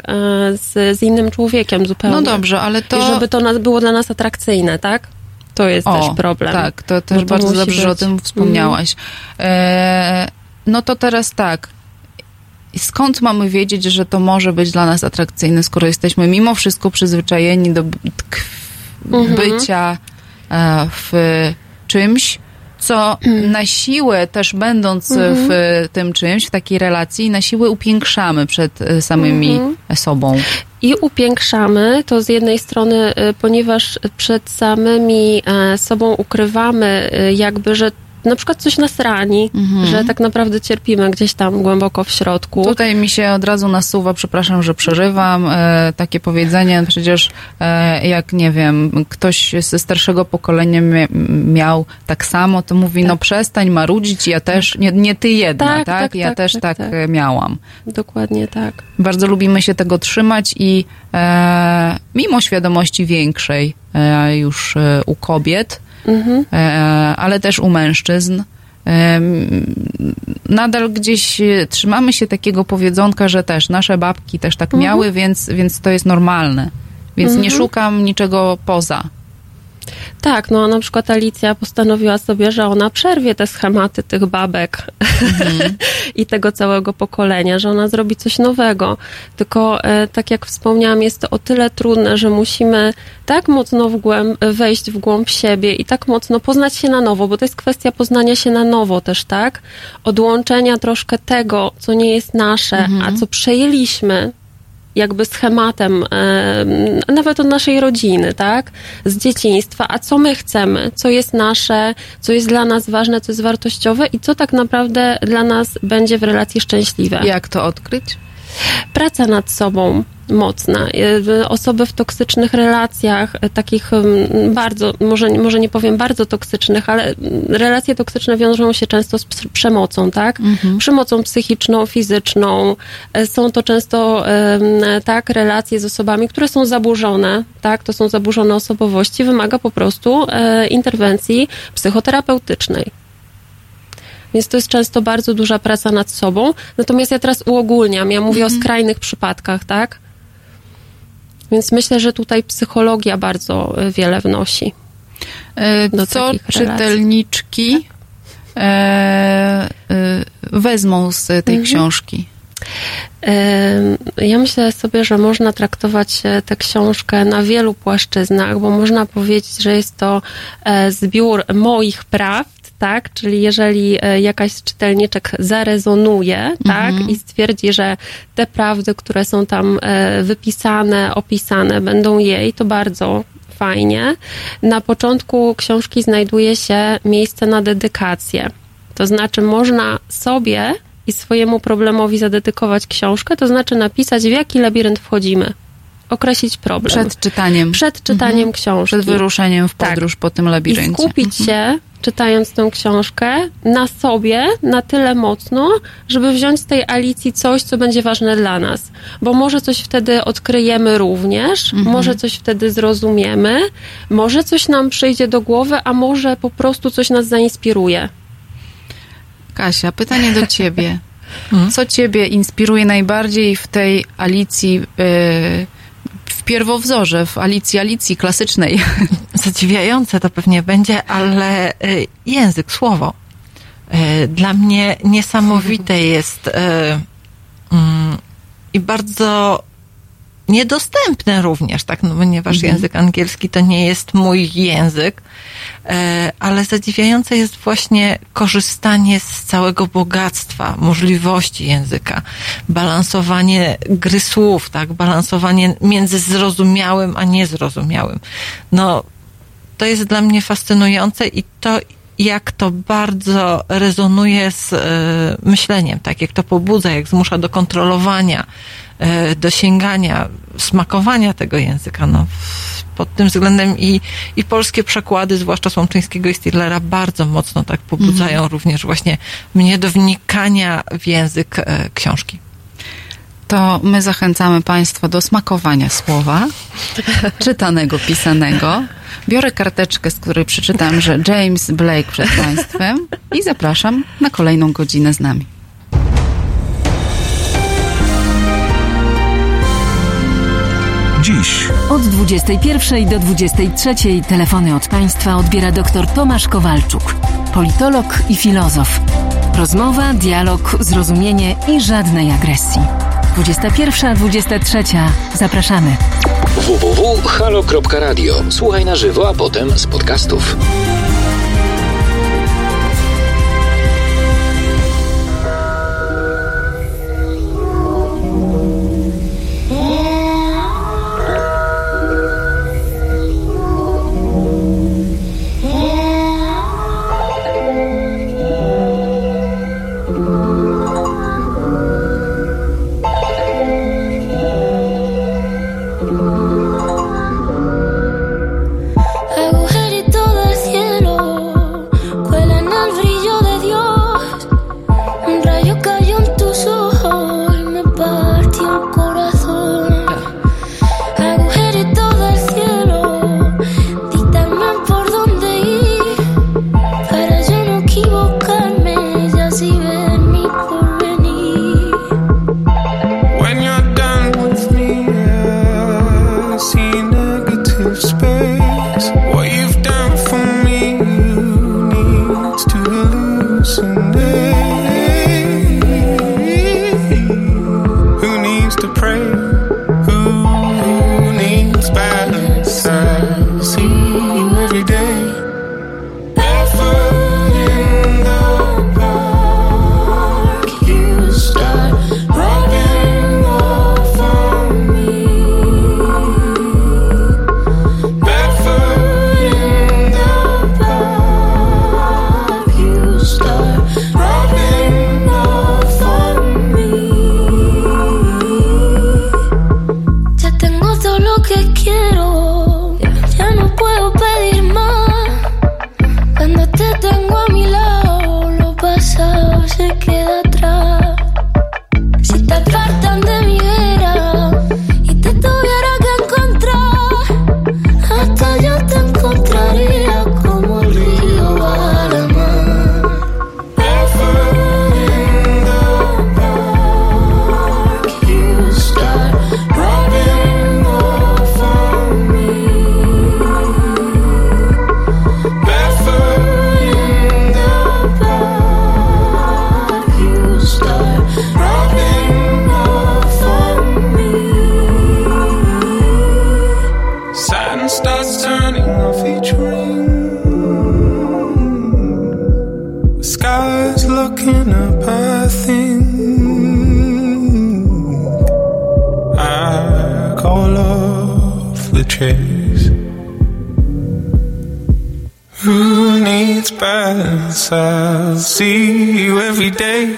Z innym człowiekiem zupełnie. No dobrze, ale to... I żeby to było dla nas atrakcyjne, tak? To jest też problem. Tak, to też bardzo dobrze, że o tym wspomniałaś. No to teraz tak. Skąd mamy wiedzieć, że to może być dla nas atrakcyjne, skoro jesteśmy mimo wszystko przyzwyczajeni do bycia w czymś, co na siłę też będąc w tym czymś, w takiej relacji, na siłę upiększamy przed samymi sobą. I upiększamy to z jednej strony, ponieważ przed samymi sobą ukrywamy jakby, że na przykład coś nas rani, że tak naprawdę cierpimy gdzieś tam głęboko w środku. Tutaj mi się od razu nasuwa, przepraszam, że przerywam, takie powiedzenie, przecież jak, nie wiem, ktoś ze starszego pokolenia miał tak samo, to mówi, no przestań marudzić, ja też, nie ty jedna, tak? Ja też tak miałam. Dokładnie tak. Bardzo lubimy się tego trzymać i mimo świadomości większej już u kobiet, ale też u mężczyzn. Nadal gdzieś trzymamy się takiego powiedzonka, że też nasze babki też tak miały, więc to jest normalne. Więc nie szukam niczego poza. Tak, no a na przykład Alicja postanowiła sobie, że ona przerwie te schematy tych babek i tego całego pokolenia, że ona zrobi coś nowego. Tylko tak jak wspomniałam, jest to o tyle trudne, że musimy tak mocno wejść w głąb siebie i tak mocno poznać się na nowo, bo to jest kwestia poznania się na nowo też, tak? Odłączenia troszkę tego, co nie jest nasze, a co przejęliśmy jakby schematem, nawet od naszej rodziny, tak? Z dzieciństwa. A co my chcemy? Co jest nasze? Co jest dla nas ważne? Co jest wartościowe? I co tak naprawdę dla nas będzie w relacji szczęśliwe? Jak to odkryć? Praca nad sobą mocna. Osoby w toksycznych relacjach, takich bardzo, może nie powiem bardzo toksycznych, ale relacje toksyczne wiążą się często z przemocą, tak? Przemocą psychiczną, fizyczną. Są to często tak relacje z osobami, które są zaburzone, tak? To są zaburzone osobowości. Wymaga po prostu interwencji psychoterapeutycznej. Więc to jest często bardzo duża praca nad sobą. Natomiast ja teraz uogólniam. Ja mówię o skrajnych przypadkach, tak? Więc myślę, że tutaj psychologia bardzo wiele wnosi. Co czytelniczki wezmą z tej książki? Ja myślę sobie, że można traktować tę książkę na wielu płaszczyznach, bo można powiedzieć, że jest to zbiór moich prawd, tak? Czyli jeżeli jakaś z czytelniczek zarezonuje, tak? I stwierdzi, że te prawdy, które są tam wypisane, opisane, będą jej, to bardzo fajnie. Na początku książki znajduje się miejsce na dedykację. To znaczy można sobie i swojemu problemowi zadedykować książkę, to znaczy napisać, w jaki labirynt wchodzimy. Określić problem. Przed czytaniem. Przed czytaniem książki. Przed wyruszeniem w podróż po tym labiryncie. I skupić się, czytając tę książkę, na sobie na tyle mocno, żeby wziąć z tej Alicji coś, co będzie ważne dla nas. Bo może coś wtedy odkryjemy również, może coś wtedy zrozumiemy, może coś nam przyjdzie do głowy, a może po prostu coś nas zainspiruje. Kasia, pytanie do ciebie. Co ciebie inspiruje najbardziej w tej Alicji, w pierwowzorze, w Alicji klasycznej? Zadziwiające to pewnie będzie, ale język, słowo. Dla mnie niesamowite jest i bardzo niedostępne również, tak, no ponieważ język angielski to nie jest mój język, ale zadziwiające jest właśnie korzystanie z całego bogactwa, możliwości języka, balansowanie gry słów, tak, balansowanie między zrozumiałym a niezrozumiałym. No, to jest dla mnie fascynujące i to, jak to bardzo rezonuje z myśleniem, tak, jak to pobudza, jak zmusza do kontrolowania, do sięgania, smakowania tego języka. No, pod tym względem i polskie przekłady, zwłaszcza Słomczyńskiego i Stirlera, bardzo mocno tak pobudzają również właśnie mnie do wnikania w język książki. To my zachęcamy Państwa do smakowania słowa, czytanego, pisanego. Biorę karteczkę, z której przeczytam, że James Blake przed Państwem i zapraszam na kolejną godzinę z nami. Dziś od 21 do 23 telefony od Państwa odbiera dr Tomasz Kowalczuk, politolog i filozof. Rozmowa, dialog, zrozumienie i żadnej agresji. 21-23. Zapraszamy. www.halo.radio. Słuchaj na żywo, a potem z podcastów. Hago todo al cielo. all of the chase. Who needs balance? I'll see you every day.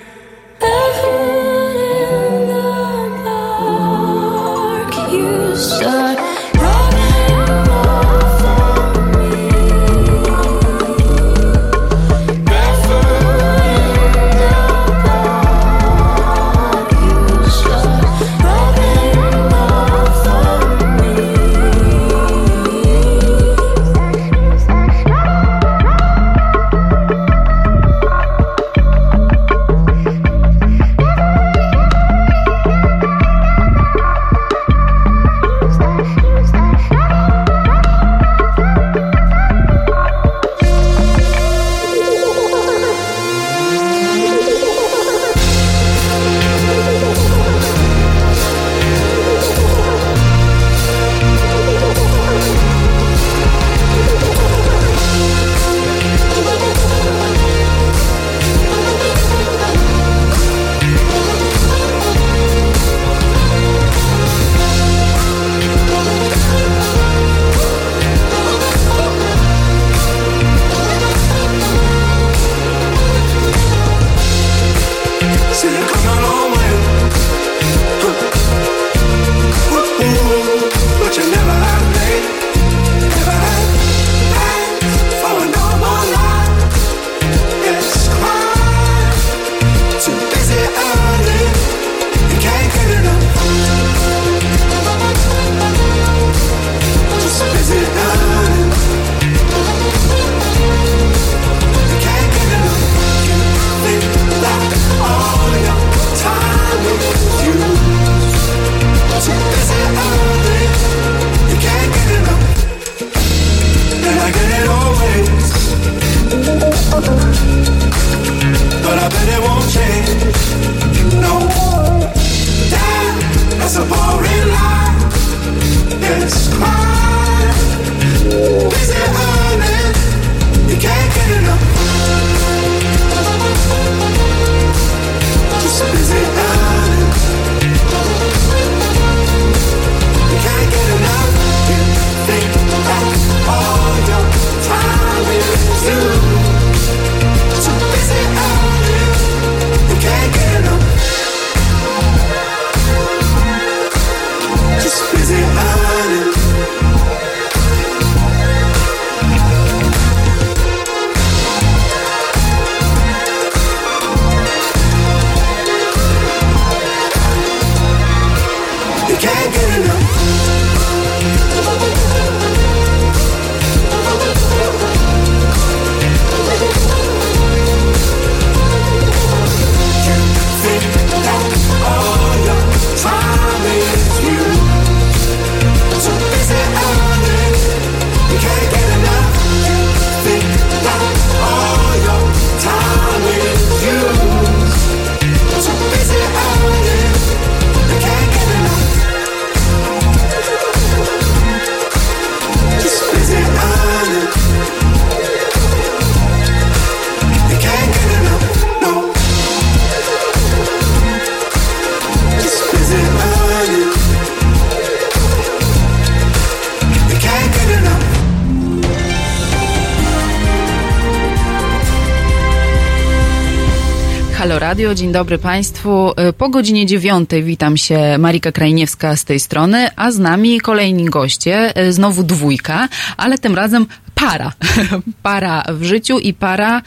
Halo Radio, dzień dobry Państwu. Po godzinie 9 witam się, Marika Krajniewska z tej strony, a z nami kolejni goście, znowu dwójka, ale tym razem para. Para w życiu i para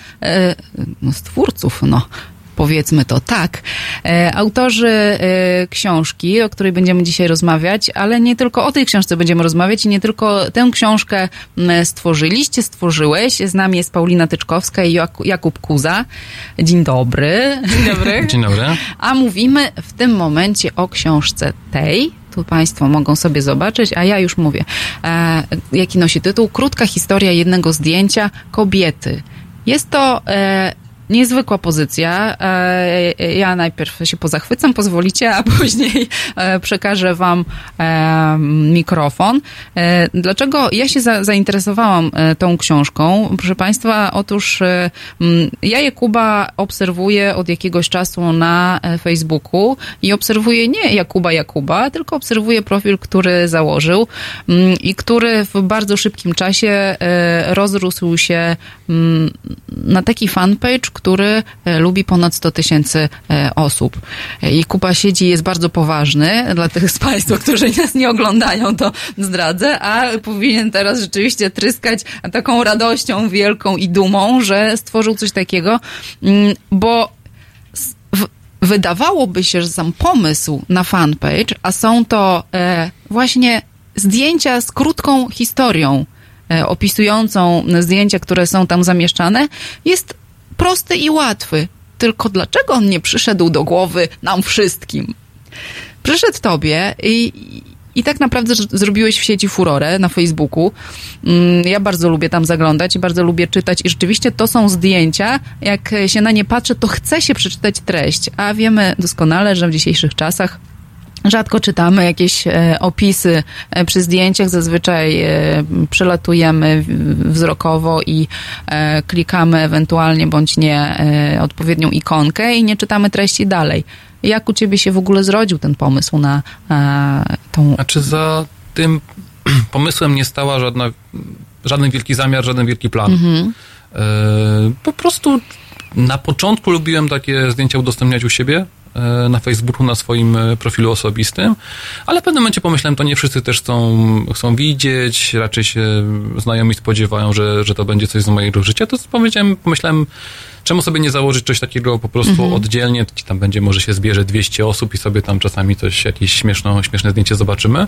z twórców, powiedzmy to tak. Autorzy książki, o której będziemy dzisiaj rozmawiać, ale nie tylko o tej książce będziemy rozmawiać i nie tylko tę książkę stworzyłeś. Z nami jest Paulina Tyczkowska i Jakub Kuza. Dzień dobry. Dzień dobry. Dzień dobry. A mówimy w tym momencie o książce tej. Tu Państwo mogą sobie zobaczyć, a ja już mówię. Jaki nosi tytuł? Krótka historia jednego zdjęcia kobiety. Jest to niezwykła pozycja. Ja najpierw się pozachwycam, pozwolicie, a później przekażę wam mikrofon. Dlaczego ja się zainteresowałam tą książką? Proszę Państwa, otóż ja Jakuba obserwuję od jakiegoś czasu na Facebooku i obserwuję nie Jakuba, tylko obserwuję profil, który założył i który w bardzo szybkim czasie rozrósł się na taki fanpage, który lubi ponad 100 000 osób. I Kuba siedzi, jest bardzo poważny. Dla tych z Państwa, którzy nas nie oglądają, to zdradzę, a powinien teraz rzeczywiście tryskać taką radością wielką i dumą, że stworzył coś takiego, bo wydawałoby się, że sam pomysł na fanpage, a są to właśnie zdjęcia z krótką historią opisującą zdjęcia, które są tam zamieszczane, jest prosty i łatwy. Tylko dlaczego on nie przyszedł do głowy nam wszystkim? Przyszedł tobie i tak naprawdę zrobiłeś w sieci furorę na Facebooku. Ja bardzo lubię tam zaglądać i bardzo lubię czytać i rzeczywiście to są zdjęcia, jak się na nie patrzy, to chce się przeczytać treść, a wiemy doskonale, że w dzisiejszych czasach rzadko czytamy jakieś opisy przy zdjęciach, zazwyczaj przelatujemy wzrokowo i klikamy ewentualnie bądź nie odpowiednią ikonkę i nie czytamy treści dalej. Jak u ciebie się w ogóle zrodził ten pomysł na tą... Znaczy za tym pomysłem nie stała żaden wielki zamiar, żaden wielki plan. Mhm. Po prostu na początku lubiłem takie zdjęcia udostępniać u siebie na Facebooku, na swoim profilu osobistym, ale w pewnym momencie pomyślałem, to nie wszyscy też chcą widzieć, raczej się znajomi spodziewają, że to będzie coś z mojego życia, to pomyślałem, czemu sobie nie założyć coś takiego po prostu oddzielnie, tam będzie, może się zbierze 200 osób i sobie tam czasami jakieś śmieszne zdjęcie zobaczymy.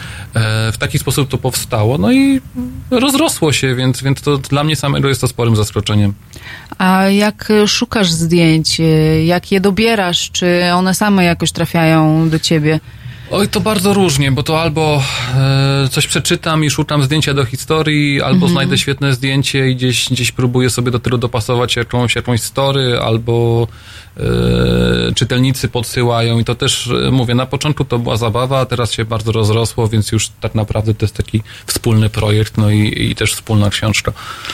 W taki sposób to powstało, no i rozrosło się, więc to dla mnie samego jest to sporym zaskoczeniem. A jak szukasz zdjęć, jak je dobierasz, czy one same jakoś trafiają do ciebie? Oj, to bardzo różnie, bo to albo coś przeczytam i szukam zdjęcia do historii, albo znajdę świetne zdjęcie i gdzieś próbuję sobie do tego dopasować jakąś story, albo czytelnicy podsyłają i to też, mówię, na początku to była zabawa, a teraz się bardzo rozrosło, więc już tak naprawdę to jest taki wspólny projekt, no i też wspólna książka.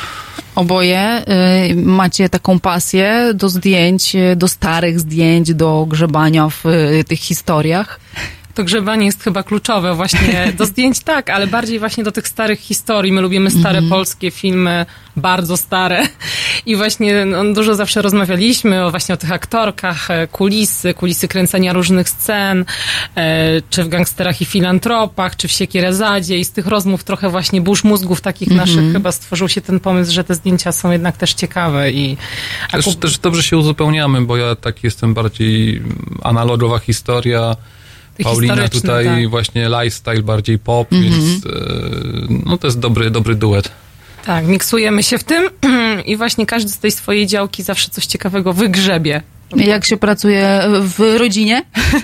Oboje macie taką pasję do zdjęć, do starych zdjęć, do grzebania w tych historiach? To grzebanie jest chyba kluczowe właśnie do zdjęć, tak, ale bardziej właśnie do tych starych historii. My lubimy stare polskie filmy, bardzo stare i właśnie dużo zawsze rozmawialiśmy właśnie o tych aktorkach, kulisy kręcenia różnych scen, czy w Gangsterach i Filantropach, czy w Siekierezadzie i z tych rozmów trochę właśnie burz mózgów takich naszych chyba stworzył się ten pomysł, że te zdjęcia są jednak też ciekawe i... Też dobrze się uzupełniamy, bo ja tak jestem bardziej analogowa historia, Paulina tutaj właśnie lifestyle, bardziej pop, więc no to jest dobry duet. Tak, miksujemy się w tym i właśnie każdy z tej swojej działki zawsze coś ciekawego wygrzebie. Jak się pracuje w rodzinie?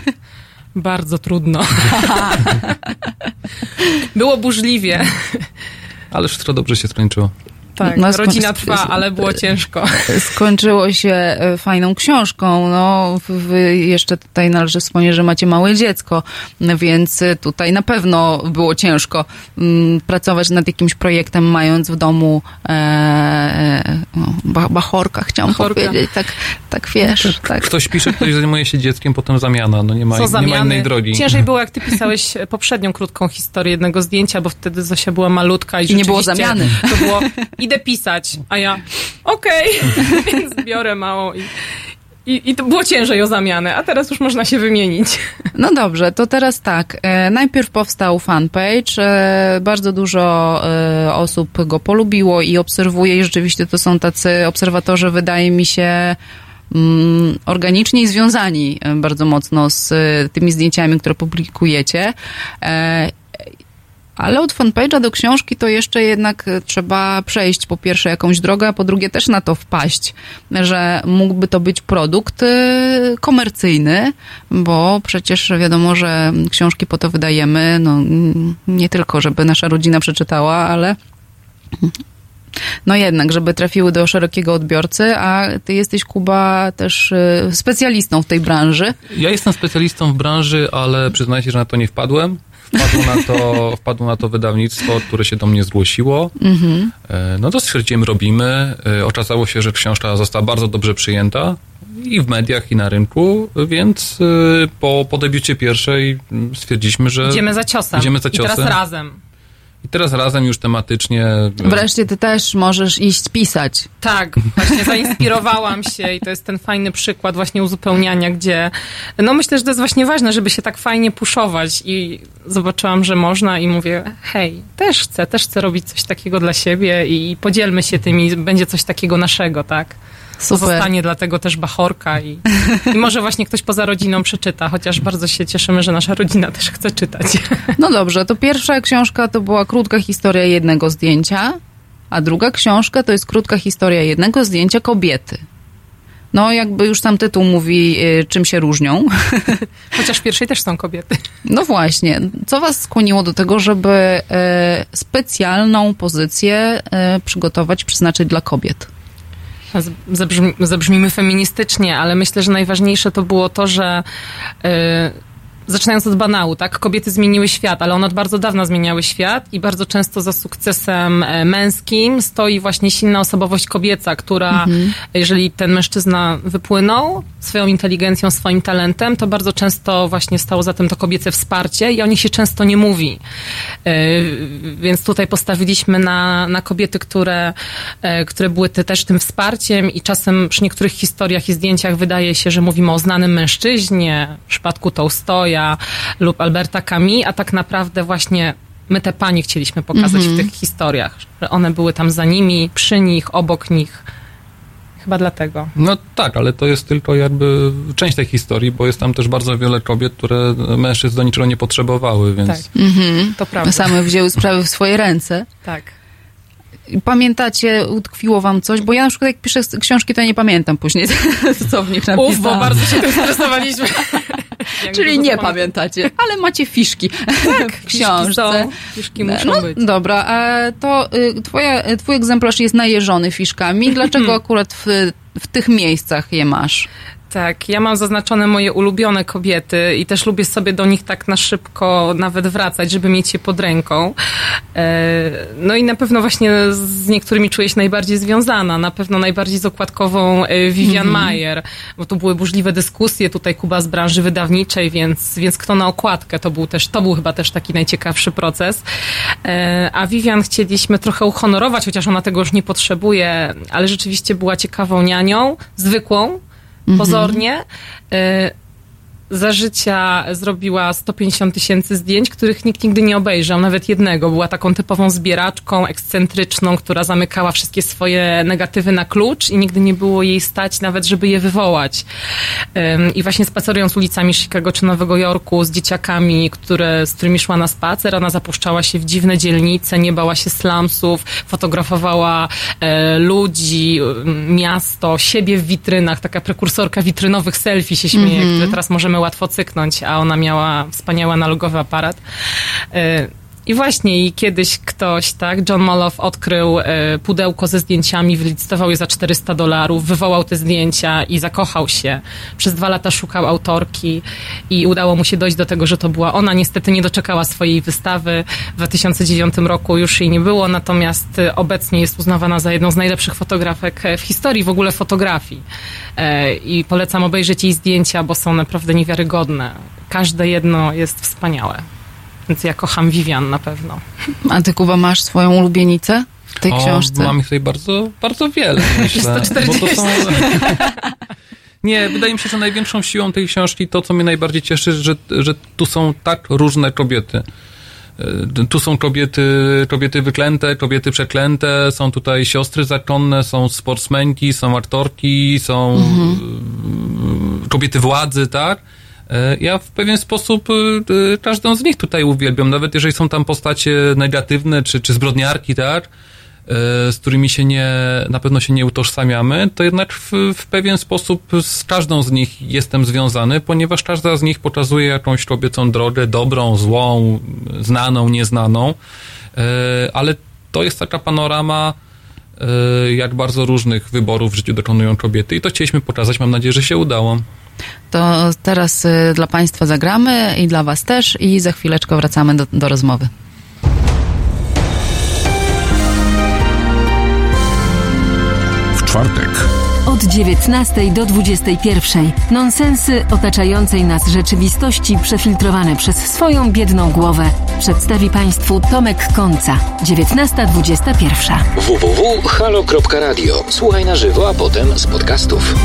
Bardzo trudno. Było burzliwie. Ale wszystko dobrze się skończyło. Tak, rodzina trwa, ale było ciężko. Skończyło się fajną książką. No, jeszcze tutaj należy wspomnieć, że macie małe dziecko, więc tutaj na pewno było ciężko pracować nad jakimś projektem, mając w domu bachorka, chciałam powiedzieć. Tak wiesz. Tak. Ktoś pisze, ktoś zajmuje się dzieckiem, potem zamiana. No nie ma innej drogi. Ciężej było, jak ty pisałeś poprzednią krótką historię jednego zdjęcia, bo wtedy Zosia była malutka i nie było zamiany. To było... Idę pisać, a ja okej, więc biorę małą i to było ciężej o zamianę, a teraz już można się wymienić. No dobrze, to teraz tak. Najpierw powstał fanpage, bardzo dużo osób go polubiło i obserwuje i rzeczywiście to są tacy obserwatorzy, wydaje mi się, organicznie i związani bardzo mocno z tymi zdjęciami, które publikujecie. Ale od fanpage'a do książki to jeszcze jednak trzeba przejść po pierwsze jakąś drogę, a po drugie też na to wpaść, że mógłby to być produkt komercyjny, bo przecież wiadomo, że książki po to wydajemy, no nie tylko, żeby nasza rodzina przeczytała, ale No jednak, żeby trafiły do szerokiego odbiorcy, a ty jesteś, Kuba, też specjalistą w tej branży. Ja jestem specjalistą w branży, ale przyznaję się, że na to nie wpadłem. Wpadło na to wydawnictwo, które się do mnie zgłosiło. No to stwierdziłem, robimy. Okazało się, że książka została bardzo dobrze przyjęta i w mediach, i na rynku, więc po debiucie pierwszej stwierdziliśmy, że idziemy za ciosem. I teraz razem już tematycznie. Wreszcie ty też możesz iść pisać. Tak, właśnie zainspirowałam się i to jest ten fajny przykład właśnie uzupełniania, gdzie no myślę, że to jest właśnie ważne, żeby się tak fajnie puszować i zobaczyłam, że można i mówię, hej, też chcę robić coś takiego dla siebie i podzielmy się tym i będzie coś takiego naszego, tak? Super. Zostanie dlatego też Bachorka i może właśnie ktoś poza rodziną przeczyta, chociaż bardzo się cieszymy, że nasza rodzina też chce czytać. No dobrze, to pierwsza książka to była krótka historia jednego zdjęcia, a druga książka to jest krótka historia jednego zdjęcia kobiety. No jakby już sam tytuł mówi, czym się różnią. Chociaż w pierwszej też są kobiety. No właśnie. Co was skłoniło do tego, żeby specjalną pozycję przeznaczyć dla kobiet? Zabrzmimy feministycznie, ale myślę, że najważniejsze to było to, że zaczynając od banału, tak? Kobiety zmieniły świat, ale one od bardzo dawna zmieniały świat i bardzo często za sukcesem męskim stoi właśnie silna osobowość kobieca, która, jeżeli ten mężczyzna wypłynął swoją inteligencją, swoim talentem, to bardzo często właśnie stało za tym to kobiece wsparcie i o nich się często nie mówi. Więc tutaj postawiliśmy na kobiety, które były też tym wsparciem i czasem przy niektórych historiach i zdjęciach wydaje się, że mówimy o znanym mężczyźnie, w przypadku Tołstoja lub Alberta Camus, a tak naprawdę właśnie my te panie chcieliśmy pokazać w tych historiach, że one były tam za nimi, przy nich, obok nich. Chyba dlatego. No tak, ale to jest tylko jakby część tej historii, bo jest tam też bardzo wiele kobiet, które mężczyzn do niczego nie potrzebowały, więc... Tak, to prawda. Same wzięły sprawy w swoje ręce. Tak. Pamiętacie, utkwiło wam coś? Bo ja na przykład jak piszę książki, to ja nie pamiętam później, co w nich napisałam. Bo bardzo się tym stresowaliśmy. Czyli nie pamiętacie, ale macie fiszki w książce. Fiszki muszą być. Dobra, to twój egzemplarz jest najeżony fiszkami. Dlaczego akurat w tych miejscach je masz? Tak, ja mam zaznaczone moje ulubione kobiety i też lubię sobie do nich tak na szybko nawet wracać, żeby mieć je pod ręką. No i na pewno właśnie z niektórymi czuję się najbardziej związana. Na pewno najbardziej z okładkową Vivian Maier, bo tu były burzliwe dyskusje, tutaj Kuba z branży wydawniczej, więc kto na okładkę, to był chyba też taki najciekawszy proces. A Vivian chcieliśmy trochę uhonorować, chociaż ona tego już nie potrzebuje, ale rzeczywiście była ciekawą nianią, zwykłą, pozornie. Za życia zrobiła 150 000 zdjęć, których nikt nigdy nie obejrzał, nawet jednego. Była taką typową zbieraczką, ekscentryczną, która zamykała wszystkie swoje negatywy na klucz i nigdy nie było jej stać nawet, żeby je wywołać. I właśnie spacerując ulicami Chicago czy Nowego Jorku z dzieciakami, z którymi szła na spacer, ona zapuszczała się w dziwne dzielnice, nie bała się slumsów, fotografowała ludzi, miasto, siebie w witrynach, taka prekursorka witrynowych selfie się śmieje, które teraz możemy łatwo cyknąć, a ona miała wspaniały analogowy aparat. I właśnie kiedyś ktoś, tak, John Moloff odkrył pudełko ze zdjęciami, wylicytował je za $400, wywołał te zdjęcia i zakochał się. Przez 2 lata szukał autorki i udało mu się dojść do tego, że to była ona. Niestety nie doczekała swojej wystawy. W 2009 roku już jej nie było, natomiast obecnie jest uznawana za jedną z najlepszych fotografek w historii w ogóle fotografii. I polecam obejrzeć jej zdjęcia, bo są naprawdę niewiarygodne. Każde jedno jest wspaniałe. Więc ja kocham Vivian na pewno. A ty, Kuba, masz swoją ulubienicę w tej książce? Mam ich tutaj bardzo, bardzo wiele, myślę. 140. Bo to są... Nie, wydaje mi się, że największą siłą tej książki, to co mnie najbardziej cieszy, że tu są tak różne kobiety. Tu są kobiety wyklęte, kobiety przeklęte, są tutaj siostry zakonne, są sportsmenki, są aktorki, są kobiety władzy, tak? Ja w pewien sposób każdą z nich tutaj uwielbiam, nawet jeżeli są tam postacie negatywne, czy zbrodniarki, tak? Z którymi na pewno się nie utożsamiamy, to jednak w pewien sposób z każdą z nich jestem związany, ponieważ każda z nich pokazuje jakąś kobiecą drogę, dobrą, złą, znaną, nieznaną, ale to jest taka panorama jak bardzo różnych wyborów w życiu dokonują kobiety i to chcieliśmy pokazać, mam nadzieję, że się udało. To teraz dla Państwa zagramy i dla Was też i za chwileczkę wracamy do rozmowy. W czwartek od 19 do 21. Nonsensy otaczającej nas rzeczywistości przefiltrowane przez swoją biedną głowę przedstawi Państwu Tomek Końca. 19:21. www.halo.radio. Słuchaj na żywo, a potem z podcastów.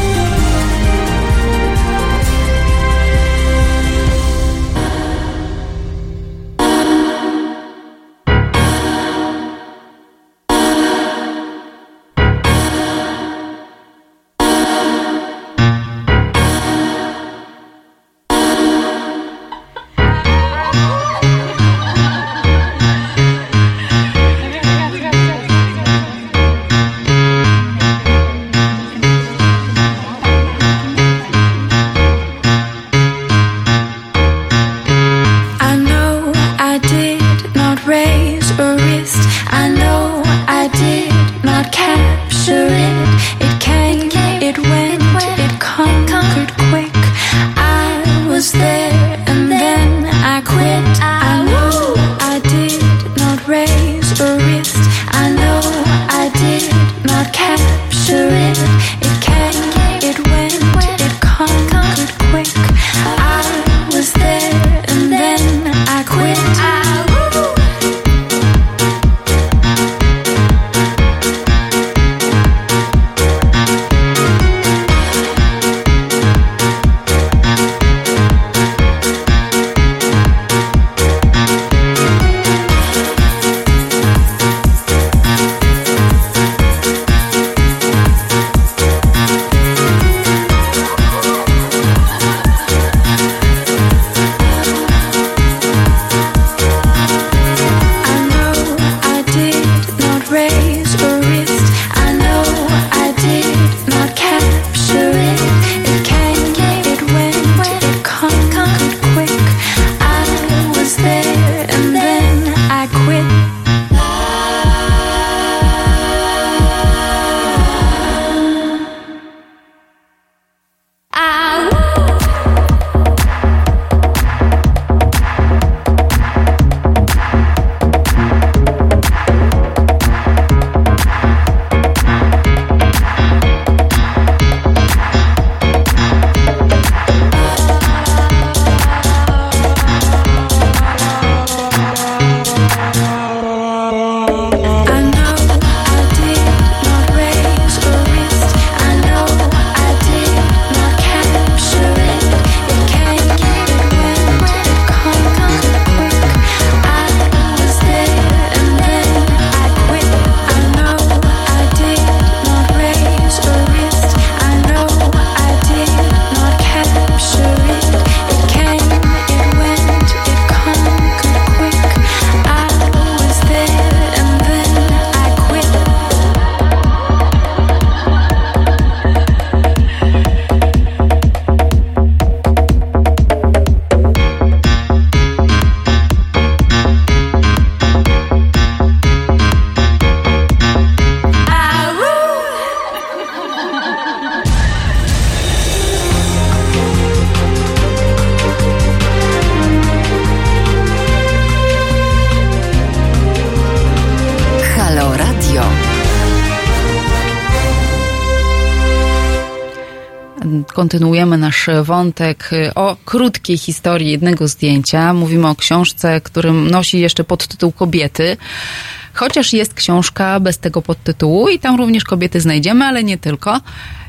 Kontynuujemy nasz wątek o krótkiej historii jednego zdjęcia. Mówimy o książce, którym nosi jeszcze podtytuł Kobiety. Chociaż jest książka bez tego podtytułu i tam również kobiety znajdziemy, ale nie tylko.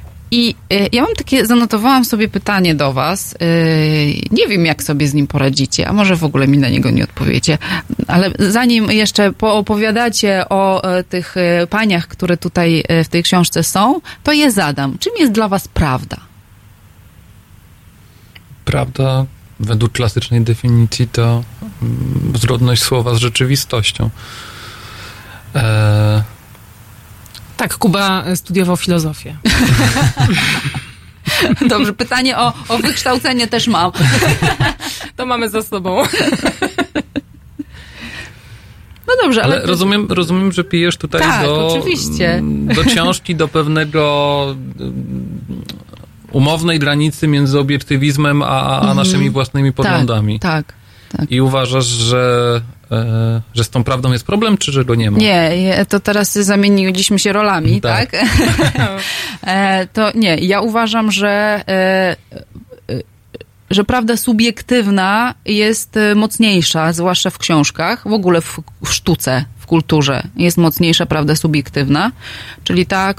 I ja mam takie, zanotowałam sobie pytanie do was. Nie wiem, jak sobie z nim poradzicie, a może w ogóle mi na niego nie odpowiecie. Ale zanim jeszcze poopowiadacie o tych paniach, które tutaj w tej książce są, to je zadam. Czym jest dla was prawda? Prawda, według klasycznej definicji, to zgodność słowa z rzeczywistością. Tak, Kuba studiował filozofię. Dobrze, pytanie o wykształcenie też mam. To mamy za sobą. No dobrze, ale... Rozumiem, że pijesz tutaj tak, oczywiście. Do książki, do pewnego umownej granicy między obiektywizmem a naszymi własnymi poglądami. Tak. I uważasz, że z tą prawdą jest problem, czy że go nie ma? Nie, to teraz zamieniliśmy się rolami, tak? To nie, ja uważam, że prawda subiektywna jest mocniejsza, zwłaszcza w książkach, w ogóle w sztuce, w kulturze jest mocniejsza prawda subiektywna, czyli ta,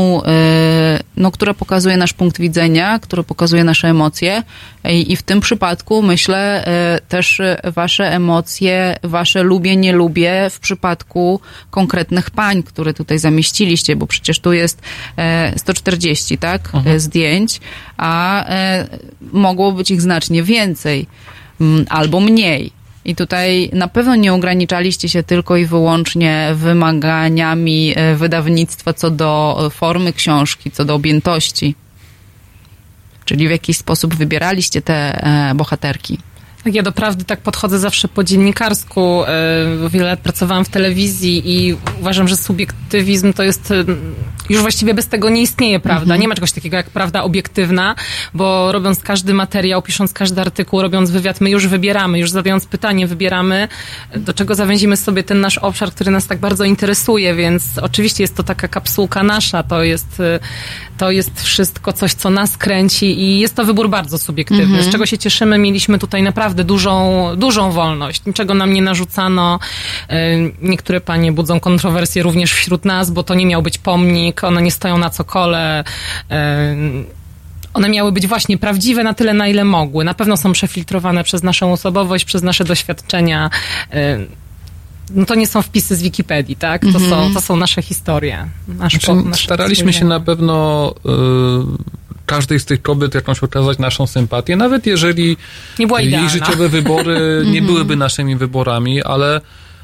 która pokazuje nasz punkt widzenia, która pokazuje nasze emocje i w tym przypadku myślę też wasze emocje, wasze lubię, nie lubię w przypadku konkretnych pań, które tutaj zamieściliście, bo przecież tu jest 140, tak, zdjęć, a mogło być ich znacznie więcej albo mniej. I tutaj na pewno nie ograniczaliście się tylko i wyłącznie wymaganiami wydawnictwa co do formy książki, co do objętości. Czyli w jakiś sposób wybieraliście te bohaterki. Tak, ja do prawdy tak podchodzę zawsze po dziennikarsku. Wiele lat pracowałam w telewizji i uważam, że subiektywizm to jest... Już właściwie bez tego nie istnieje prawda. Nie ma czegoś takiego jak prawda obiektywna, bo robiąc każdy materiał, pisząc każdy artykuł, robiąc wywiad, my już wybieramy, już zadając pytanie wybieramy, do czego zawęzimy sobie ten nasz obszar, który nas tak bardzo interesuje, więc oczywiście jest to taka kapsułka nasza, to jest wszystko coś, co nas kręci i jest to wybór bardzo subiektywny. Z czego się cieszymy, mieliśmy tutaj naprawdę dużą wolność. Niczego nam nie narzucano. Niektóre panie budzą kontrowersje również wśród nas, bo to nie miał być pomnik, one nie stoją na cokole. One miały być właśnie prawdziwe na tyle, na ile mogły. Na pewno są przefiltrowane przez naszą osobowość, przez nasze doświadczenia. No to nie są wpisy z Wikipedii, tak? To są nasze historie. Staraliśmy się na pewno każdej z tych kobiet jakąś okazać naszą sympatię, nawet jeżeli jej życiowe wybory nie byłyby naszymi wyborami, ale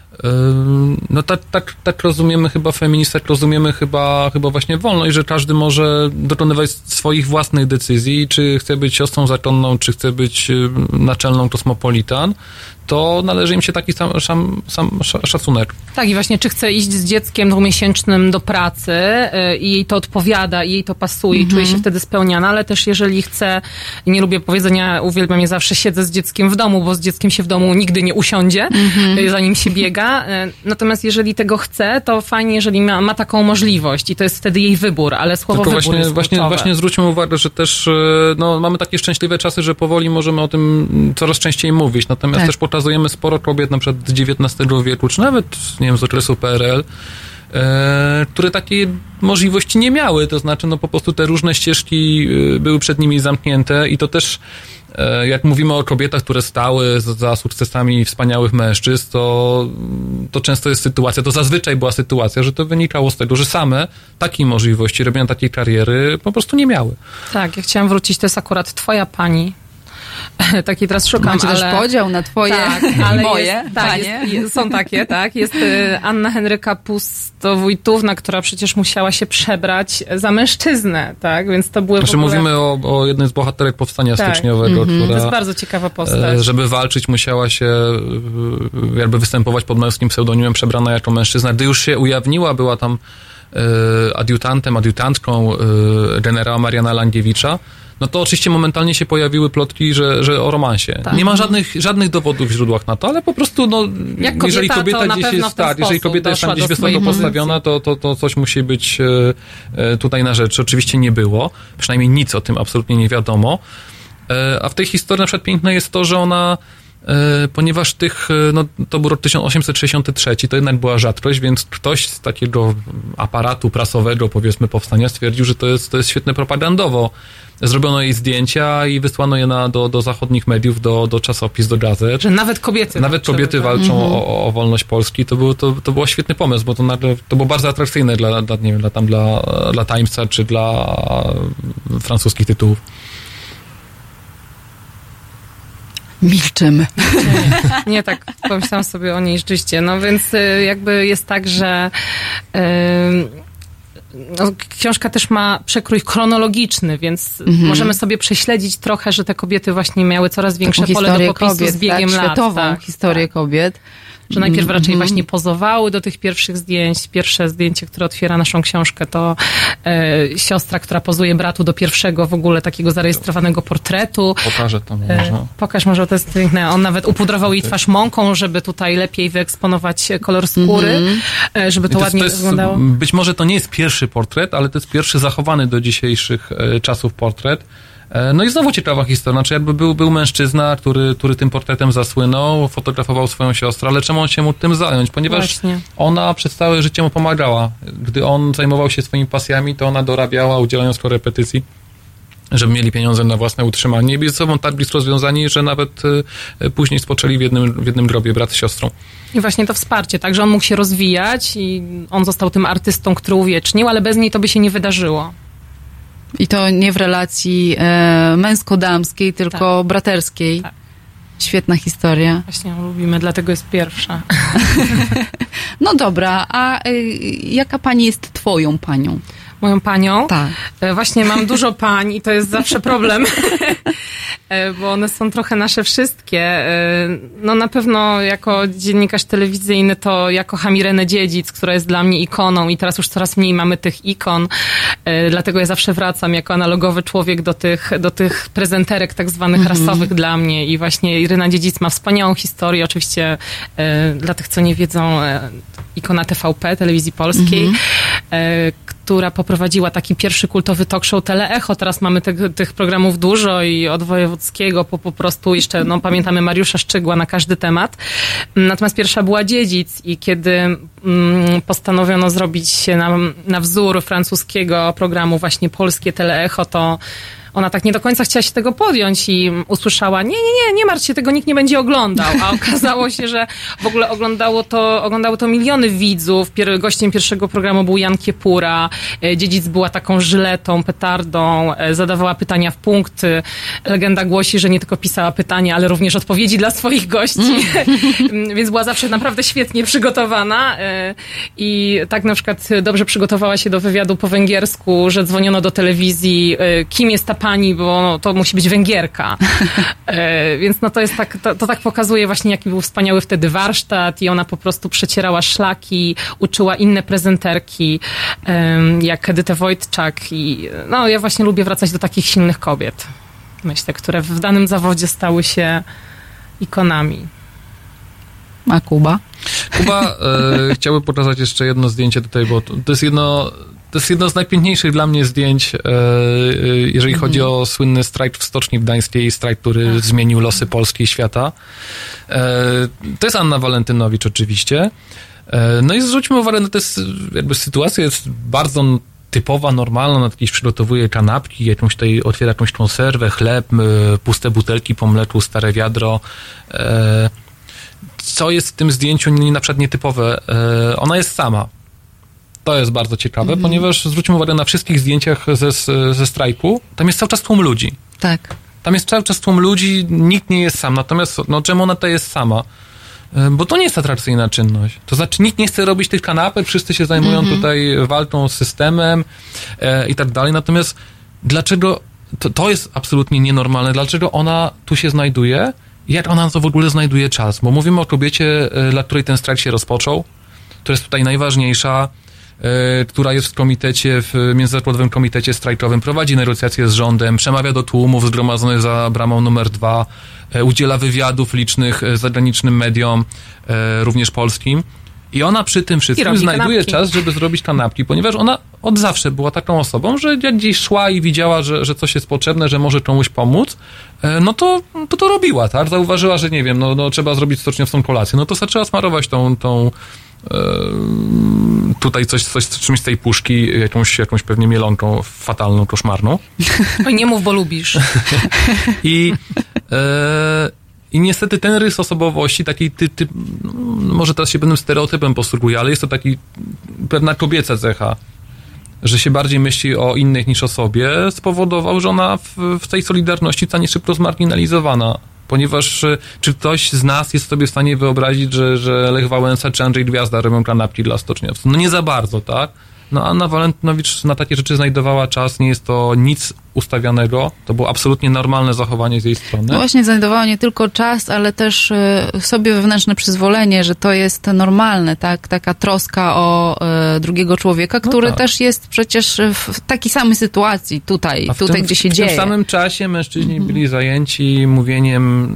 no tak rozumiemy chyba feminizm, tak rozumiemy chyba właśnie wolność, że każdy może dokonywać swoich własnych decyzji, czy chce być siostrą zakonną, czy chce być naczelną kosmopolitan, to należy im się taki sam szacunek. Tak, i właśnie czy chce iść z dzieckiem dwumiesięcznym do pracy i jej to odpowiada, i jej to pasuje, i czuje się wtedy spełniana, ale też jeżeli chce, nie lubię powiedzenia, uwielbiam je zawsze, siedzę z dzieckiem w domu, bo z dzieckiem się w domu nigdy nie usiądzie, zanim się biega. Natomiast jeżeli tego chce, to fajnie, jeżeli ma taką możliwość i to jest wtedy jej wybór, ale słowo tylko wybór jest właśnie zwróćmy uwagę, że też mamy takie szczęśliwe czasy, że powoli możemy o tym coraz częściej mówić, natomiast też pokazujemy sporo kobiet na przykład z XIX wieku, czy nawet, nie wiem, z okresu PRL, które takiej możliwości nie miały, to znaczy po prostu te różne ścieżki były przed nimi zamknięte i to też jak mówimy o kobietach, które stały za sukcesami wspaniałych mężczyzn, to często jest sytuacja, to zazwyczaj była sytuacja, że to wynikało z tego, że same takiej możliwości robienia takiej kariery po prostu nie miały. Tak, ja chciałam wrócić, to jest akurat twoja pani. Taki teraz szukam, macie też podział na twoje i moje panie. Są takie, tak. Jest Anna Henryka Pustowójtówna, która przecież musiała się przebrać za mężczyznę, tak, więc to były mówimy o jednej z bohaterek powstania styczniowego, która... To jest bardzo ciekawa postać. Żeby walczyć, musiała się jakby występować pod męskim pseudonimem, przebrana jako mężczyzna. Gdy już się ujawniła, była tam adiutantką generała Mariana Langiewicza, no to oczywiście momentalnie się pojawiły plotki, że o romansie. Tak. Nie ma żadnych dowodów w źródłach na to, ale po prostu, jeżeli kobieta gdzieś jest, jeżeli kobieta jest tam gdzieś wysoko postawiona, to coś musi być tutaj na rzeczy. Oczywiście nie było. Przynajmniej nic o tym absolutnie nie wiadomo. A w tej historii na przykład piękne jest to, że ona ponieważ to był rok 1863, to jednak była rzadkość, więc ktoś z takiego aparatu prasowego, powiedzmy, powstania stwierdził, że to jest świetne propagandowo. Zrobiono jej zdjęcia i wysłano je do zachodnich mediów, do czasopis, do gazet. Że nawet kobiety walczą o wolność Polski. To był świetny pomysł, bo to było bardzo atrakcyjne dla Timesa czy dla francuskich tytułów. Milczymy. Nie, tak pomyślałam sobie o niej rzeczywiście. No więc jakby jest tak, że książka też ma przekrój chronologiczny, więc możemy sobie prześledzić trochę, że te kobiety właśnie miały coraz większe pole do popisu z biegiem lat. Światową historię kobiet. że najpierw raczej właśnie pozowały do tych pierwszych zdjęć. Pierwsze zdjęcie, które otwiera naszą książkę, to siostra, która pozuje bratu do pierwszego w ogóle takiego zarejestrowanego portretu. Pokażę to może. Pokaż może, to jest piękne. On nawet upudrował jej twarz mąką, żeby tutaj lepiej wyeksponować kolor skóry, żeby to ładnie wyglądało. Być może to nie jest pierwszy portret, ale to jest pierwszy zachowany do dzisiejszych czasów portret. No i znowu ciekawa historia, znaczy jakby był mężczyzna, który tym portretem zasłynął, fotografował swoją siostrę, ale czemu on się mógł tym zająć? Ponieważ ona przez całe życie mu pomagała. Gdy on zajmował się swoimi pasjami, to ona dorabiała, udzielając korepetycji, żeby mieli pieniądze na własne utrzymanie i byli ze sobą tak blisko związani, że nawet później spoczęli w jednym grobie brat z siostrą. I właśnie to wsparcie, tak, że on mógł się rozwijać i on został tym artystą, który uwiecznił, ale bez niej to by się nie wydarzyło. I to nie w relacji męsko-damskiej, tylko braterskiej. Tak. Świetna historia. Właśnie ją lubimy, dlatego jest pierwsza. No dobra, a jaka pani jest twoją panią? Moją panią? Tak. Właśnie mam dużo pań i to jest zawsze problem, bo one są trochę nasze wszystkie. No na pewno jako dziennikarz telewizyjny to ja kocham Irenę Dziedzic, która jest dla mnie ikoną i teraz już coraz mniej mamy tych ikon, dlatego ja zawsze wracam jako analogowy człowiek do tych prezenterek tak zwanych rasowych dla mnie i właśnie Irena Dziedzic ma wspaniałą historię, oczywiście dla tych, co nie wiedzą, ikona TVP, Telewizji Polskiej, która poprowadziła taki pierwszy kultowy talk show Teleecho. Teraz mamy tych programów dużo i od wojewódzkiego po prostu jeszcze, no pamiętamy Mariusza Szczygła na każdy temat. Natomiast pierwsza była Dziedzic i kiedy postanowiono zrobić się na wzór francuskiego programu właśnie polskie Teleecho, to ona tak nie do końca chciała się tego podjąć i usłyszała, nie martw się, tego nikt nie będzie oglądał. A okazało się, że w ogóle oglądały to miliony widzów. Gościem pierwszego programu był Jan Kiepura. Dziedzic była taką żyletą, petardą, zadawała pytania w punkt. Legenda głosi, że nie tylko pisała pytania, ale również odpowiedzi dla swoich gości. Więc była zawsze naprawdę świetnie przygotowana. I tak na przykład dobrze przygotowała się do wywiadu po węgiersku, że dzwoniono do telewizji, kim jest ta pani, bo to musi być Węgierka. Więc no to jest tak, to tak pokazuje właśnie, jaki był wspaniały wtedy warsztat i ona po prostu przecierała szlaki, uczyła inne prezenterki, jak Edytę Wojtczak i no ja właśnie lubię wracać do takich silnych kobiet, myślę, które w danym zawodzie stały się ikonami. A Kuba? Kuba chciałby pokazać jeszcze jedno zdjęcie tutaj, bo to jest jedno z najpiękniejszych dla mnie zdjęć, jeżeli chodzi o słynny strajk w Stoczni Gdańskiej, strajk, który zmienił losy Polski i świata. To jest Anna Walentynowicz oczywiście. No i zwróćmy uwagę, no to jest jakby sytuacja jest bardzo typowa, normalna, ona jakieś przygotowuje kanapki, otwiera jakąś konserwę, chleb, puste butelki po mleku, stare wiadro. Co jest w tym zdjęciu na przykład nietypowe? Ona jest sama. To jest bardzo ciekawe, ponieważ zwróćmy uwagę na wszystkich zdjęciach ze strajku, tam jest cały czas tłum ludzi. Tak. Tam jest cały czas tłum ludzi, nikt nie jest sam. Natomiast, no czemu ona to jest sama? Bo to nie jest atrakcyjna czynność. To znaczy, nikt nie chce robić tych kanapek, wszyscy się zajmują tutaj walką z systemem i tak dalej. Natomiast dlaczego, to jest absolutnie nienormalne, dlaczego ona tu się znajduje? Jak ona to w ogóle znajduje czas? Bo mówimy o kobiecie, dla której ten strajk się rozpoczął, która jest tutaj najważniejsza, która jest w Międzynarodowym Komitecie Strajkowym, prowadzi negocjacje z rządem, przemawia do tłumów zgromadzonych za bramą numer 2, udziela wywiadów licznych zagranicznym mediom, również polskim. I ona przy tym wszystkim znajduje czas, żeby zrobić kanapki, ponieważ ona od zawsze była taką osobą, że jak gdzieś szła i widziała, że coś jest potrzebne, że może komuś pomóc, no to robiła, tak? Zauważyła, że nie wiem, no trzeba zrobić stoczniową kolację, no to zaczęła smarować tą tutaj czymś z tej puszki, jakąś pewnie mielonką fatalną, koszmarną. Oj, nie mów, bo lubisz. I niestety ten rys osobowości, taki może teraz się pewnym stereotypem posługuje, ale jest to taki pewna kobieca cecha, że się bardziej myśli o innych niż o sobie, spowodował, że ona w tej solidarności stanie szybko zmarginalizowana. Ponieważ czy ktoś z nas jest sobie w stanie wyobrazić, że Lech Wałęsa czy Andrzej Gwiazda robią kanapki dla stoczniowców? No nie za bardzo, tak? No Anna Walentynowicz na takie rzeczy znajdowała czas, nie jest to nic ustawianego, to było absolutnie normalne zachowanie z jej strony. No właśnie znajdowała nie tylko czas, ale też sobie wewnętrzne przyzwolenie, że to jest normalne, tak? Taka troska o drugiego człowieka, który też jest przecież w takiej samej sytuacji tutaj gdzie się dzieje. W tym samym czasie mężczyźni byli zajęci mówieniem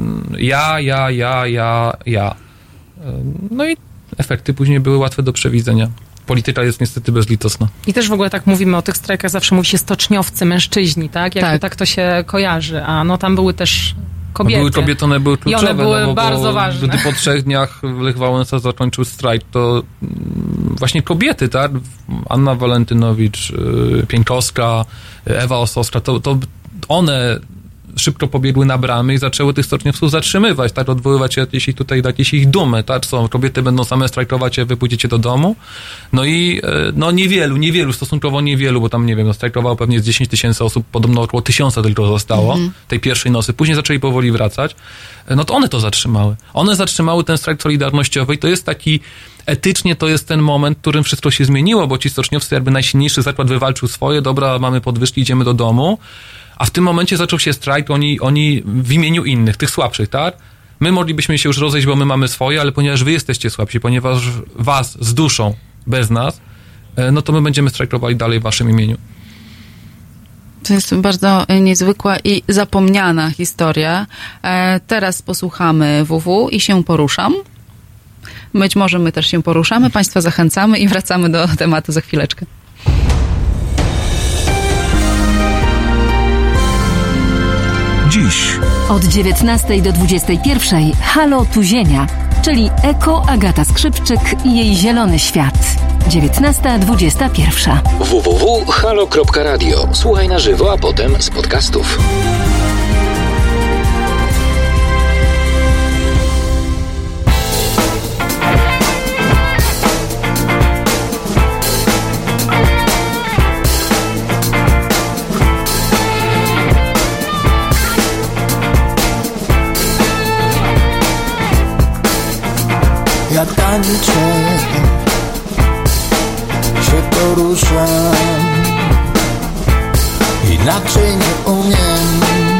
ja. No i efekty później były łatwe do przewidzenia. Polityka jest niestety bezlitosna. I też w ogóle tak mówimy o tych strajkach, zawsze mówi się stoczniowcy, mężczyźni, tak? Tak to się kojarzy, a no tam były też kobiety. Były kobiety, one były kluczowe. I one były bardzo ważne. Gdy po 3 dniach Lech Wałęsa zakończył strajk, to właśnie kobiety, tak? Anna Walentynowicz, Pieńkowska, Ewa Osowska, to one szybko pobiegły na bramy i zaczęły tych stoczniowców zatrzymywać, tak, odwoływać jakieś ich dumy, tak, kobiety będą same strajkować, a wy pójdziecie do domu. No i niewielu, stosunkowo niewielu, bo tam, nie wiem, strajkowało pewnie z 10 000 osób, podobno około 1000 tylko zostało tej pierwszej nocy, później zaczęli powoli wracać. No to one to zatrzymały. One zatrzymały ten strajk solidarnościowy i to jest taki, etycznie to jest ten moment, w którym wszystko się zmieniło, bo ci stoczniowcy, jakby najsilniejszy zakład wywalczył swoje, dobra, mamy podwyżki, idziemy do domu. A w tym momencie zaczął się strajk, oni w imieniu innych, tych słabszych, tak? My moglibyśmy się już rozejść, bo my mamy swoje, ale ponieważ wy jesteście słabsi, ponieważ was z duszą, bez nas, no to my będziemy strajkowali dalej w waszym imieniu. To jest bardzo niezwykła i zapomniana historia. Teraz posłuchamy WW i się poruszam. Być może my też się poruszamy, państwa zachęcamy i wracamy do tematu za chwileczkę. Dziś od 19 do 21 Halo tu Ziemia, czyli Eko Agata Skrzypczyk i jej zielony świat. 19:21. www.halo.radio. Słuchaj na żywo, a potem z podcastów. Ja tańczę, się poruszam, inaczej nie umiem,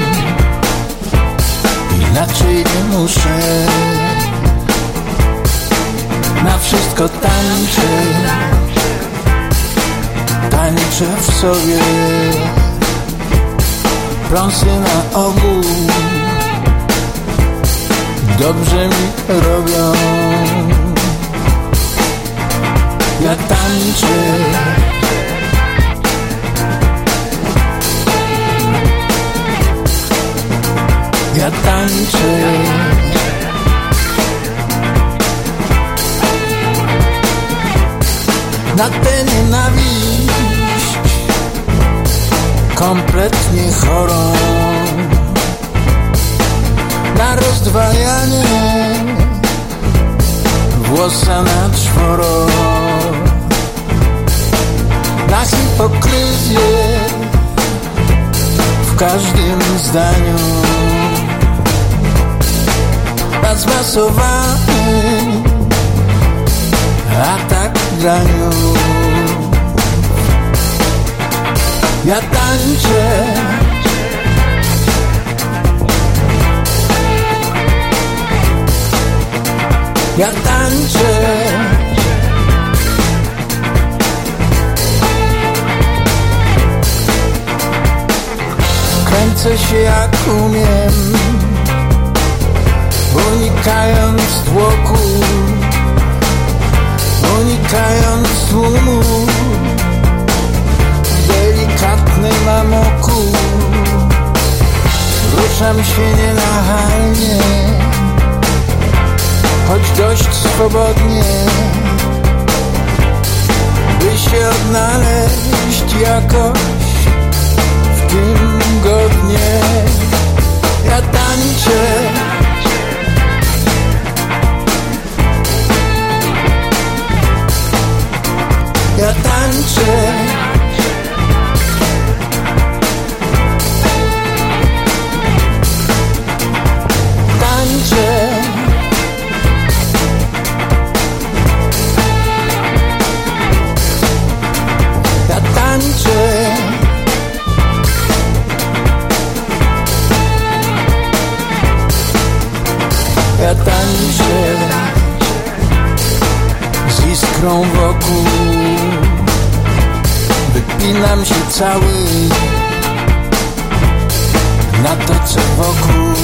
inaczej nie muszę. Na wszystko tańczę, tańczę w sobie, pląsy na ogół dobrze mi robią. Ja tańczę, ja tańczę, na tę nienawiść kompletnie chorą, na rozdwajanie włosa na czworo, na hipokryzję w każdym zdaniu, na zmasowany atak graniu. Ja tańczę, ja tańczę, kręcę się jak umiem, unikając tłoku, unikając tłumu, w delikatnym amoku. Ruszam się nienachalnie, choć dość swobodnie, by się odnaleźć jakoś w tym godnie. Ja tańczę, ja tańczę, tańczę, krąg wokół. Wypinam się cały na to, co wokół.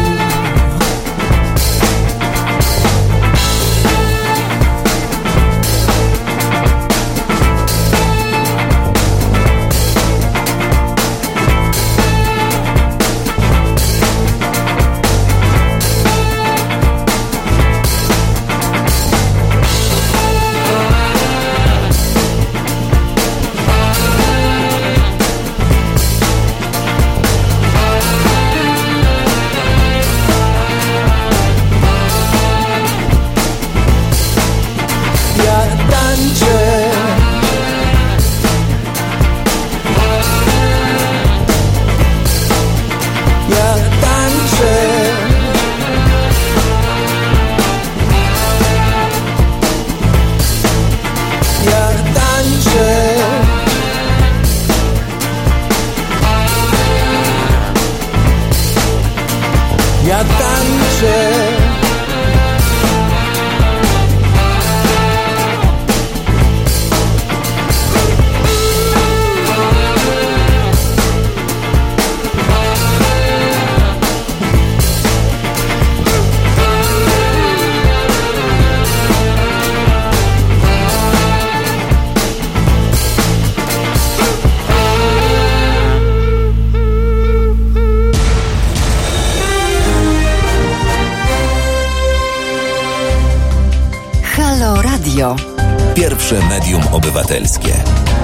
Pierwsze medium obywatelskie.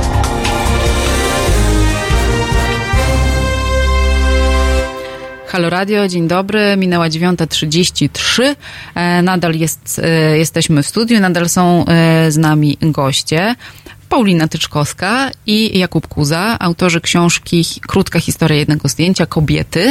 Halo Radio, dzień dobry, minęła 9:33. Nadal jesteśmy w studiu, nadal są z nami goście. Paulina Tyczkowska i Jakub Kuza, autorzy książki Krótka historia jednego zdjęcia, Kobiety.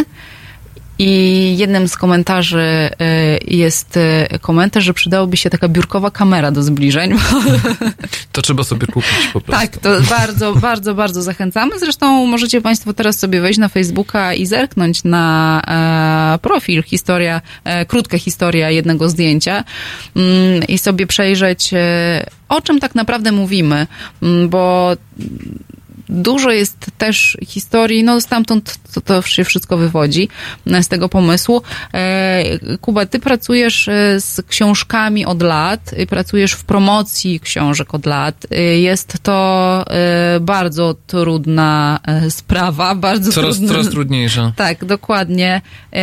I jednym z komentarzy jest komentarz, że przydałoby się taka biurkowa kamera do zbliżeń. To trzeba sobie kupić po prostu. Tak, to bardzo, bardzo, bardzo zachęcamy. Zresztą możecie Państwo teraz sobie wejść na Facebooka i zerknąć na profil Krótka historia jednego zdjęcia i sobie przejrzeć, o czym tak naprawdę mówimy, bo dużo jest też historii, no stamtąd to się wszystko wywodzi z tego pomysłu. Kuba, ty pracujesz z książkami od lat, pracujesz w promocji książek od lat. Jest to bardzo trudna sprawa, coraz trudniejsza. Tak, dokładnie.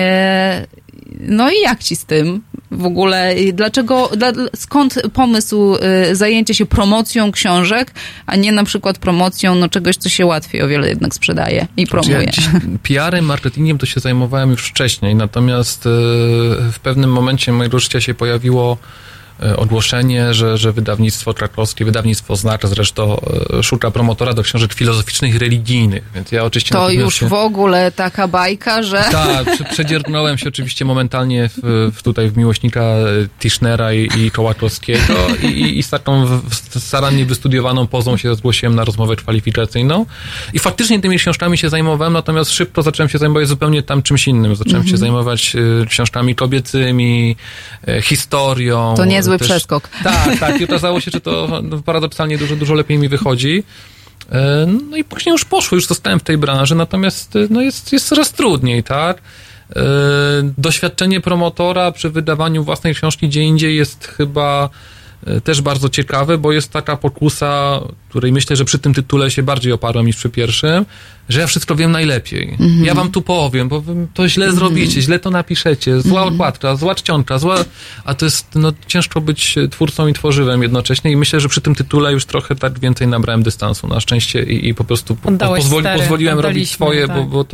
No i jak ci z tym? W ogóle, skąd pomysł zajęcia się promocją książek, a nie na przykład promocją czegoś, co się łatwiej o wiele jednak sprzedaje i promuje? PR-em, marketingiem to się zajmowałem już wcześniej, natomiast w pewnym momencie mojego życia się pojawiło ogłoszenie, że wydawnictwo krakowskie, wydawnictwo Znak zresztą szuka promotora do książek filozoficznych i religijnych, więc ja oczywiście... To już w ogóle taka bajka, że... Tak, przedziergnąłem się oczywiście momentalnie tutaj w miłośnika Tischnera i Kołakowskiego i z taką starannie wystudiowaną pozą się zgłosiłem na rozmowę kwalifikacyjną i faktycznie tymi książkami się zajmowałem, natomiast szybko zacząłem się zajmować zupełnie tam czymś innym. Zacząłem się zajmować książkami kobiecymi, historią. To niezły przeskok. Tak. I okazało się, że to paradoksalnie dużo lepiej mi wychodzi. No i później już poszło, już zostałem w tej branży, natomiast jest coraz trudniej, tak? Doświadczenie promotora przy wydawaniu własnej książki gdzie indziej jest chyba też bardzo ciekawe, bo jest taka pokusa, której myślę, że przy tym tytule się bardziej oparłem niż przy pierwszym, że ja wszystko wiem najlepiej. Ja wam tu powiem, bo wy to źle zrobicie, źle to napiszecie, zła okładka, zła czcionka, a to jest ciężko być twórcą i tworzywem jednocześnie i myślę, że przy tym tytule już trochę tak więcej nabrałem dystansu na szczęście i po prostu pozwoliłem robić swoje, tak. bo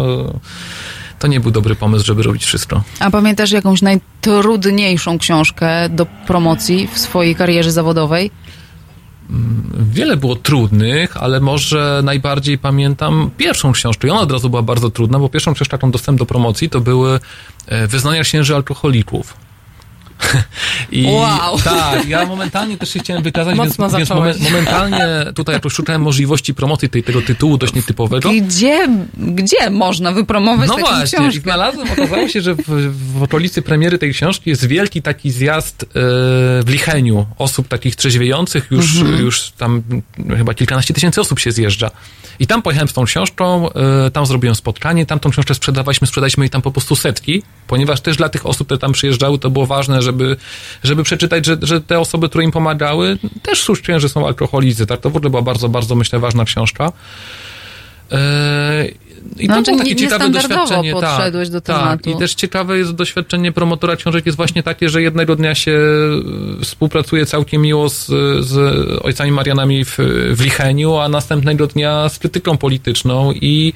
to nie był dobry pomysł, żeby robić wszystko. A pamiętasz jakąś najtrudniejszą książkę do promocji w swojej karierze zawodowej? Wiele było trudnych, ale może najbardziej pamiętam pierwszą książkę i ona od razu była bardzo trudna, bo pierwszą książkę, jaką dostęp do promocji, to były Wyznania księży alkoholików. Wow. Tak, ja momentalnie też się chciałem wykazać, Mocno więc momentalnie tutaj jakoś szukałem możliwości promocji tego tytułu dość nietypowego. Gdzie można wypromować taką książkę? No właśnie, okazało się, że w okolicy premiery tej książki jest wielki taki zjazd w Licheniu. Osób takich trzeźwiejących, już tam chyba kilkanaście tysięcy osób się zjeżdża. I tam pojechałem z tą książką, tam zrobiłem spotkanie, tam tą książkę sprzedaliśmy jej tam po prostu setki, ponieważ też dla tych osób, które tam przyjeżdżały, to było ważne, żeby przeczytać, że te osoby, które im pomagały, też czują, że są alkoholicy. Tak? To w ogóle była bardzo, bardzo, myślę, ważna książka. I to było takie ciekawe doświadczenie. Podszedłeś do tematu. Tak. I też ciekawe jest doświadczenie promotora książek jest właśnie takie, że jednego dnia się współpracuje całkiem miło z ojcami Marianami w Licheniu, a następnego dnia z krytyką polityczną i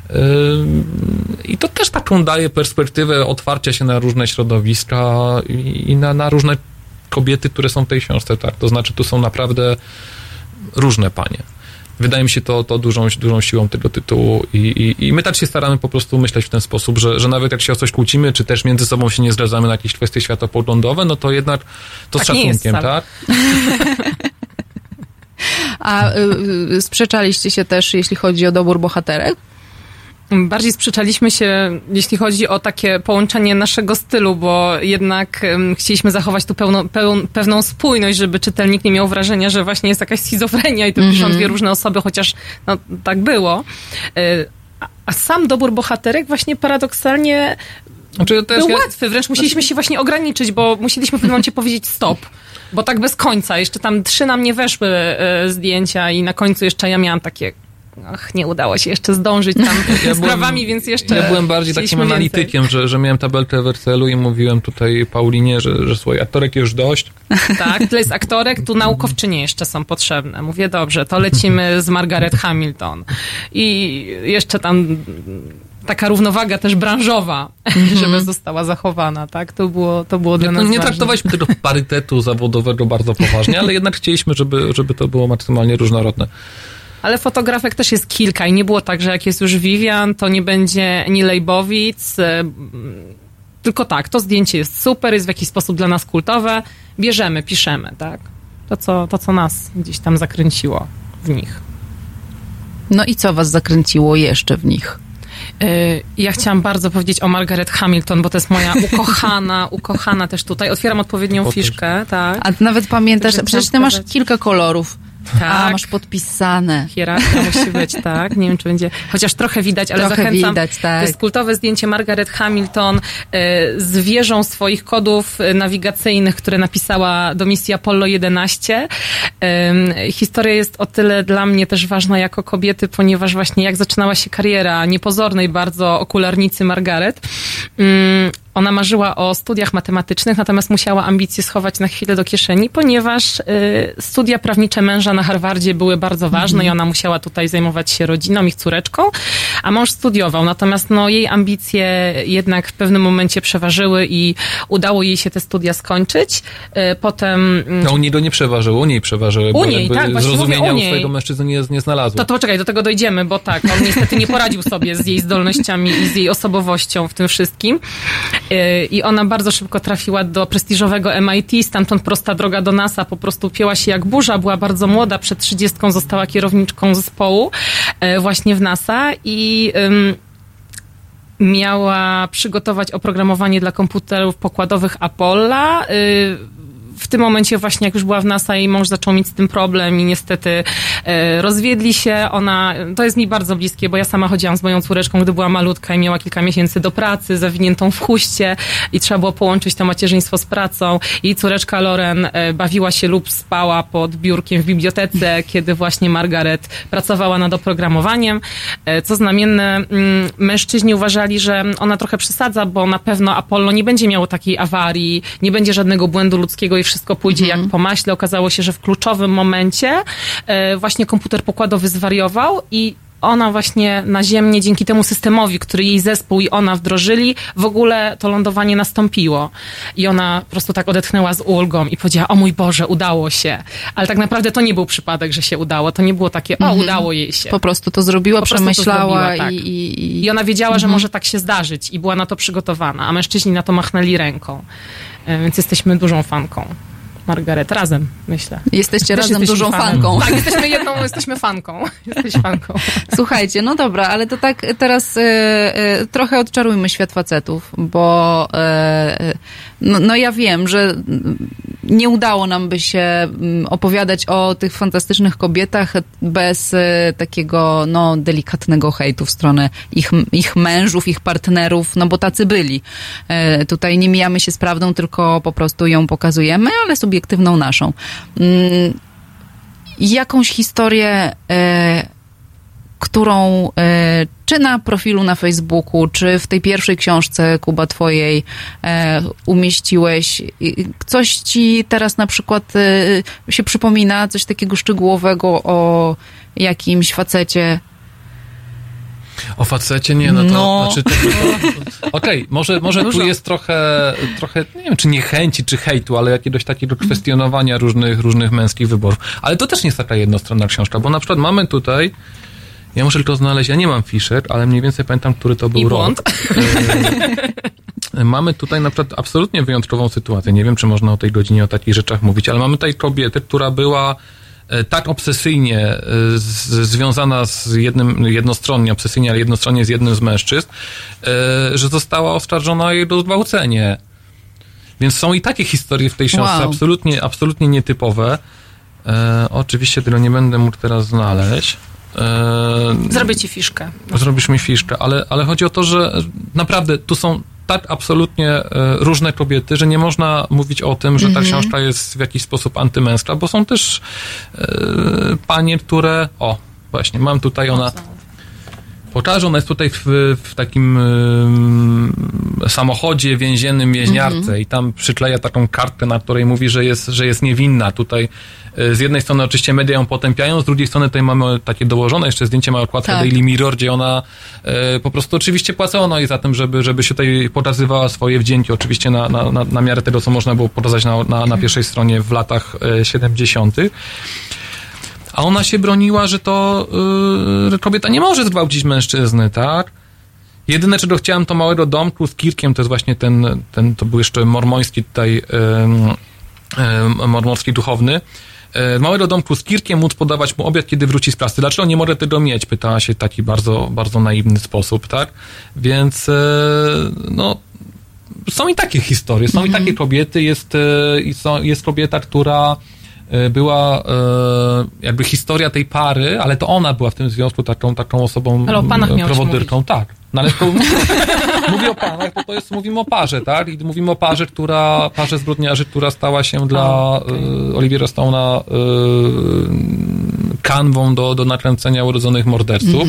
to też taką daje perspektywę otwarcia się na różne środowiska i na różne kobiety, które są w tej książce. Tak? To znaczy, tu są naprawdę różne panie. Wydaje mi się to dużą siłą tego tytułu i my tak się staramy po prostu myśleć w ten sposób, że nawet jak się o coś kłócimy, czy też między sobą się nie zgadzamy na jakieś kwestie światopoglądowe, no to jednak to tak z szacunkiem, tak? A sprzeczaliście się też, jeśli chodzi o dobór bohaterek? Bardziej sprzeczaliśmy się, jeśli chodzi o takie połączenie naszego stylu, bo jednak chcieliśmy zachować tu pewną spójność, żeby czytelnik nie miał wrażenia, że właśnie jest jakaś schizofrenia i to piszą dwie różne osoby, chociaż no, tak było. A sam dobór bohaterek właśnie paradoksalnie był łatwy. Wręcz musieliśmy się właśnie ograniczyć, bo musieliśmy w pewnym momencie powiedzieć stop. Bo tak bez końca. Jeszcze tam 3 nam nie weszły zdjęcia i na końcu jeszcze ja miałam takie nie udało się jeszcze zdążyć tam z prawami, więc jeszcze... Ja byłem bardziej takim analitykiem, że miałem tabelkę w Excelu i mówiłem tutaj Paulinie, że słuchaj, aktorek już dość. Tak, tyle jest aktorek, tu naukowczynie jeszcze są potrzebne. Mówię, dobrze, to lecimy z Margaret Hamilton. I jeszcze tam taka równowaga też branżowa, żeby została zachowana, tak? To było dla nas nie ważne. traktowaliśmy tego parytetu zawodowego bardzo poważnie, ale jednak chcieliśmy, żeby to było maksymalnie różnorodne. Ale fotografek też jest kilka i nie było tak, że jak jest już Vivian, to nie będzie ani Lejbowic, tylko tak, to zdjęcie jest super, jest w jakiś sposób dla nas kultowe, bierzemy, piszemy, tak? To, co nas gdzieś tam zakręciło w nich. No i co was zakręciło jeszcze w nich? Ja chciałam bardzo powiedzieć o Margaret Hamilton, bo to jest moja ukochana też tutaj. Otwieram odpowiednią fiszkę, tak. A ty nawet pamiętasz, przecież ty masz kilka kolorów. Tak. A, masz podpisane. Hierarchia musi być, tak. Nie wiem, czy będzie... Chociaż trochę widać, ale trochę zachęcam. Widać, tak. To jest kultowe zdjęcie Margaret Hamilton z wieżą swoich kodów nawigacyjnych, które napisała do misji Apollo 11. Historia jest o tyle dla mnie też ważna jako kobiety, ponieważ właśnie jak zaczynała się kariera niepozornej bardzo okularnicy Margaret, ona marzyła o studiach matematycznych, natomiast musiała ambicje schować na chwilę do kieszeni, ponieważ studia prawnicze męża na Harvardzie były bardzo ważne i ona musiała tutaj zajmować się rodziną, ich córeczką, a mąż studiował. Natomiast jej ambicje jednak w pewnym momencie przeważyły i udało jej się te studia skończyć. Potem... No u niego nie przeważyły, u niej przeważyły, bo niej, tak, zrozumienia u swojego mężczyzny nie znalazła. To poczekaj, do tego dojdziemy, bo tak, on niestety nie poradził sobie z jej zdolnościami i z jej osobowością w tym wszystkim. I ona bardzo szybko trafiła do prestiżowego MIT, stamtąd prosta droga do NASA, po prostu pięła się jak burza, była bardzo młoda, przed 30 została kierowniczką zespołu właśnie w NASA i miała przygotować oprogramowanie dla komputerów pokładowych Apollo. W tym momencie właśnie, jak już była w NASA, jej mąż zaczął mieć z tym problem i niestety rozwiedli się. To jest mi bardzo bliskie, bo ja sama chodziłam z moją córeczką, gdy była malutka i miała kilka miesięcy do pracy, zawiniętą w chuście i trzeba było połączyć to macierzyństwo z pracą. Jej córeczka Lauren bawiła się lub spała pod biurkiem w bibliotece, kiedy właśnie Margaret pracowała nad oprogramowaniem. Co znamienne, mężczyźni uważali, że ona trochę przesadza, bo na pewno Apollo nie będzie miało takiej awarii, nie będzie żadnego błędu ludzkiego i wszystko pójdzie jak po maśle. Okazało się, że w kluczowym momencie właśnie komputer pokładowy zwariował i ona właśnie naziemnie dzięki temu systemowi, który jej zespół i ona wdrożyli, w ogóle to lądowanie nastąpiło. I ona po prostu tak odetchnęła z ulgą i powiedziała, o mój Boże, udało się. Ale tak naprawdę to nie był przypadek, że się udało. To nie było takie, udało jej się. Po prostu to zrobiła, przemyślała tak. I ona wiedziała, że może tak się zdarzyć i była na to przygotowana, a mężczyźni na to machnęli ręką. Więc jesteśmy dużą fanką Margaret, razem, myślę. Jesteście Też razem jesteśmy dużą fanem. fanką. Tak, jesteśmy fanką. Jesteś fanką. Słuchajcie, no dobra, ale to tak teraz trochę odczarujmy świat facetów, bo no ja wiem, że nie udało nam by się opowiadać o tych fantastycznych kobietach bez takiego, no, delikatnego hejtu w stronę ich mężów, ich partnerów, no bo tacy byli. Tutaj nie mijamy się z prawdą, tylko po prostu ją pokazujemy, ale subiektywną naszą. Jakąś historię, którą czy na profilu na Facebooku, czy w tej pierwszej książce, Kuba, twojej umieściłeś, coś ci teraz na przykład się przypomina, coś takiego szczegółowego o jakimś facecie? O facecie nie, no to znaczy... Okej, może tu jest trochę, nie wiem, czy nie chęci, czy hejtu, ale jakiegoś takiego kwestionowania różnych męskich wyborów. Ale to też nie jest taka jednostronna książka, bo na przykład mamy tutaj, ja muszę to znaleźć, ja nie mam Fisher, ale mniej więcej pamiętam, który to był rok. Mamy tutaj na przykład absolutnie wyjątkową sytuację. Nie wiem, czy można o tej godzinie o takich rzeczach mówić, ale mamy tutaj kobietę, która była tak obsesyjnie związana z jednostronnie z jednym z mężczyzn, że została oskarżona o jego zgwałcenie. Więc są i takie historie w tej książce, absolutnie nietypowe. Oczywiście tego nie będę mógł teraz znaleźć. Zrobię ci fiszkę. Zrobisz mi fiszkę, ale chodzi o to, że naprawdę tu są tak absolutnie różne kobiety, że nie można mówić o tym, że ta książka jest w jakiś sposób antymęska, bo są też panie, które... O, właśnie, mam tutaj ona... Pokażę, ona jest tutaj w takim samochodzie więziennym, więźniarce i tam przykleja taką kartkę, na której mówi, że jest niewinna. Tutaj z jednej strony oczywiście media ją potępiają, z drugiej strony tutaj mamy takie dołożone jeszcze zdjęcie, ma okładkę Daily Mirror, gdzie ona po prostu oczywiście płacono jej za tym, żeby się tutaj pokazywała swoje wdzięki, oczywiście na miarę tego, co można było pokazać na pierwszej stronie w latach 70. A ona się broniła, że to kobieta nie może zgwałcić mężczyzny, tak? Jedyne, czego chciałem, to małego domku z Kirkiem, to jest właśnie to był jeszcze mormoński tutaj, mormoński duchowny. Małego domku z Kirkiem móc podawać mu obiad, kiedy wróci z pracy. Dlaczego nie mogę tego mieć? Pytała się w taki bardzo, bardzo naiwny sposób, tak? Więc, no, są i takie historie, są i takie kobiety, jest kobieta, która była jakby historia tej pary, ale to ona była w tym związku taką osobą prowodyrką. Tak. No ale mówię o panach, bo mówimy o parze, tak? I mówimy o parze zbrodniarzy, która stała się dla Oliviera Stone'a kanwą do nakręcenia urodzonych morderców.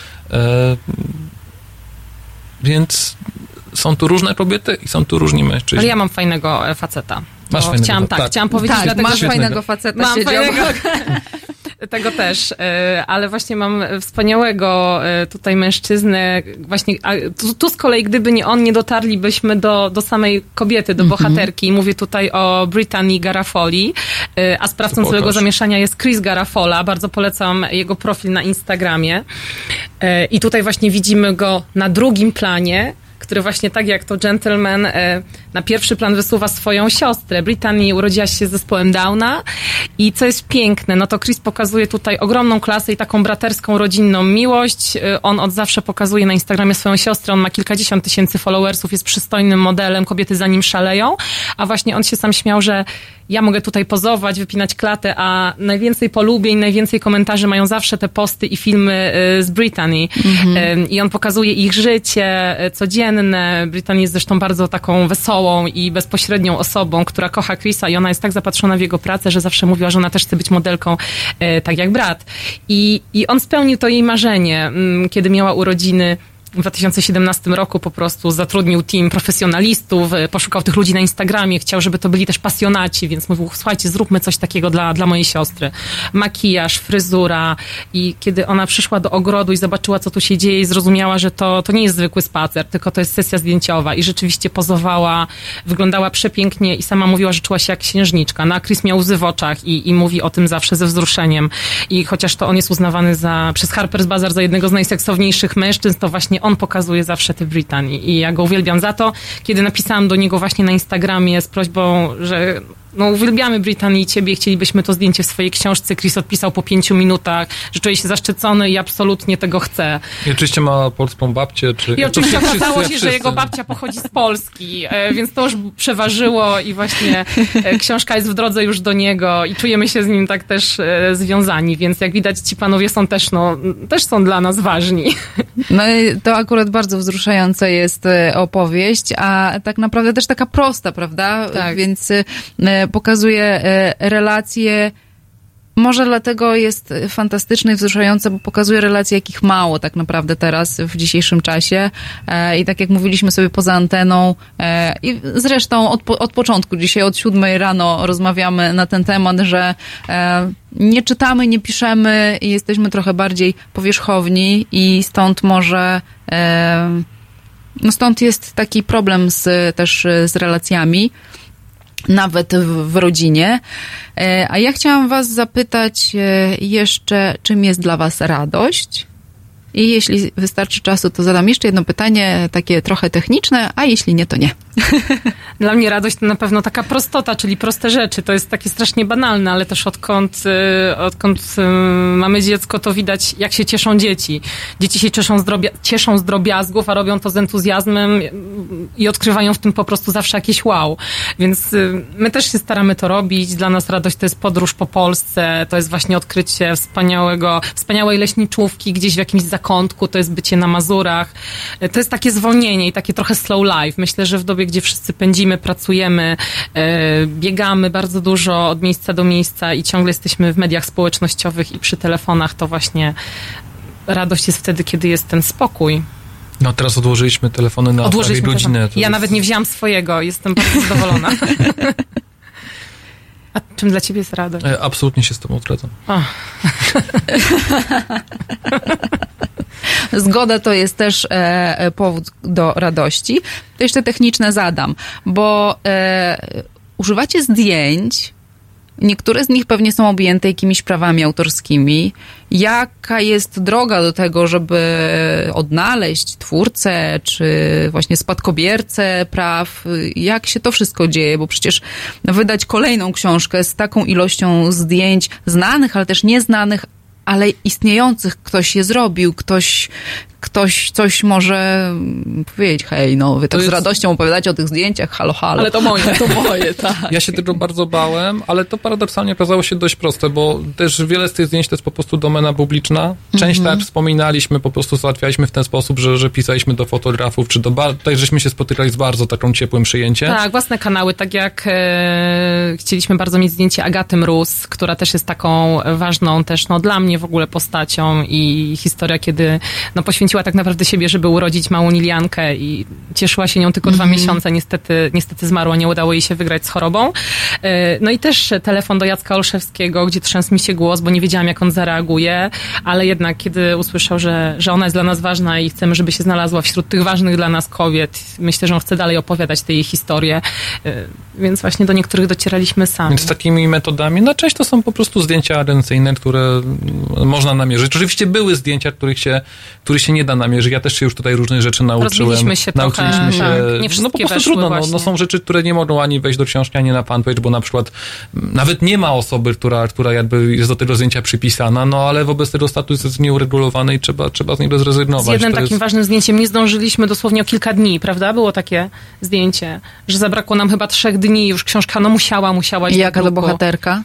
Więc są tu różne kobiety i są tu różni mężczyźni. Ale ja mam fajnego faceta. Masz fajnego, chciałam powiedzieć, tak, dlatego, masz fajnego faceta. Mam fajnego, tego też, ale właśnie mam wspaniałego tutaj mężczyznę, właśnie, tu z kolei gdyby nie on, nie dotarlibyśmy do samej kobiety, do bohaterki. I mówię tutaj o Brittany Garofoli, a sprawcą całego zamieszania jest Chris Garafola. Bardzo polecam jego profil na Instagramie. I tutaj właśnie widzimy go na drugim planie, który właśnie tak jak to gentleman na pierwszy plan wysuwa swoją siostrę. Brittany urodziła się z zespołem Downa i co jest piękne, no to Chris pokazuje tutaj ogromną klasę i taką braterską, rodzinną miłość. On od zawsze pokazuje na Instagramie swoją siostrę, on ma kilkadziesiąt tysięcy followersów, jest przystojnym modelem, kobiety za nim szaleją, a właśnie on się sam śmiał, że ja mogę tutaj pozować, wypinać klatę, a najwięcej polubień, najwięcej komentarzy mają zawsze te posty i filmy z Brittany. I on pokazuje ich życie codzienne. Brittany jest zresztą bardzo taką wesołą i bezpośrednią osobą, która kocha Chrisa i ona jest tak zapatrzona w jego pracę, że zawsze mówiła, że ona też chce być modelką tak jak brat. I on spełnił to jej marzenie, kiedy miała urodziny. W 2017 roku po prostu zatrudnił team profesjonalistów, poszukał tych ludzi na Instagramie, chciał, żeby to byli też pasjonaci, więc mówił, słuchajcie, zróbmy coś takiego dla mojej siostry. Makijaż, fryzura i kiedy ona przyszła do ogrodu i zobaczyła, co tu się dzieje i zrozumiała, że to nie jest zwykły spacer, tylko to jest sesja zdjęciowa i rzeczywiście pozowała, wyglądała przepięknie i sama mówiła, że czuła się jak księżniczka. No a Chris miał łzy w oczach i mówi o tym zawsze ze wzruszeniem i chociaż to on jest uznawany przez Harper's Bazaar za jednego z najseksowniejszych mężczyzn, to właśnie on pokazuje zawsze tę Britanię i ja go uwielbiam za to. Kiedy napisałam do niego właśnie na Instagramie z prośbą, że uwielbiamy Britanię i ciebie, chcielibyśmy to zdjęcie w swojej książce. Chris odpisał po 5 minutach, że czuje się zaszczycony i absolutnie tego chce. I oczywiście ma polską babcię. I oczywiście okazało się, że jego babcia pochodzi z Polski, więc to już przeważyło i właśnie książka jest w drodze już do niego i czujemy się z nim tak też związani, więc jak widać ci panowie są też, też są dla nas ważni. No i to akurat bardzo wzruszająca jest opowieść, a tak naprawdę też taka prosta, prawda? Tak. Więc pokazuje relacje, może dlatego jest fantastyczne i wzruszające, bo pokazuje relacje, jakich mało tak naprawdę teraz w dzisiejszym czasie. I tak jak mówiliśmy sobie poza anteną i zresztą od początku, dzisiaj od 7 rano rozmawiamy na ten temat, że nie czytamy, nie piszemy i jesteśmy trochę bardziej powierzchowni i stąd może stąd jest taki problem też z relacjami, nawet w rodzinie. A ja chciałam was zapytać jeszcze, czym jest dla was radość? I jeśli wystarczy czasu, to zadam jeszcze jedno pytanie, takie trochę techniczne, a jeśli nie, to nie. Dla mnie radość to na pewno taka prostota, czyli proste rzeczy. To jest takie strasznie banalne, ale też odkąd mamy dziecko, to widać, jak się cieszą dzieci. Dzieci się cieszą z drobiazgów, a robią to z entuzjazmem i odkrywają w tym po prostu zawsze jakieś wow. Więc my też się staramy to robić. Dla nas radość to jest podróż po Polsce, to jest właśnie odkrycie wspaniałej leśniczówki gdzieś w jakimś zakątku, to jest bycie na Mazurach. To jest takie zwolnienie i takie trochę slow life. Myślę, że w dobie, gdzie wszyscy pędzimy, pracujemy, biegamy bardzo dużo od miejsca do miejsca i ciągle jesteśmy w mediach społecznościowych i przy telefonach, to właśnie radość jest wtedy, kiedy jest ten spokój. No teraz odłożyliśmy telefony na prawie godzinę. Ja nawet nie wzięłam swojego, jestem bardzo zadowolona. A czym dla ciebie jest radość? Absolutnie się z tobą zgadzam. Zgoda to jest też powód do radości. To jeszcze techniczne zadam, bo używacie zdjęć, niektóre z nich pewnie są objęte jakimiś prawami autorskimi. Jaka jest droga do tego, żeby odnaleźć twórcę, czy właśnie spadkobiercę praw? Jak się to wszystko dzieje? Bo przecież wydać kolejną książkę z taką ilością zdjęć znanych, ale też nieznanych, ale istniejących, ktoś je zrobił, ktoś coś może powiedzieć, hej, wy tak z radością opowiadacie o tych zdjęciach, halo. Ale to moje. To moje, tak. Ja się tego bardzo bałem, ale to paradoksalnie okazało się dość proste, bo też wiele z tych zdjęć to jest po prostu domena publiczna. Część, tak jak wspominaliśmy, po prostu załatwialiśmy w ten sposób, że pisaliśmy do fotografów, czy tak żeśmy się spotykali z bardzo taką ciepłym przyjęciem. Tak, własne kanały, tak jak chcieliśmy bardzo mieć zdjęcie Agaty Mróz, która też jest taką ważną też, dla mnie w ogóle postacią i historia, kiedy poświęciła tak naprawdę siebie, żeby urodzić małą Liliankę i cieszyła się nią tylko 2 miesiące. Niestety zmarła, nie udało jej się wygrać z chorobą. No i też telefon do Jacka Olszewskiego, gdzie trzęsł mi się głos, bo nie wiedziałam, jak on zareaguje, ale jednak kiedy usłyszał, że ona jest dla nas ważna i chcemy, żeby się znalazła wśród tych ważnych dla nas kobiet, myślę, że on chce dalej opowiadać tę jej historię, więc właśnie do niektórych docieraliśmy sami. Więc takimi metodami, część to są po prostu zdjęcia agencyjne, które można namierzyć. Oczywiście były zdjęcia, których się nie da namierzyć. Ja też się już tutaj różnych rzeczy nauczyłem. Rozbiliśmy się trochę. Nie po prostu trudno. Są rzeczy, które nie mogą ani wejść do książki, ani na fanpage, bo na przykład nawet nie ma osoby, która jakby jest do tego zdjęcia przypisana, ale wobec tego status jest nieuregulowany i trzeba z niego zrezygnować. Z jednym takim ważnym zdjęciem nie zdążyliśmy dosłownie o kilka dni, prawda? Było takie zdjęcie, że zabrakło nam chyba 3 dni, już książka musiała iść. I jaka to bohaterka?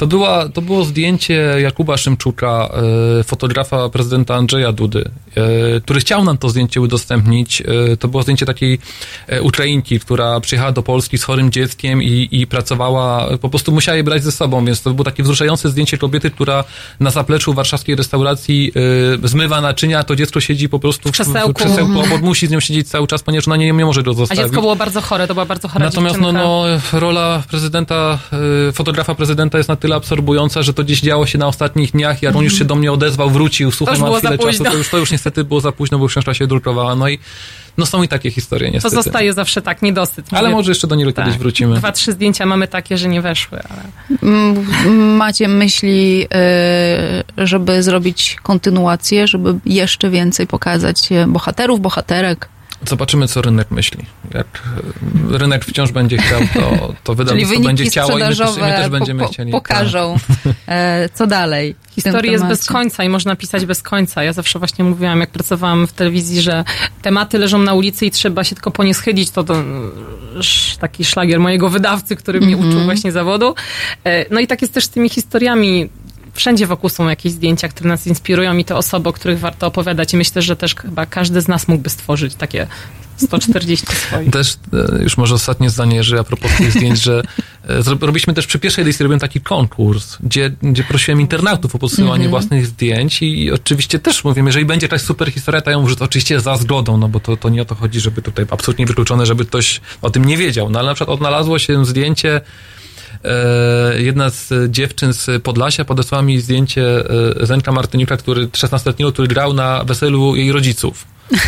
To było zdjęcie Jakuba Szymczuka, fotografa prezydenta Andrzeja Dudy, który chciał nam to zdjęcie udostępnić. To było zdjęcie takiej Ukrainki, która przyjechała do Polski z chorym dzieckiem i pracowała, po prostu musiała je brać ze sobą, więc to było takie wzruszające zdjęcie kobiety, która na zapleczu warszawskiej restauracji zmywa naczynia, to dziecko siedzi po prostu w krzesełku obok, musi z nią siedzieć cały czas, ponieważ ona nie może go zostawić. A dziecko było bardzo chore, to była bardzo chora Natomiast rola prezydenta, fotografa prezydenta jest na tyle absorbująca, że to gdzieś działo się na ostatnich dniach, jak on już się do mnie odezwał, wrócił, słuchaj, mam chwilę czasu, to już niestety było za późno, bo książka się drukowała, no i są i takie historie niestety. Pozostaje zawsze tak, niedosyt. Ale może jeszcze do niej kiedyś wrócimy. 2-3 zdjęcia mamy takie, że nie weszły. Ale... Macie myśli, żeby zrobić kontynuację, żeby jeszcze więcej pokazać bohaterów, bohaterek? Zobaczymy, co rynek myśli. Jak rynek wciąż będzie chciał, to wydawnictwo będzie chciało i my też będziemy chcieli. Pokażą, co dalej. Historia jest bez końca i można pisać bez końca. Ja zawsze właśnie mówiłam, jak pracowałam w telewizji, że tematy leżą na ulicy i trzeba się tylko po nie schylić. To taki szlagier mojego wydawcy, który mnie uczył właśnie zawodu. No i tak jest też z tymi historiami. Wszędzie wokół są jakieś zdjęcia, które nas inspirują i te osoby, o których warto opowiadać. I myślę, że też chyba każdy z nas mógłby stworzyć takie 140 swoich. Też już może ostatnie zdanie, że a propos tych zdjęć, że robiliśmy też przy pierwszej edycji, robiłem taki konkurs, gdzie prosiłem internautów o podsyłanie własnych zdjęć i oczywiście też mówię, jeżeli będzie jakaś super historia, to ją wrzucę oczywiście za zgodą, no bo to nie o to chodzi, żeby tutaj absolutnie wykluczone, żeby ktoś o tym nie wiedział. No ale na przykład odnalazło się zdjęcie, jedna z dziewczyn z Podlasia podesłała mi zdjęcie Zenka Martyniuka, 16-letniego, który grał na weselu jej rodziców.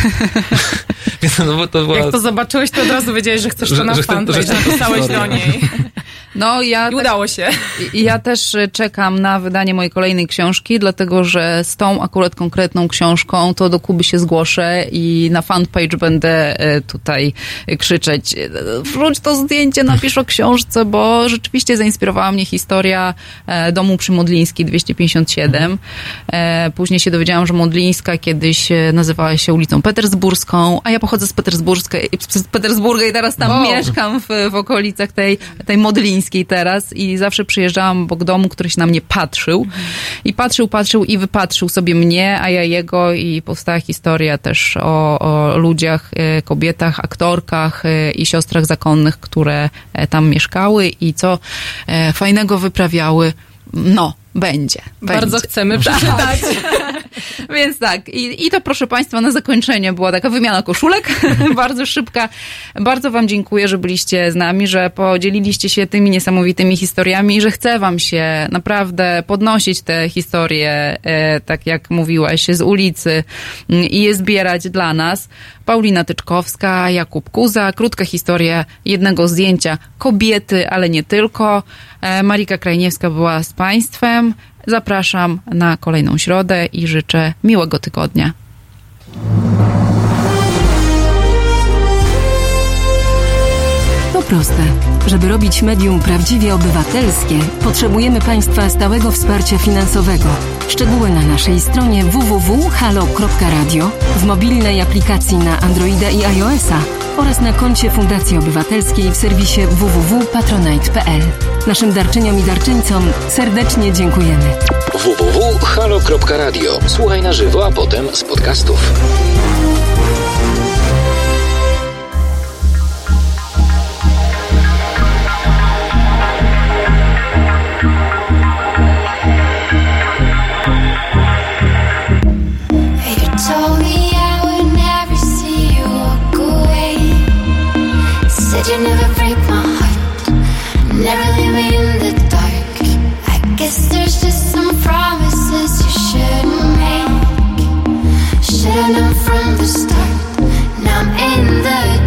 Więc, bo to była... Jak to zobaczyłeś, to od razu wiedziałeś, że chcesz to na fanpage, że napisałeś do niej. No, i udało się. Ja też czekam na wydanie mojej kolejnej książki, dlatego że z tą akurat konkretną książką to do Kuby się zgłoszę i na fanpage będę tutaj krzyczeć: wrzuć to zdjęcie, napisz o książce, bo rzeczywiście zainspirowała mnie historia domu przy Modlińskiej 257. Później się dowiedziałam, że Modlińska kiedyś nazywała się ulicą Petersburską, a ja pochodzę z Petersburga i teraz tam mieszkam w okolicach tej Modlińskiej teraz i zawsze przyjeżdżałam obok domu, który się na mnie patrzył i patrzył i wypatrzył sobie mnie, a ja jego, i powstała historia też o ludziach, kobietach, aktorkach i siostrach zakonnych, które tam mieszkały i co fajnego wyprawiały. No, będzie. Bardzo chcemy przeczytać. Więc tak, i to proszę Państwa na zakończenie była taka wymiana koszulek, bardzo szybka. Bardzo Wam dziękuję, że byliście z nami, że podzieliliście się tymi niesamowitymi historiami i że chce Wam się naprawdę podnosić te historie, tak jak mówiłaś, z ulicy i je zbierać dla nas. Paulina Tyczkowska, Jakub Kuza, krótka historia jednego zdjęcia kobiety, ale nie tylko. Marika Krajniewska była z Państwem. Zapraszam na kolejną środę i życzę miłego tygodnia. To proste. Żeby robić medium prawdziwie obywatelskie, potrzebujemy Państwa stałego wsparcia finansowego. Szczegóły na naszej stronie www.halo.radio, w mobilnej aplikacji na Androida i iOS-a oraz na koncie Fundacji Obywatelskiej w serwisie www.patronite.pl. Naszym darczyniom i darczyńcom serdecznie dziękujemy. www.halo.radio. Słuchaj na żywo, a potem z podcastów. You never break my heart, never leave me in the dark. I guess there's just some promises you shouldn't make. Should've known from the start. Now I'm in the